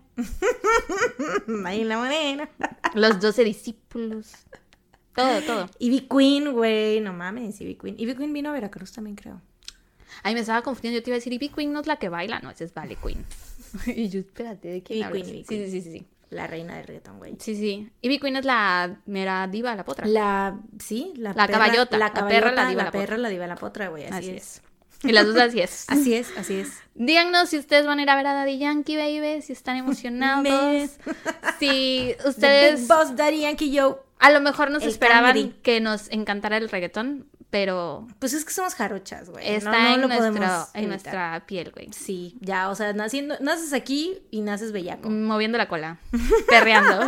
Mayla Morena. Los doce discípulos. Todo, todo. Ivy Queen, güey. No mames, Ivy Queen. Ivy Queen vino a Veracruz también, creo. Ay, me estaba confundiendo. Yo te iba a decir, Ivy Queen no es la que baila. No, esa es Vale Queen. Y yo, espérate, ¿de quién hablas? Ivy Queen, sí, sí, sí, sí. La reina del reggaetón, güey. Sí, sí. Ivy Queen es la mera diva, la potra. La, sí, la, la perra, caballota. La caballota, la perra, la diva, la, la perra, la diva, la potra, güey. Así, así es. es. Y las dos así es. Así es, así es. Díganos si ustedes van a ir a ver a Daddy Yankee, baby, si están emocionados. Si ustedes... The Big Boss Daddy Yankee, yo. A lo mejor nos el esperaban cangri. que nos encantara el reggaetón, pero... pues es que somos jarochas, güey. Está no, no en, lo nuestro, podemos en nuestra piel, güey. Sí, ya, o sea, naciendo, naces aquí y naces bellaco. Moviendo la cola, perreando.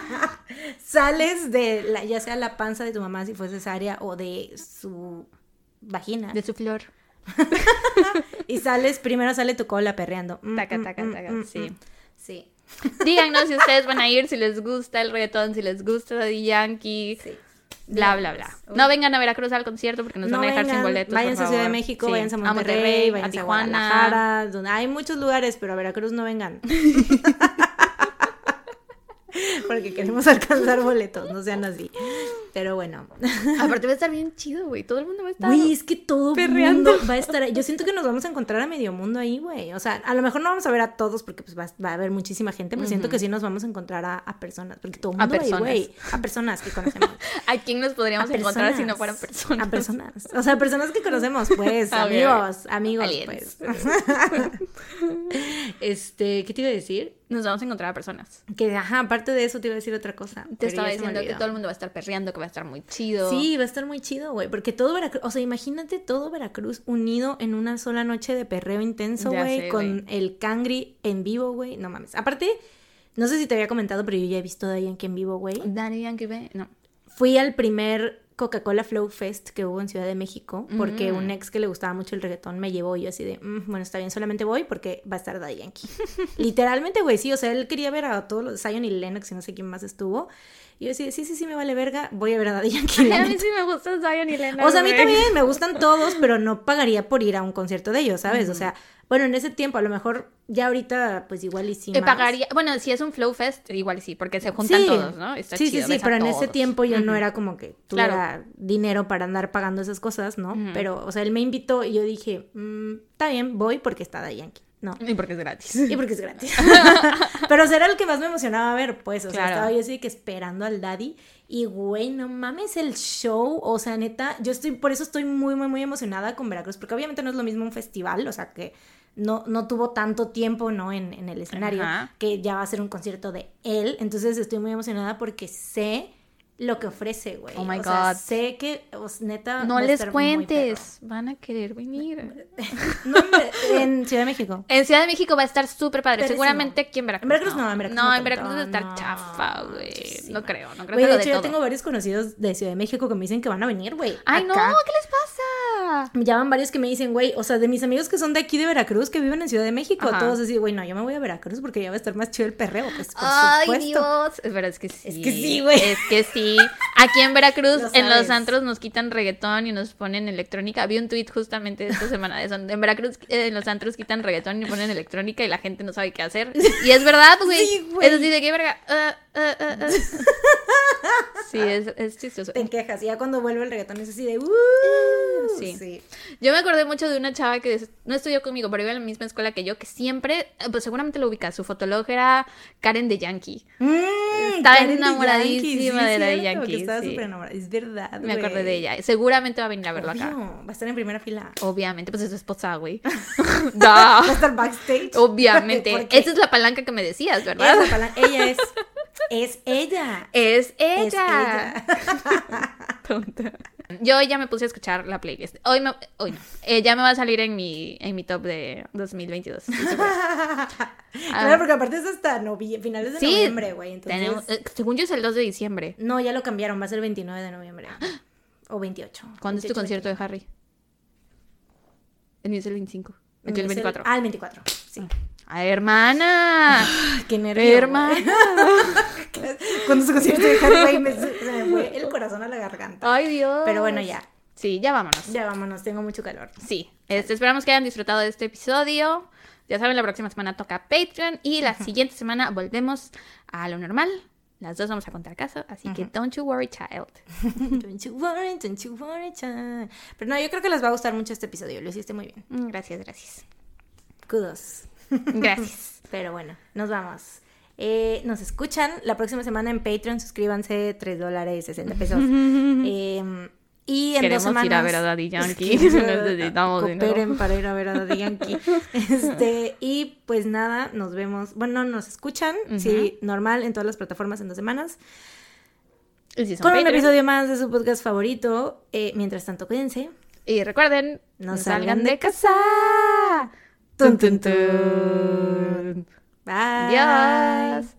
Sales de, la, ya sea la panza de tu mamá si fue cesárea o de su vagina. De su flor. Y sales, primero sale tu cola perreando. Mm, taca, mm, taca, mm, taca, mm, sí. Mm. Sí. Díganos si ustedes van a ir, si les gusta el reggaetón, si les gusta Daddy Yankee. Sí. Bla, bla, bla. No vengan a Veracruz al concierto porque nos no van a dejar vengan, sin boletos. Váyanse a Ciudad de México, sí. váyanse a Monterrey, a Monterrey váyanse a, Tijuana. a Guadalajara. Donde hay muchos lugares, pero a Veracruz no vengan. Porque queremos alcanzar boletos, no sean así. Pero bueno. Aparte va a estar bien chido, güey. Todo el mundo va a estar... Güey, es que todo el perreando. mundo va a estar ahí. Yo siento que nos vamos a encontrar a medio mundo ahí, güey. O sea, a lo mejor no vamos a ver a todos porque pues va, va a haber muchísima gente, pero uh-huh. siento que sí nos vamos a encontrar a, a personas. Porque todo el mundo va ahí, güey. A personas que conocemos. ¿A quién nos podríamos encontrar si no fueran personas? A personas. O sea, personas que conocemos, pues. Okay. Amigos, amigos, Aliens. Pues. Este, ¿qué te iba a decir? Nos vamos a encontrar a personas. Que, ajá, aparte de eso te iba a decir otra cosa. Te estaba diciendo que todo el mundo va a estar perreando, que va a estar muy chido. Sí, va a estar muy chido, güey. Porque todo Veracruz, o sea, imagínate todo Veracruz unido en una sola noche de perreo intenso, güey. Con wey. El Cangri en vivo, güey. No mames. Aparte, no sé si te había comentado, pero yo ya he visto a Daddy Yankee en vivo, güey. Daddy Yankee, ve, no. Fui al primer Coca-Cola Flow Fest que hubo en Ciudad de México, porque mm. un ex que le gustaba mucho el reggaetón me llevó y yo así de, mm, bueno, está bien, solamente voy porque va a estar Daddy Yankee. Literalmente, güey, sí, o sea, él quería ver a todos los, Zion y Lennox y no sé quién más estuvo. Y yo así, sí, sí, sí, me vale verga, voy a ver a Daddy Yankee. Ay, a mí sí me gustan Zion y Lennox. O sea, a mí también me gustan todos, pero no pagaría por ir a un concierto de ellos, ¿sabes? Mm. O sea, bueno, en ese tiempo, a lo mejor ya ahorita, pues igual y sí eh, más. Pagaría, bueno, si es un Flow Fest, igual y sí, porque se juntan sí. todos, ¿no? Está sí, chido, sí, sí, pero en todos. ese tiempo yo uh-huh. no era como que tuviera claro. dinero para andar pagando esas cosas, ¿no? Uh-huh. Pero, o sea, él me invitó y yo dije, mmm, está bien, voy porque está Daddy Yankee. No. Y porque es gratis. Y porque es gratis. Pero o sea, era el que más me emocionaba ver, pues. O sea, claro. estaba yo así que esperando al Daddy. Y, güey, no mames el show. O sea, neta, yo estoy, por eso estoy muy, muy, muy emocionada con Veracruz. Porque obviamente no es lo mismo un festival. O sea, que no, no tuvo tanto tiempo, ¿no? En, en el escenario. Ajá. Que ya va a ser un concierto de él. Entonces estoy muy emocionada porque sé lo que ofrece, güey. Oh, my o God. Sea, sé que, o sea, neta, no les cuentes. Van a querer venir. No, en Ciudad de México. En Ciudad de México va a estar súper padre. Perísimo. Seguramente aquí en Veracruz. En Veracruz no, no en Veracruz no. No, en Veracruz va a estar no, chafa, güey. Sí, no creo, no creo. Güey, de hecho, de yo todo. tengo varios conocidos de Ciudad de México que me dicen que van a venir, güey. Ay, acá. No, ¿qué les pasa? Me llaman varios que me dicen, güey, o sea, de mis amigos que son de aquí de Veracruz, que viven en Ciudad de México, Ajá. todos así, güey, no, yo me voy a Veracruz porque ya va a estar más chido el perreo, pues, por Ay, supuesto. Dios. Pero es que sí. Es que sí, güey. Es que sí. Aquí en Veracruz, en los antros nos quitan reggaetón y nos ponen electrónica. Vi un tweet justamente esta semana de eso. En Veracruz, eh, en los antros quitan reggaetón y ponen electrónica y la gente no sabe qué hacer. Y es verdad, güey. Sí, es así de qué verga. Uh, uh, uh, uh. Sí, es, es chistoso. Te quejas. Y ya cuando vuelve el reggaetón es así de... Uh, sí. sí. Yo me acordé mucho de una chava que no estudió conmigo, pero iba a la misma escuela que yo, que siempre, pues seguramente lo ubicas. Su fotóloga era Karen de Yankee. Mm, Estaba Karen enamoradísima de Daddy Yankee. Estaba sí. súper enamorada. Es verdad, Me acordé de ella. Seguramente va a venir a verlo Obvio. acá. Va a estar en primera fila. Obviamente, pues es su esposa, güey. Va a estar backstage. Obviamente. Esa es la palanca que me decías, ¿verdad? Es la palanca. Ella es. Es ella. Es ella. Es ella. Tonta. Yo ya me puse a escuchar la playlist. Hoy, me, hoy no. Eh, ya me va a salir en mi, en mi top de dos mil veintidós. Claro, porque aparte es hasta novie- finales de sí, noviembre, güey. Entonces... Tenemos, eh, según yo es el dos de diciembre. No, ya lo cambiaron. Va a ser el veintinueve de noviembre. O veintiocho. ¿Cuándo veintiocho, es tu concierto veintiocho. de Harry? El mío es el veinticinco. El mío el veinticuatro. El... Ah, el veinticuatro. Sí. ¡Ay, hermana! ¡Qué nervio! ¡Hermana! Cuando su concierto de Harry, güey, me, se me fue el corazón a la garganta. ¡Ay, Dios! Pero bueno, ya. Sí, ya vámonos. Ya vámonos, tengo mucho calor. Sí, este, esperamos que hayan disfrutado de este episodio. Ya saben, la próxima semana toca Patreon y la uh-huh. siguiente semana volvemos a lo normal. Las dos vamos a contar caso, así uh-huh. que don't you worry, child. Don't you worry, don't you worry, child. Pero no, yo creo que les va a gustar mucho este episodio, lo hiciste muy bien. Mm, gracias, gracias. Kudos. Gracias. Pero bueno, nos vamos. Eh, nos escuchan la próxima semana en Patreon, suscríbanse, tres dólares, sesenta pesos. eh, y en Queremos dos semanas... ir a ver a Daddy Yankee. Necesitamos cooperen para ir a ver a Daddy Yankee. Este, y pues nada, nos vemos. Bueno, nos escuchan, uh-huh. sí, normal, en todas las plataformas en dos semanas. ¿Y si son con Patreon? Un episodio más de su podcast favorito. Eh, mientras tanto, cuídense. Y recuerden, no, no salgan, salgan de casa. Tun, tun, tun. Bye. Adiós.